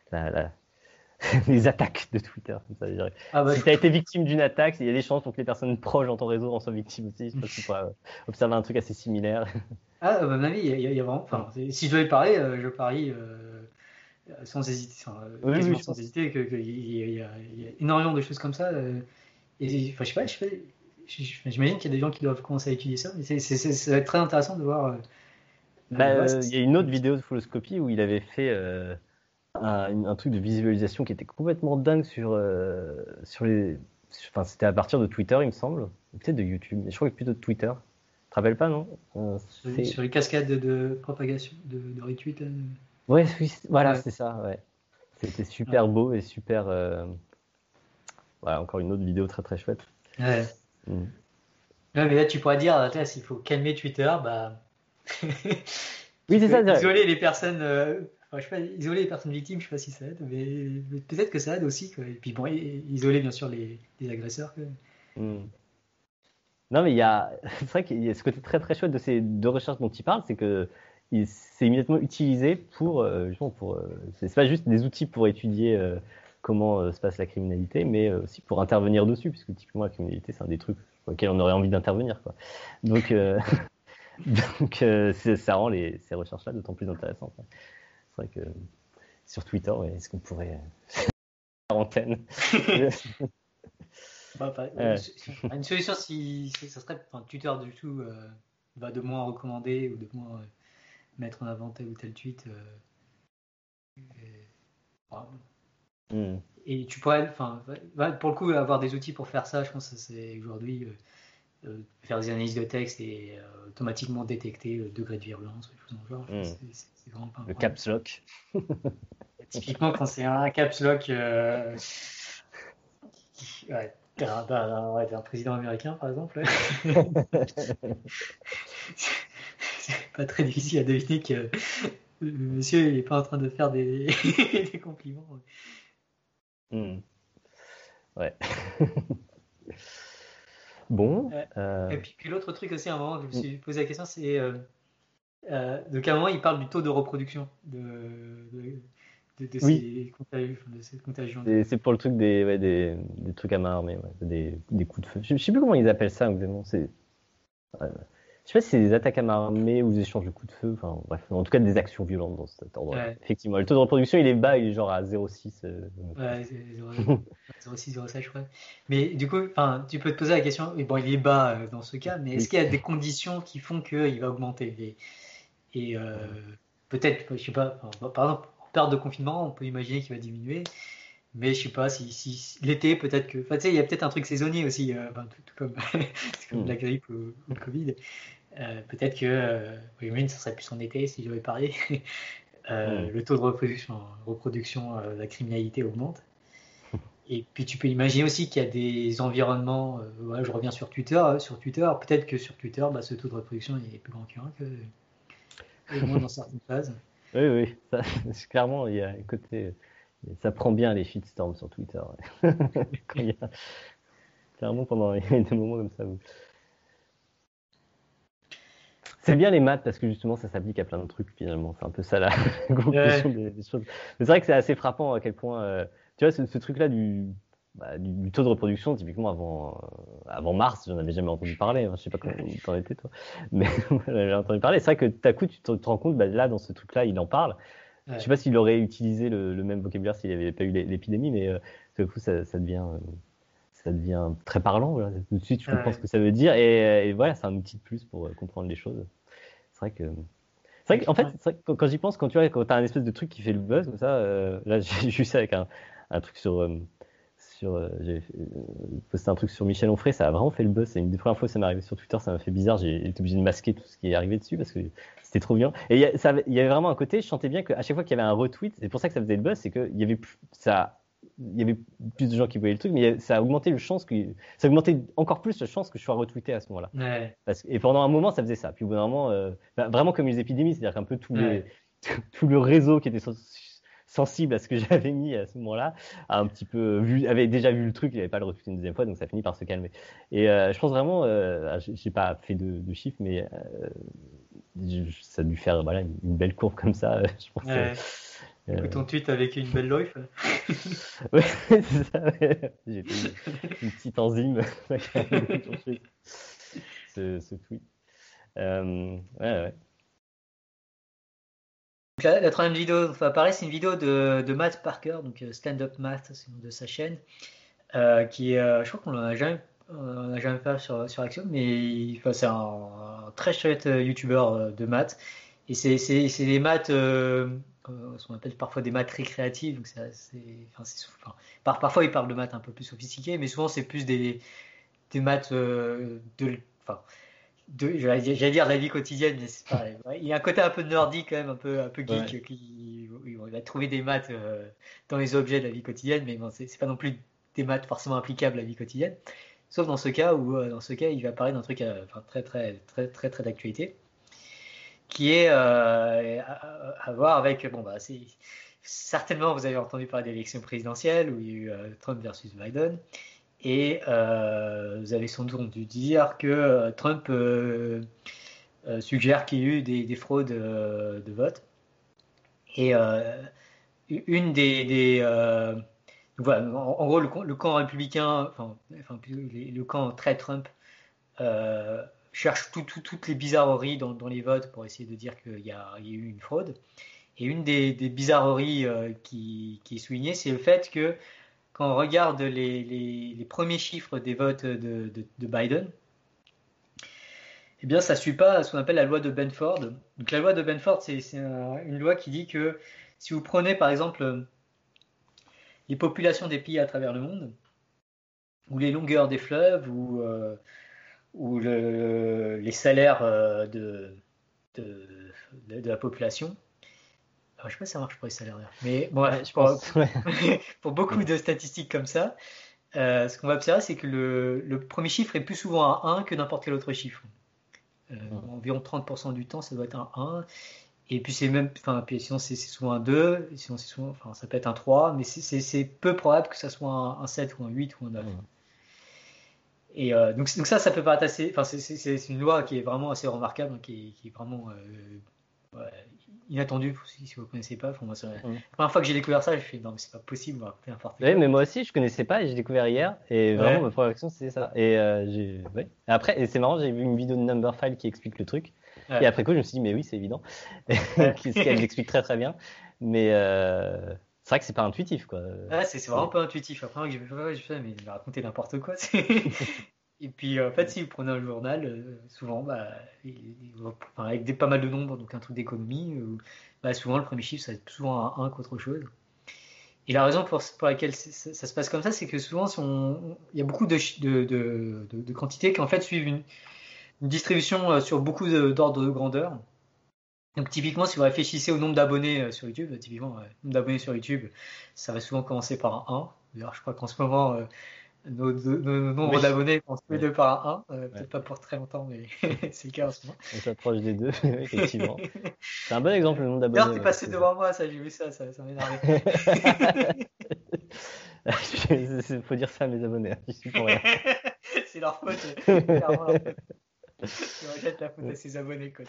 les attaques de Twitter. Comme ça, si tu as été victime d'une attaque, il y a des chances pour que les personnes proches dans ton réseau en soient victimes aussi. Je sais pas si tu pourrais observer un truc assez similaire. Ah, à mon avis, il y a vraiment. Enfin, si je devais parler, je parie sans hésiter, quasiment sans hésiter, qu'il y a énormément de choses comme ça. Et enfin, je sais pas, j'imagine qu'il y a des gens qui doivent commencer à étudier ça, mais ça va être très intéressant de voir. Il y a une autre vidéo de Fulloscopy où il avait fait un truc de visualisation qui était complètement dingue sur les. Enfin, c'était à partir de Twitter, il me semble, ou peut-être de YouTube, mais je crois que plutôt de Twitter. Tu te rappelles pas, non? Sur les cascades de propagation, de retweet. Ouais, oui, voilà, Ouais. c'est ça, ouais. C'était super beau et super. Voilà, encore une autre vidéo très très chouette. Ouais. Mm. Ouais, mais là, tu pourrais dire, là, s'il faut calmer Twitter, bah. Oui, c'est ça. Isoler les personnes. Enfin, je sais pas, isoler les personnes victimes, je sais pas si ça aide, mais peut-être que ça aide aussi, quoi. Et puis bon, isoler bien sûr les agresseurs, quoi. Mm. Non, mais c'est vrai qu'il y a ce côté très très chouette de ces deux recherches dont tu parles, c'est que c'est immédiatement utilisé justement c'est pas juste des outils pour étudier comment se passe la criminalité, mais aussi pour intervenir dessus, puisque typiquement la criminalité, c'est un des trucs sur lesquels on aurait envie d'intervenir, quoi. Donc, ça rend ces recherches-là d'autant plus intéressantes. C'est vrai que sur Twitter, ouais, est-ce qu'on pourrait faire antenne? Une solution, si ça serait un tuteur du tout, de moins recommander ou de moins mettre en avant tel ou tel tweet. Et tu pourrais, enfin, pour le coup, avoir des outils pour faire ça, je pense que c'est aujourd'hui faire des analyses de texte et automatiquement détecter le degré de virulence, des choses dans le genre. C'est vraiment pas un le problème. caps lock. Typiquement, quand c'est un caps lock d'un président américain, par exemple, c'est pas très difficile à deviner que le monsieur il est pas en train de faire des, des compliments. Ouais. Bon. Et puis l'autre truc aussi, à un moment, je me suis posé la question, c'est de quel moment il parle du taux de reproduction de cette contagion. C'est pour le truc des trucs à main armée, des coups de feu. Je sais plus comment ils appellent ça exactement. Je sais pas si c'est des attaques à main armée ou des échanges de coups de feu. Enfin, bref, en tout cas des actions violentes dans cet ordre-là. Ouais. Effectivement, le taux de reproduction il est bas, il est genre à 0,6. Ouais, 0,6, 0,7, je crois. Mais du coup, tu peux te poser la question, et bon, il est bas dans ce cas, mais est-ce qu'il y a des conditions qui font qu'il va augmenter? Et peut-être, je sais pas, par exemple, en période de confinement, on peut imaginer qu'il va diminuer, mais je sais pas, si l'été, peut-être que. Enfin, tu sais, il y a peut-être un truc saisonnier aussi, tout comme, comme la grippe ou le Covid. Peut-être que, oui, ça serait plus en été si j'avais parlé. Le taux de reproduction de la criminalité augmente. Et puis tu peux imaginer aussi qu'il y a des environnements, je reviens sur Twitter, peut-être que sur Twitter, ce taux de reproduction est plus grand qu'un, au moins dans certaines phases. Oui, ça, clairement, il y a un côté. Ça prend bien les shitstorms sur Twitter. Ouais. Clairement, il y a des moments comme ça où. C'est bien les maths parce que justement ça s'applique à plein de trucs finalement. C'est un peu ça la conclusion des choses. Mais c'est vrai que c'est assez frappant à quel point, tu vois, ce truc-là du taux de reproduction, typiquement avant mars, j'en avais jamais entendu parler. Hein. Je sais pas comment t'en étais toi, mais j'avais entendu parler. C'est vrai que tout à coup tu te rends compte, là dans ce truc-là, il en parle. Je sais pas s'il aurait utilisé le même vocabulaire s'il n'y avait pas eu l'épidémie, mais tout à coup ça devient très parlant. Voilà. Tout de suite, tu comprends ce que ça veut dire. Et voilà, c'est un outil de plus pour comprendre les choses. C'est vrai qu'en fait, quand j'y pense, quand tu as un espèce de truc qui fait le buzz, comme ça, là, j'ai juste avec un truc j'ai posté un truc sur Michel Onfray, ça a vraiment fait le buzz. C'est une des premières fois que ça m'est arrivé sur Twitter, ça m'a fait bizarre. J'ai été obligé de masquer tout ce qui est arrivé dessus parce que c'était trop bien. Et il y avait vraiment un côté, je sentais bien qu'à chaque fois qu'il y avait un retweet, c'est pour ça que ça faisait le buzz, c'est qu'il y avait plus de gens qui voyaient le truc, mais ça a augmenté ça a augmenté encore plus la chance que je sois retweeté à ce moment-là. Ouais. Et pendant un moment, ça faisait ça. Puis au bout d'un moment, vraiment comme les épidémies, c'est-à-dire qu'un peu tout le réseau qui était sensible à ce que j'avais mis à ce moment-là, avait déjà vu le truc, il n'avait pas le retweeté une deuxième fois, donc ça finit par se calmer. Et je pense vraiment, j'ai pas fait de chiffres, mais ça a dû faire une belle courbe comme ça. Je pense. Écoute ton tweet avec une belle life. Ouais, c'est ça. Ouais. J'ai fait une petite enzyme ce tweet. Ouais. Donc la troisième vidéo dont on va parler, c'est une vidéo de Matt Parker, donc Stand Up Matt, c'est le nom de sa chaîne, qui est, je crois qu'on l'a jamais on n'a jamais fait sur Axiom, mais enfin, c'est un très chouette youtubeur de maths. Et c'est des maths, ce qu'on appelle parfois des maths récréatives. Donc parfois, il parle de maths un peu plus sophistiquées, mais souvent, c'est plus des maths enfin, j'allais dire la vie quotidienne, mais c'est pareil. Ouais, il y a un côté un peu nerdy quand même, un peu geek, Ouais. il va trouver des maths dans les objets de la vie quotidienne, mais bon, c'est pas non plus des maths forcément applicables à la vie quotidienne. Sauf dans ce cas où, il va parler d'un truc très d'actualité, qui est à voir avec, bon bah c'est certainement vous avez entendu parler d'élections présidentielles où il y a eu Trump versus Biden. Et vous avez sans doute dû dire que Trump suggère qu'il y a eu des fraudes de vote. Et une voilà, en gros, le camp républicain, le camp très Trump, cherche toutes les bizarreries dans les votes pour essayer de dire qu'il y a eu une fraude. Et une des bizarreries qui est soulignée, c'est le fait que quand on regarde les premiers chiffres des votes de Biden, eh bien, ça ne suit pas ce qu'on appelle la loi de Benford. Donc, la loi de Benford, c'est une loi qui dit que si vous prenez, par exemple, les populations des pays à travers le monde, ou les longueurs des fleuves, ou les salaires de la population, alors, je ne sais pas si ça marche pour les salaires, mais bon, Ouais, bref, je pense. Ouais. pour beaucoup de statistiques comme ça, ce qu'on va observer, c'est que le premier chiffre est plus souvent un 1 que n'importe quel autre chiffre. Environ 30% du temps, ça doit être un 1. Et puis c'est même, enfin, puis sinon c'est souvent un 2, sinon c'est souvent, enfin, ça peut être un 3, mais c'est peu probable que ça soit un 7 ou un 8 ou un 9. Et donc ça peut paraître assez, enfin, c'est une loi qui est vraiment assez remarquable, hein, qui est vraiment ouais, inattendue si vous ne connaissez pas. Enfin, moi, la première fois que j'ai découvert ça, j'ai fait non, mais c'est pas possible, on va raconter n'importe Oui, quoi. mais moi aussi, je connaissais pas et j'ai découvert hier. Et vraiment, Ouais, ma première réaction, c'est ça. Et ouais. Après, et c'est marrant, j'ai vu une vidéo de Numberphile qui explique le truc. Et ouais, après coup, je me suis dit, mais oui, c'est évident. ouais. Qu'est-ce qu'elle l'explique très très bien. Mais c'est vrai que c'est pas intuitif, quoi. Ouais, c'est vraiment pas intuitif. Après, j'ai fait, mais il m'a raconté n'importe quoi. Et puis, en fait, si vous prenez un journal, souvent, bah, enfin, avec pas mal de nombres, donc un truc d'économie, bah, souvent le premier chiffre, ça va être souvent un 1 qu'autre chose. Et la raison pour laquelle ça se passe comme ça, c'est que souvent, il y a beaucoup de quantités qui en fait suivent une distribution sur beaucoup d'ordres de grandeur. Donc typiquement, si vous réfléchissez au nombre d'abonnés sur YouTube, typiquement, le nombre d'abonnés sur YouTube, ça va souvent commencer par un 1. D'ailleurs, je crois qu'en ce moment, nos nombres Oui. d'abonnés commencent tous les Ouais, deux par un 1. ouais. Peut-être pas pour très longtemps, mais c'est le cas en ce moment. On s'approche des deux, effectivement. C'est un bon exemple, le nombre D'ailleurs, d'abonnés. t'es Ouais, passé c'est devant moi, ça, j'ai vu ça m'a énervé. Il faut dire ça à mes abonnés, hein, j'y suis pour rien. C'est leur faute, clairement leur faute. Ils rejettent la faute à ses abonnés, quoi.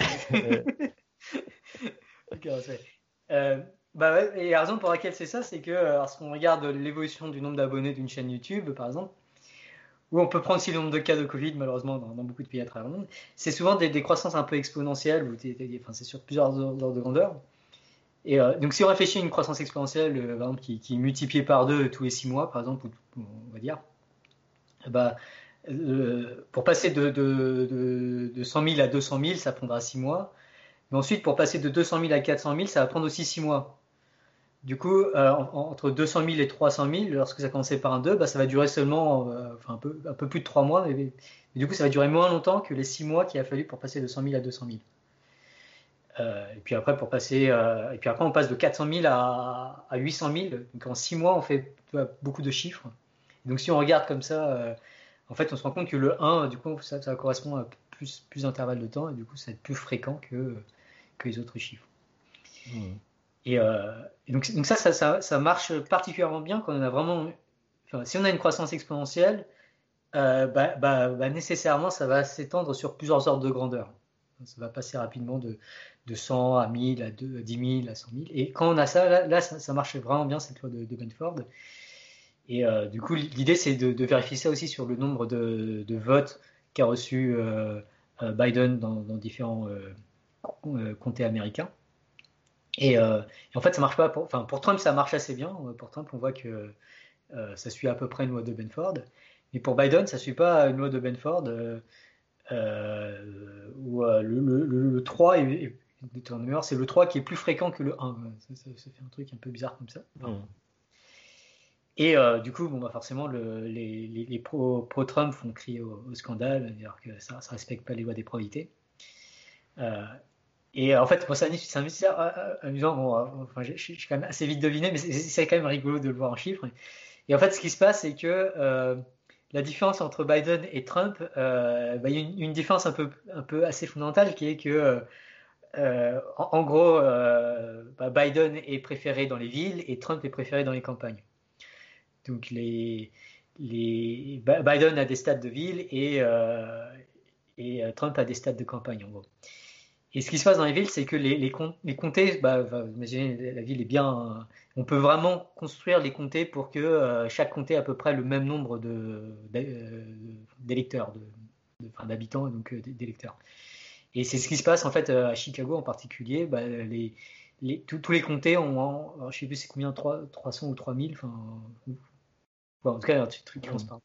Ok, on se fait. Bah ouais, et la raison pour laquelle c'est ça, c'est que lorsqu'on regarde l'évolution du nombre d'abonnés d'une chaîne YouTube, par exemple, ou on peut prendre aussi le nombre de cas de Covid, malheureusement, dans beaucoup de pays à travers le monde, c'est souvent des croissances un peu exponentielles, enfin, c'est sur plusieurs ordres de grandeur. Et donc, si on réfléchit à une croissance exponentielle, par exemple, qui est multipliée par 2 tous les 6 mois, par exemple, on va dire, bah, pour passer de 100 000 à 200 000, ça prendra 6 mois. Mais ensuite, pour passer de 200 000 à 400 000, ça va prendre aussi 6 mois. Du coup, entre 200 000 et 300 000, lorsque ça commençait par un 2, bah, ça va durer seulement enfin, un peu plus de 3 mois. Mais du coup, ça va durer moins longtemps que les 6 mois qu'il a fallu pour passer de 100 000 à 200 000. Et puis après, et puis après, on passe de 400 000 à 800 000. Donc en 6 mois, on fait beaucoup de chiffres. Donc si on regarde comme ça, en fait, on se rend compte que le 1, du coup, ça correspond à plus d'intervalles de temps et du coup, ça va être plus fréquent que les autres chiffres. Mmh. Et donc ça marche particulièrement bien quand on a vraiment. Enfin, si on a une croissance exponentielle, nécessairement, ça va s'étendre sur plusieurs ordres de grandeur. Ça va passer rapidement de 100 à 1000, à 10 000, à 100 000. Et quand on a ça, là ça marche vraiment bien, cette loi de Benford. Et du coup, l'idée, c'est de vérifier ça aussi sur le nombre de votes qu'a reçu Biden dans différents comtés américains. Et en fait, ça marche pas. Pour Trump, ça marche assez bien. Pour Trump, on voit que ça suit à peu près une loi de Benford. Mais pour Biden, ça ne suit pas une loi de Benford où le 3 de mémoire, c'est le 3 qui est plus fréquent que le 1. Ça fait un truc un peu bizarre comme ça. Et du coup, bon, bah forcément, les pro-Trump font crier au scandale, dire que ça ne respecte pas les lois des probabilités. Et en fait, bon, c'est un mystère amusant. Bon, enfin, je suis quand même assez vite deviné, mais c'est quand même rigolo de le voir en chiffres. Et en fait, ce qui se passe, c'est que la différence entre Biden et Trump, bah, il y a une différence un peu assez fondamentale qui est que, en gros, bah, Biden est préféré dans les villes et Trump est préféré dans les campagnes. Donc Biden a des stades de ville et Trump a des stades de campagne, en gros. Et ce qui se passe dans les villes, c'est que les comtés, bah, imaginez, la ville est bien. On peut vraiment construire les comtés pour que chaque comté ait à peu près le même nombre d'électeurs, enfin, d'habitants, donc d'électeurs. Et c'est ce qui se passe en fait à Chicago en particulier. Bah, tous les comtés ont, alors, je sais plus c'est combien, 300 ou 3000, enfin, bon, en tout cas, un truc qui commence par.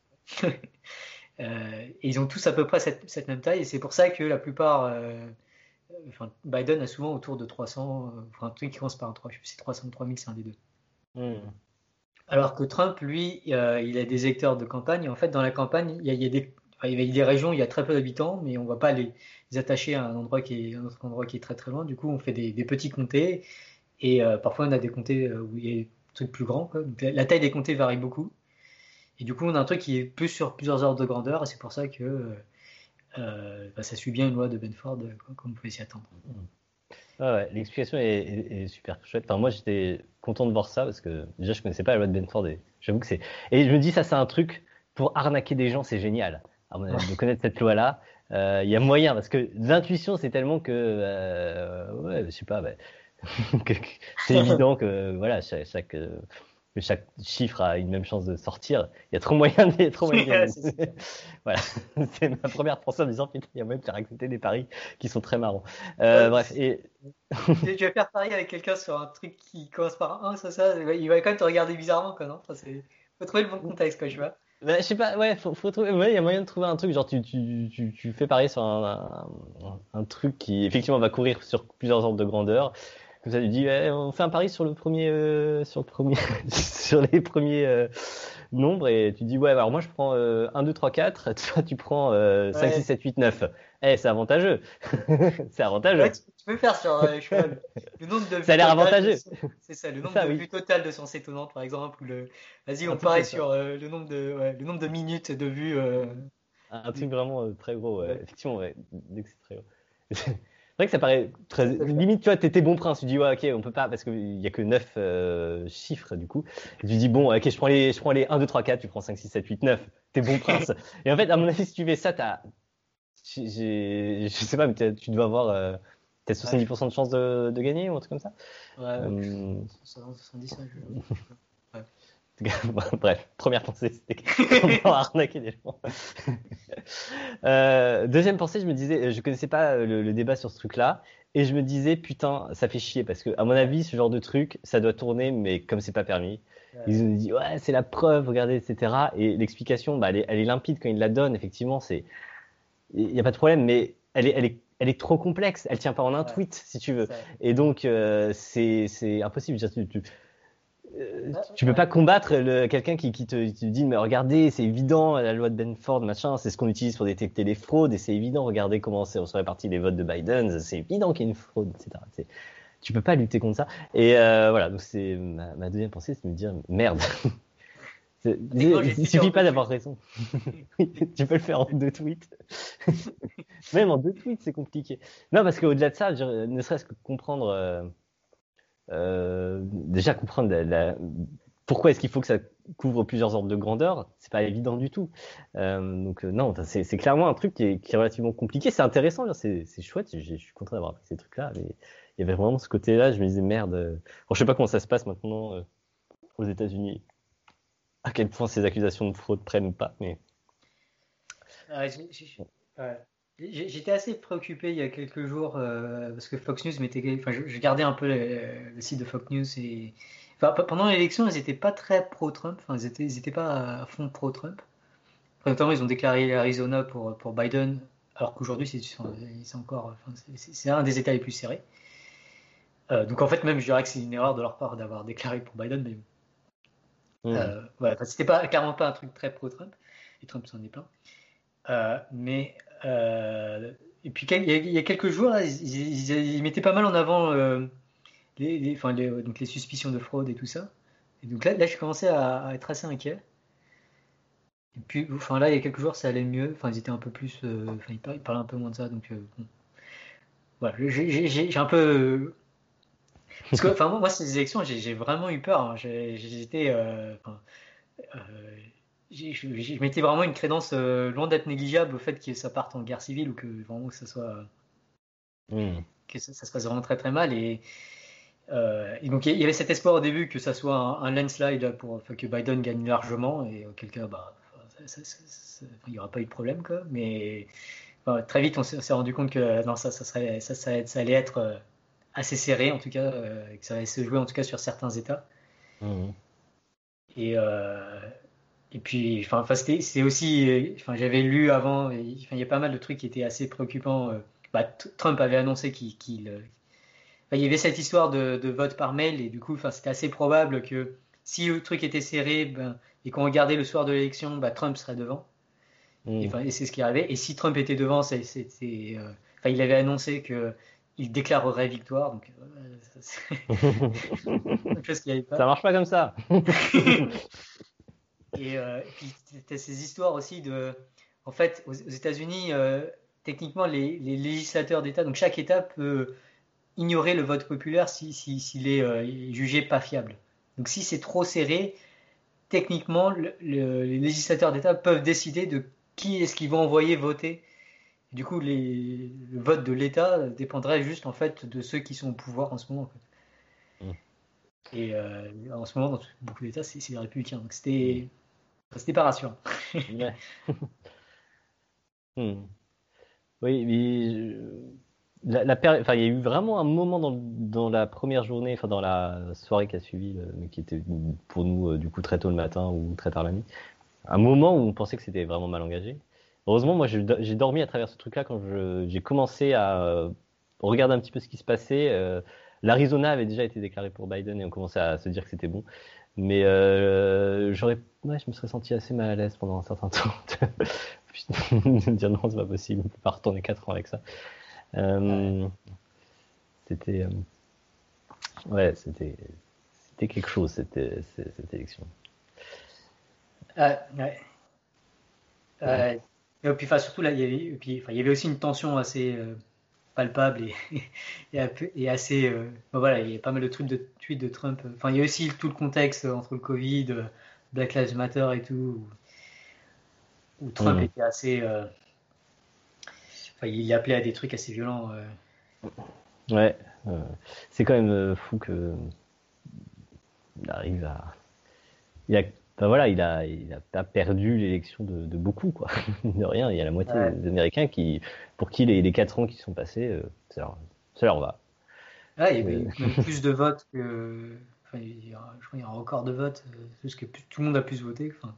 Et ils ont tous à peu près cette même taille, et c'est pour ça que la plupart. Enfin, Biden a souvent autour de 300, enfin, un truc qui commence par un 3, je sais plus si c'est 300 ou 3000, c'est un des deux. Alors que Trump, lui, il a des électeurs de campagne, et en fait, dans la campagne, il y a des régions où il y a très peu d'habitants, mais on ne va pas les attacher à un autre endroit qui est très très loin. Du coup, on fait des petits comtés, et parfois on a des comtés où il y a des trucs plus grands, quoi. Donc, la taille des comtés varie beaucoup. Et du coup, on a un truc qui est plus sur plusieurs ordres de grandeur, et c'est pour ça que bah, ça suit bien une loi de Benford, comme on pouvait s'y attendre. Ouais, l'explication est super chouette. Enfin, moi, j'étais content de voir ça parce que déjà, je connaissais pas la loi de Benford et j'avoue que c'est. Et je me dis, ça, c'est un truc pour arnaquer des gens, c'est génial. De connaître cette loi-là, il y a moyen parce que l'intuition, c'est tellement que, ouais, je sais pas, bah, c'est évident que voilà, chaque chiffre a une même chance de sortir. Il y a trop moyen de gagner. Voilà, c'est ma première pensée en me disant putain, il y a même faire accepter des paris qui sont très marrants. Bref, et tu vas faire parier avec quelqu'un sur un truc qui commence par un 1, ça, il va quand même te regarder bizarrement, quoi, non? Enfin, faut trouver le bon contexte, quoi, je vois. bah, je sais pas, ouais, faut trouver, ouais, il y a moyen de trouver un truc, genre tu fais parier sur un truc qui effectivement va courir sur plusieurs ordres de grandeur. Comme ça, tu dis, on fait un pari sur le premier, sur les premiers nombres et tu dis, ouais, alors moi je prends 1, 2, 3, 4, toi tu prends 5, 6, 7, 8, 9. C'est avantageux. C'est avantageux. Ouais, tu peux faire sur je sais pas, le nombre de vues. Ça a l'air avantageux. C'est ça, le nombre de vues totales de Science Étonnante, par exemple. Vas-y, on parie sur le nombre de minutes de vues. Un truc vraiment très gros, ouais. Effectivement, ouais. Dès que c'est très gros. C'est vrai que ça paraît très. Limite, tu vois, t'étais bon prince. Tu dis, ouais, ok, on peut pas, parce qu'il y a que 9 chiffres, du coup. Et tu dis, bon, ok, je prends les 1, 2, 3, 4, tu prends 5, 6, 7, 8, 9. T'es bon prince. Et en fait, à mon avis, si tu fais ça, je sais pas, mais tu dois avoir peut-être 70% de chance de gagner ou un truc comme ça. Ouais, 70, ouais. Bref, première pensée, c'était comment arnaquer des gens. Deuxième pensée, je me disais, je connaissais pas le débat sur ce truc-là, et je me disais, putain, ça fait chier, parce que à mon avis, ce genre de truc, ça doit tourner, mais comme c'est pas permis, ils nous disent, ouais, c'est la preuve, regardez, etc. Et l'explication, bah, elle est limpide quand ils la donnent, effectivement, il y a pas de problème, mais elle est trop complexe, elle tient pas en un tweet, si tu veux. Et donc, c'est impossible. Tu peux pas combattre quelqu'un qui te dit mais regardez c'est évident la loi de Benford machin c'est ce qu'on utilise pour détecter les fraudes et c'est évident regardez comment on se répartit les votes de Biden c'est évident qu'il y a une fraude etc. Tu peux pas lutter contre ça et voilà donc c'est ma deuxième pensée c'est de me dire merde il suffit pas d'avoir raison tu peux le faire en 2 tweets même en 2 tweets c'est compliqué non parce qu'au-delà de ça ne serait-ce que comprendre déjà comprendre pourquoi est-ce qu'il faut que ça couvre plusieurs ordres de grandeur, c'est pas évident du tout. Donc non, c'est clairement un truc qui est relativement compliqué. C'est intéressant, c'est chouette. Je suis content d'avoir appris ces trucs-là, mais il y avait vraiment ce côté-là. Je me disais merde. Bon, je sais pas comment ça se passe maintenant aux États-Unis, à quel point ces accusations de fraude prennent ou pas, mais. J'étais assez préoccupé il y a quelques jours parce que Fox News enfin, je gardais un peu le site de Fox News et enfin, pendant l'élection, ils n'étaient pas très pro-Trump, enfin, ils étaient pas à fond pro-Trump. notamment, ils ont déclaré l'Arizona pour Biden, alors qu'aujourd'hui, c'est encore, enfin, c'est un des États les plus serrés. Donc en fait, même, je dirais que c'est une erreur de leur part d'avoir déclaré pour Biden, mais voilà, enfin, c'était clairement pas un truc très pro-Trump, et Trump s'en est plein. Mais et puis il y a quelques jours, là, ils mettaient pas mal en avant donc les suspicions de fraude et tout ça. Et donc là je commençais à être assez inquiet. Et puis, enfin là, il y a quelques jours, ça allait mieux. Enfin, ils étaient un peu plus, enfin, ils parlaient un peu moins de ça. Donc, bon. Voilà, j'ai un peu, parce que, enfin, moi, ces élections, j'ai vraiment eu peur. Hein. J'étais, enfin, euh, je mettais vraiment une crédence loin d'être négligeable au fait que ça parte en guerre civile ou que vraiment que ça soit, que ça se passe vraiment très très mal. Et donc, il y avait cet espoir au début que ça soit un landslide là, enfin, que Biden gagne largement et auquel cas, bah, il n'y aura pas eu de problème, quoi. Mais enfin, très vite, on s'est rendu compte que non, ça allait être assez serré, en tout cas, que ça allait se jouer en tout cas sur certains États. Et, euh, et puis, enfin, c'était aussi, enfin, j'avais lu avant, enfin, il y a pas mal de trucs qui étaient assez préoccupants. Bah, Trump avait annoncé enfin, il y avait cette histoire de vote par mail et du coup, enfin, c'était assez probable que si le truc était serré, ben, et qu'on regardait le soir de l'élection, bah, Trump serait devant. Et c'est ce qui arrivait. Et si Trump était devant, enfin, il avait annoncé que il déclarerait victoire. Donc, c'est une chose qui n'avait Ça pas. marche pas comme ça. Et puis, tu as ces histoires aussi de. En fait, aux États-Unis, techniquement, les législateurs d'État, donc chaque État peut ignorer le vote populaire s'il est jugé pas fiable. Donc, si c'est trop serré, techniquement, les législateurs d'État peuvent décider de qui est-ce qu'ils vont envoyer voter. Du coup, le vote de l'État dépendrait juste en fait de ceux qui sont au pouvoir en ce moment. En fait. Et en ce moment, dans beaucoup d'États, c'est les républicains. Donc c'était pas rassurant. Ouais. Oui, mais enfin, il y a eu vraiment un moment dans la première journée, enfin dans la soirée qui a suivi, mais qui était pour nous du coup très tôt le matin ou très tard la nuit, un moment où on pensait que c'était vraiment mal engagé. Heureusement, moi j'ai dormi à travers ce truc-là quand j'ai commencé à regarder un petit peu ce qui se passait. L'Arizona avait déjà été déclaré pour Biden et on commençait à se dire que c'était bon. Mais ouais, je me serais senti assez mal à l'aise pendant un certain temps. De me dire non, c'est pas possible, on peut pas retourner 4 ans avec ça. C'était ouais, c'était quelque chose cette élection. Ouais. Et puis, enfin, surtout là, il y avait aussi une tension assez palpable et assez. Bon, voilà, il y a pas mal de tweets de Trump. Enfin, il y a aussi tout le contexte entre le Covid, Black Lives Matter et tout, où Trump était assez. Enfin, il appelait à des trucs assez violents. Ouais, c'est quand même fou que il arrive à. Enfin, voilà, il a pas perdu l'élection de beaucoup, quoi. De rien, il y a la moitié Ouais. des Américains pour qui les 4 ans qui sont passés, ça leur va. Ouais, il y avait eu même plus de votes que. Enfin, je crois qu'il y a un record de votes, parce que tout le monde a plus voté. Enfin,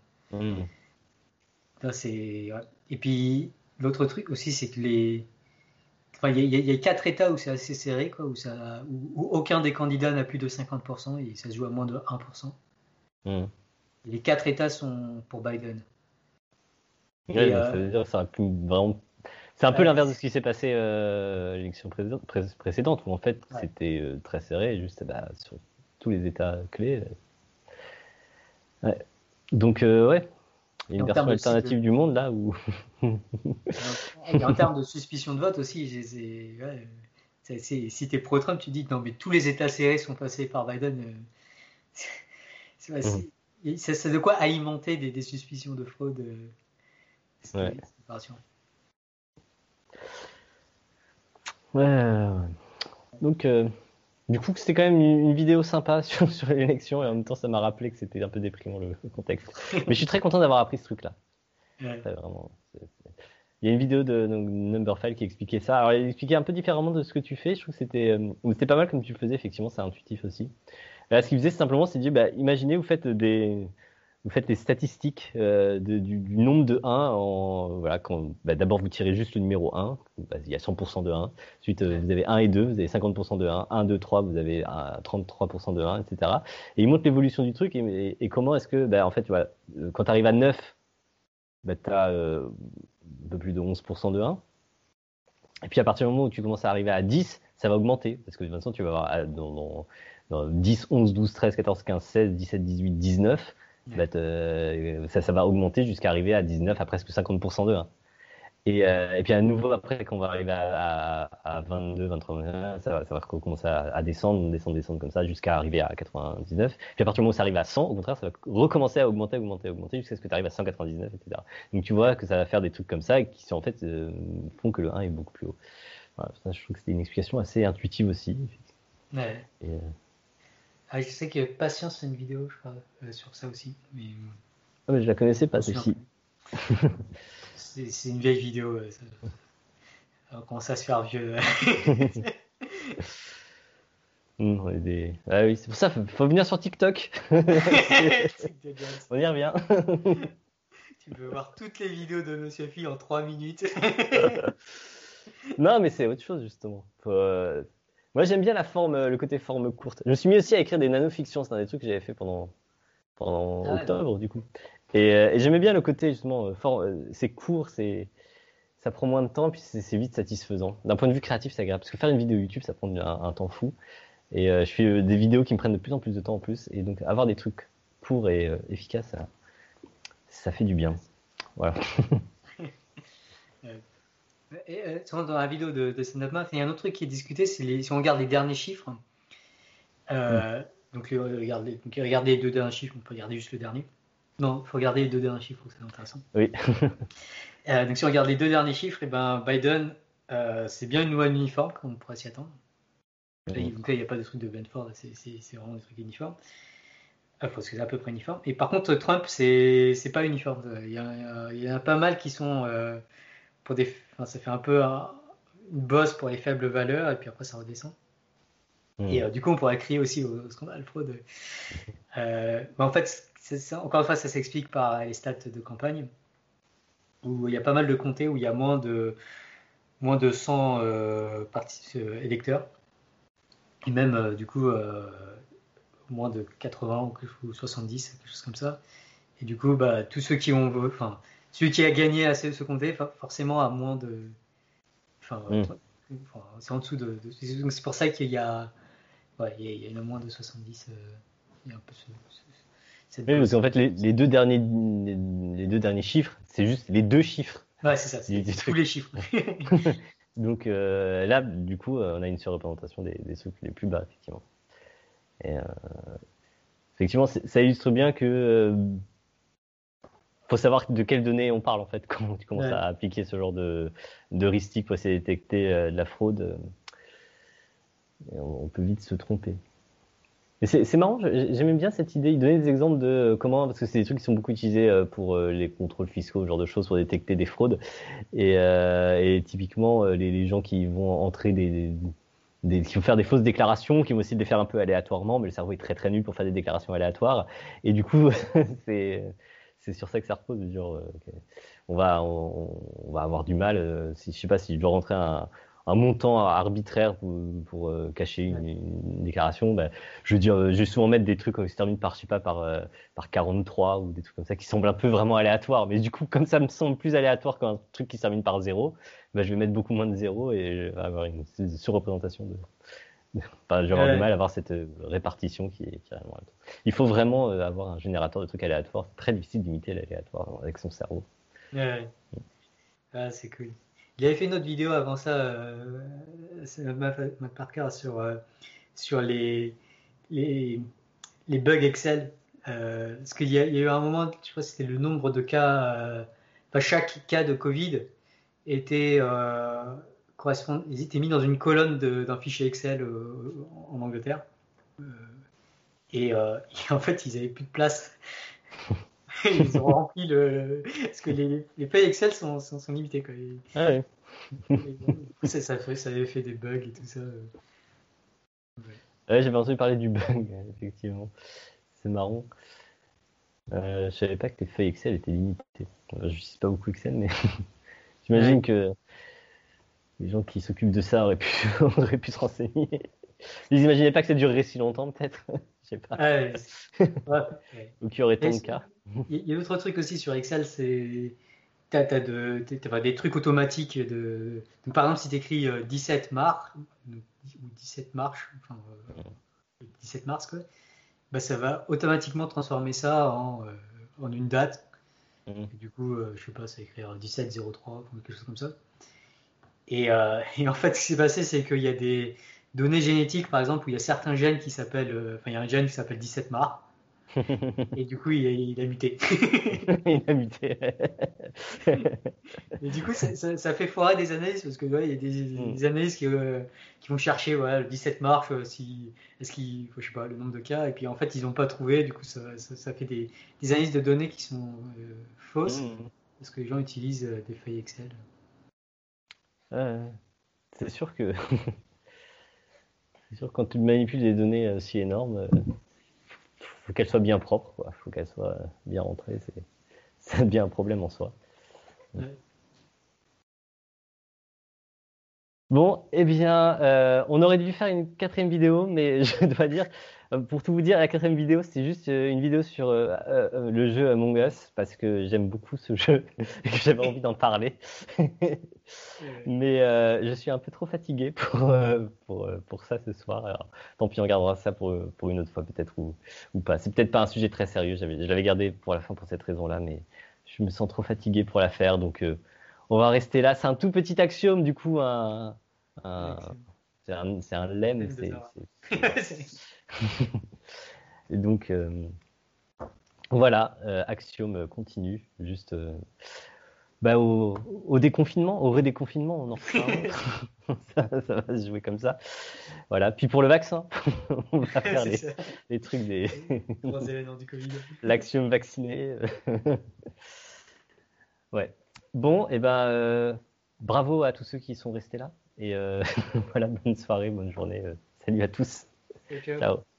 ouais. Et puis, l'autre truc aussi, c'est que enfin, il y a 4 États où c'est assez serré, quoi, où aucun des candidats n'a plus de 50% et ça se joue à moins de 1%. Les 4 États sont pour Biden. Ouais, Et donc ça veut dire que ça aurait pu vraiment. C'est un peu ouais, l'inverse de ce qui s'est passé à l'élection précédente, où en fait ouais. c'était très serré, juste bah, sur tous les États clés. Ouais. Donc ouais, il y a Et une en termes version aussi de, alternative du monde là où. et en termes de suspicion de vote aussi, ouais, si t'es pro-Trump, tu dis non, mais tous les États serrés sont passés par Biden. Ouais, c'est de quoi alimenter des suspicions de fraude. Ouais. C'était pas rassurant. Ouais. Donc du coup c'était quand même une vidéo sympa sur l'élection et en même temps ça m'a rappelé que c'était un peu déprimant le contexte. Mais je suis très content d'avoir appris ce truc là. Ouais. Vraiment. Il y a une vidéo de Numberphile qui expliquait ça. Alors, il expliquait un peu différemment de ce que tu fais. Je trouve que c'était pas mal comme tu le faisais. Effectivement, c'est intuitif aussi. Là, ce qu'il faisait, c'est simplement, c'est dit, bah, imaginez, vous faites vous faites les statistiques du nombre de 1 voilà, quand d'abord vous tirez juste le numéro 1, il y a 100% de 1. Ensuite, vous avez 1 et 2, vous avez 50% de 1. 1, 2, 3, vous avez 33% de 1, etc. Et il montre l'évolution du truc et comment est-ce que, en fait, voilà, quand tu arrives à 9, tu as un peu plus de 11% de 1. Et puis à partir du moment où tu commences à arriver à 10, ça va augmenter. Parce que de toute façon, tu vas avoir dans 10, 11, 12, 13, 14, 15, 16, 17, 18, 19. Ça va augmenter jusqu'à arriver à 19, à presque 50% de 1. Et puis à nouveau, après, quand on va arriver à 22, 23, ça va recommencer à descendre comme ça, jusqu'à arriver à 99. Puis à partir du moment où ça arrive à 100, au contraire, ça va recommencer à augmenter, jusqu'à ce que tu arrives à 199, etc. Donc tu vois que ça va faire des trucs comme ça, et qui en fait font que le 1 est beaucoup plus haut. Voilà, ça, je trouve que c'était une explication assez intuitive aussi. Ouais. Je sais que Patience fait une vidéo, je crois, sur ça aussi. Mais je la connaissais pas, celle-ci. C'est une vieille vidéo. On commence à se faire vieux. Ah oui, c'est pour ça, faut venir sur TikTok. On y revient. Tu peux voir toutes les vidéos de Monsieur Phi en 3 minutes. Non, mais c'est autre chose, justement. Moi, j'aime bien le côté forme courte. Je me suis mis aussi à écrire des nanofictions. C'est un des trucs que j'avais fait pendant octobre, du coup. Et j'aimais bien le côté, justement, c'est court, ça prend moins de temps, puis c'est vite satisfaisant. D'un point de vue créatif, c'est agréable. Parce que faire une vidéo YouTube, ça prend un temps fou. Et je fais des vidéos qui me prennent de plus en plus de temps en plus. Et donc, avoir des trucs courts et efficaces, ça fait du bien. Voilà. Dans la vidéo de stand-up math, il y a un autre truc qui est discuté, c'est si on regarde les derniers chiffres. Donc, regardez les 2 derniers chiffres, on peut regarder juste le dernier. Non, il faut regarder les 2 derniers chiffres, c'est intéressant. Oui. Donc si on regarde les 2 derniers chiffres, Biden, c'est bien une loi uniforme, comme on pourrait s'y attendre. Donc là, il n'y a pas de truc de Benford, c'est vraiment des trucs uniformes. Parce que c'est à peu près uniforme. Et par contre, Trump, c'est pas uniforme. Il y en a pas mal qui sont ça fait un peu une bosse pour les faibles valeurs, et puis après ça redescend. Et du coup, on pourrait crier aussi au scandale fraude. Mais en fait, encore une fois, ça s'explique par les stats de campagne, où il y a pas mal de comtés où il y a moins de 100 électeurs, et même du coup moins de 80 ou 70, quelque chose comme ça. Et du coup, tous ceux qui ont, celui qui a gagné à ce comté, forcément a moins de, c'est en dessous de. Donc c'est pour ça qu'il y a, il y en a moins de 70. Il y a un peu cette oui, parce qu'en fait, les deux derniers chiffres, c'est juste les 2 chiffres. Ouais, c'est ça, c'est tous les chiffres. Donc là, du coup, on a une surreprésentation des trucs les plus bas, effectivement. Et effectivement, ça illustre bien que faut savoir de quelles données on parle, en fait, quand tu commences à appliquer ce genre de heuristique pour essayer de détecter de la fraude. On peut vite se tromper. Et c'est marrant, j'aimais bien cette idée. Il donnait des exemples de comment, parce que c'est des trucs qui sont beaucoup utilisés pour les contrôles fiscaux, ce genre de choses, pour détecter des fraudes. Et typiquement, les gens qui vont entrer qui vont faire des fausses déclarations, qui vont essayer de les faire un peu aléatoirement, mais le cerveau est très très nul pour faire des déclarations aléatoires. Et du coup, c'est sur ça que ça repose. Genre, on va avoir du mal. Je sais pas si je dois rentrer un montant arbitraire pour cacher une déclaration, je veux dire, je vais souvent mettre des trucs qui se terminent par, je sais pas, par 43 ou des trucs comme ça qui semblent un peu vraiment aléatoires. Mais du coup, comme ça me semble plus aléatoire qu'un truc qui se termine par 0, je vais mettre beaucoup moins de 0 et je vais avoir une surreprésentation je vais avoir du mal à avoir cette répartition qui est vraiment aléatoire. Il faut vraiment avoir un générateur de trucs aléatoires. C'est très difficile d'imiter l'aléatoire avec son cerveau. C'est cool. Il avait fait une autre vidéo avant ça, Matt Parker, sur les bugs Excel. Parce qu'il y a eu un moment, je crois que c'était le nombre de cas, chaque cas de Covid était ils étaient mis dans une colonne d'un fichier Excel en Angleterre. Et en fait, ils n'avaient plus de place. Ils ont rempli parce que les feuilles Excel sont limitées, quoi. Ça avait fait des bugs et tout ça. Ouais, j'avais entendu parler du bug, effectivement. C'est marrant. Je savais pas que les feuilles Excel étaient limitées. Je n'utilise pas beaucoup Excel, mais j'imagine Ouais. que les gens qui s'occupent de ça auraient pu, auraient pu se renseigner. Ils imaginaient pas que ça durerait si longtemps, peut-être. Je sais pas. Ouais, ouais, ouais. Ou qu'il y aurait Et tant de cas. il y a d'autres trucs aussi sur Excel, c'est enfin, des trucs automatiques donc, par exemple, si tu écris 17 mars ou 17 marches, enfin 17 mars quoi, bah, ça va automatiquement transformer ça en une date. Mhm. Et du coup, je sais pas, ça va écrire 17-03 ou quelque chose comme ça. Et en fait, ce qui s'est passé, c'est qu'il y a des données génétiques, par exemple, où il y a certains gènes qui s'appellent, enfin, il y a un gène qui s'appelle 17 mars, et du coup, il a muté. Il a muté. Et du coup, ça fait foirer des analyses parce que ouais, il y a Hmm. des analyses qui vont chercher voilà, le 17 mars, si, est-ce qu'il faut, je sais pas, le nombre de cas, et puis en fait, ils n'ont pas trouvé, du coup, ça fait des analyses de données qui sont fausses Hmm. parce que les gens utilisent des feuilles Excel. Euh, c'est sûr que c'est sûr que quand tu manipules des données si énormes, faut qu'elles soient bien propres, quoi. Faut qu'elles soient bien rentrées. Ça devient un problème en soi. Ouais. Bon, eh bien, on aurait dû faire une quatrième vidéo, mais je dois dire, pour tout vous dire, la quatrième vidéo, c'était juste une vidéo sur le jeu Among Us, parce que j'aime beaucoup ce jeu et que j'avais envie d'en parler. Ouais. Mais je suis un peu trop fatigué pour ça ce soir. Alors, tant pis, on gardera ça pour une autre fois peut-être ou pas. C'est peut-être pas un sujet très sérieux, je l'avais gardé pour la fin pour cette raison-là, mais je me sens trop fatigué pour la faire, donc on va rester là. C'est un tout petit axiome, du coup, un- Excellent. c'est un lemme. Thème de Zara. Et donc, voilà, axiome continue, juste bah, au déconfinement, au redéconfinement, on en refera un autre. Ça va se jouer comme ça. Voilà. Puis pour le vaccin, on va faire C'est ça. les trucs des Gros événements du Covid. l'axiome vacciné. Ouais. Bon, et ben bravo à tous ceux qui sont restés là. Et voilà, bonne soirée, bonne journée. Salut à tous. Ciao, ciao. Ciao.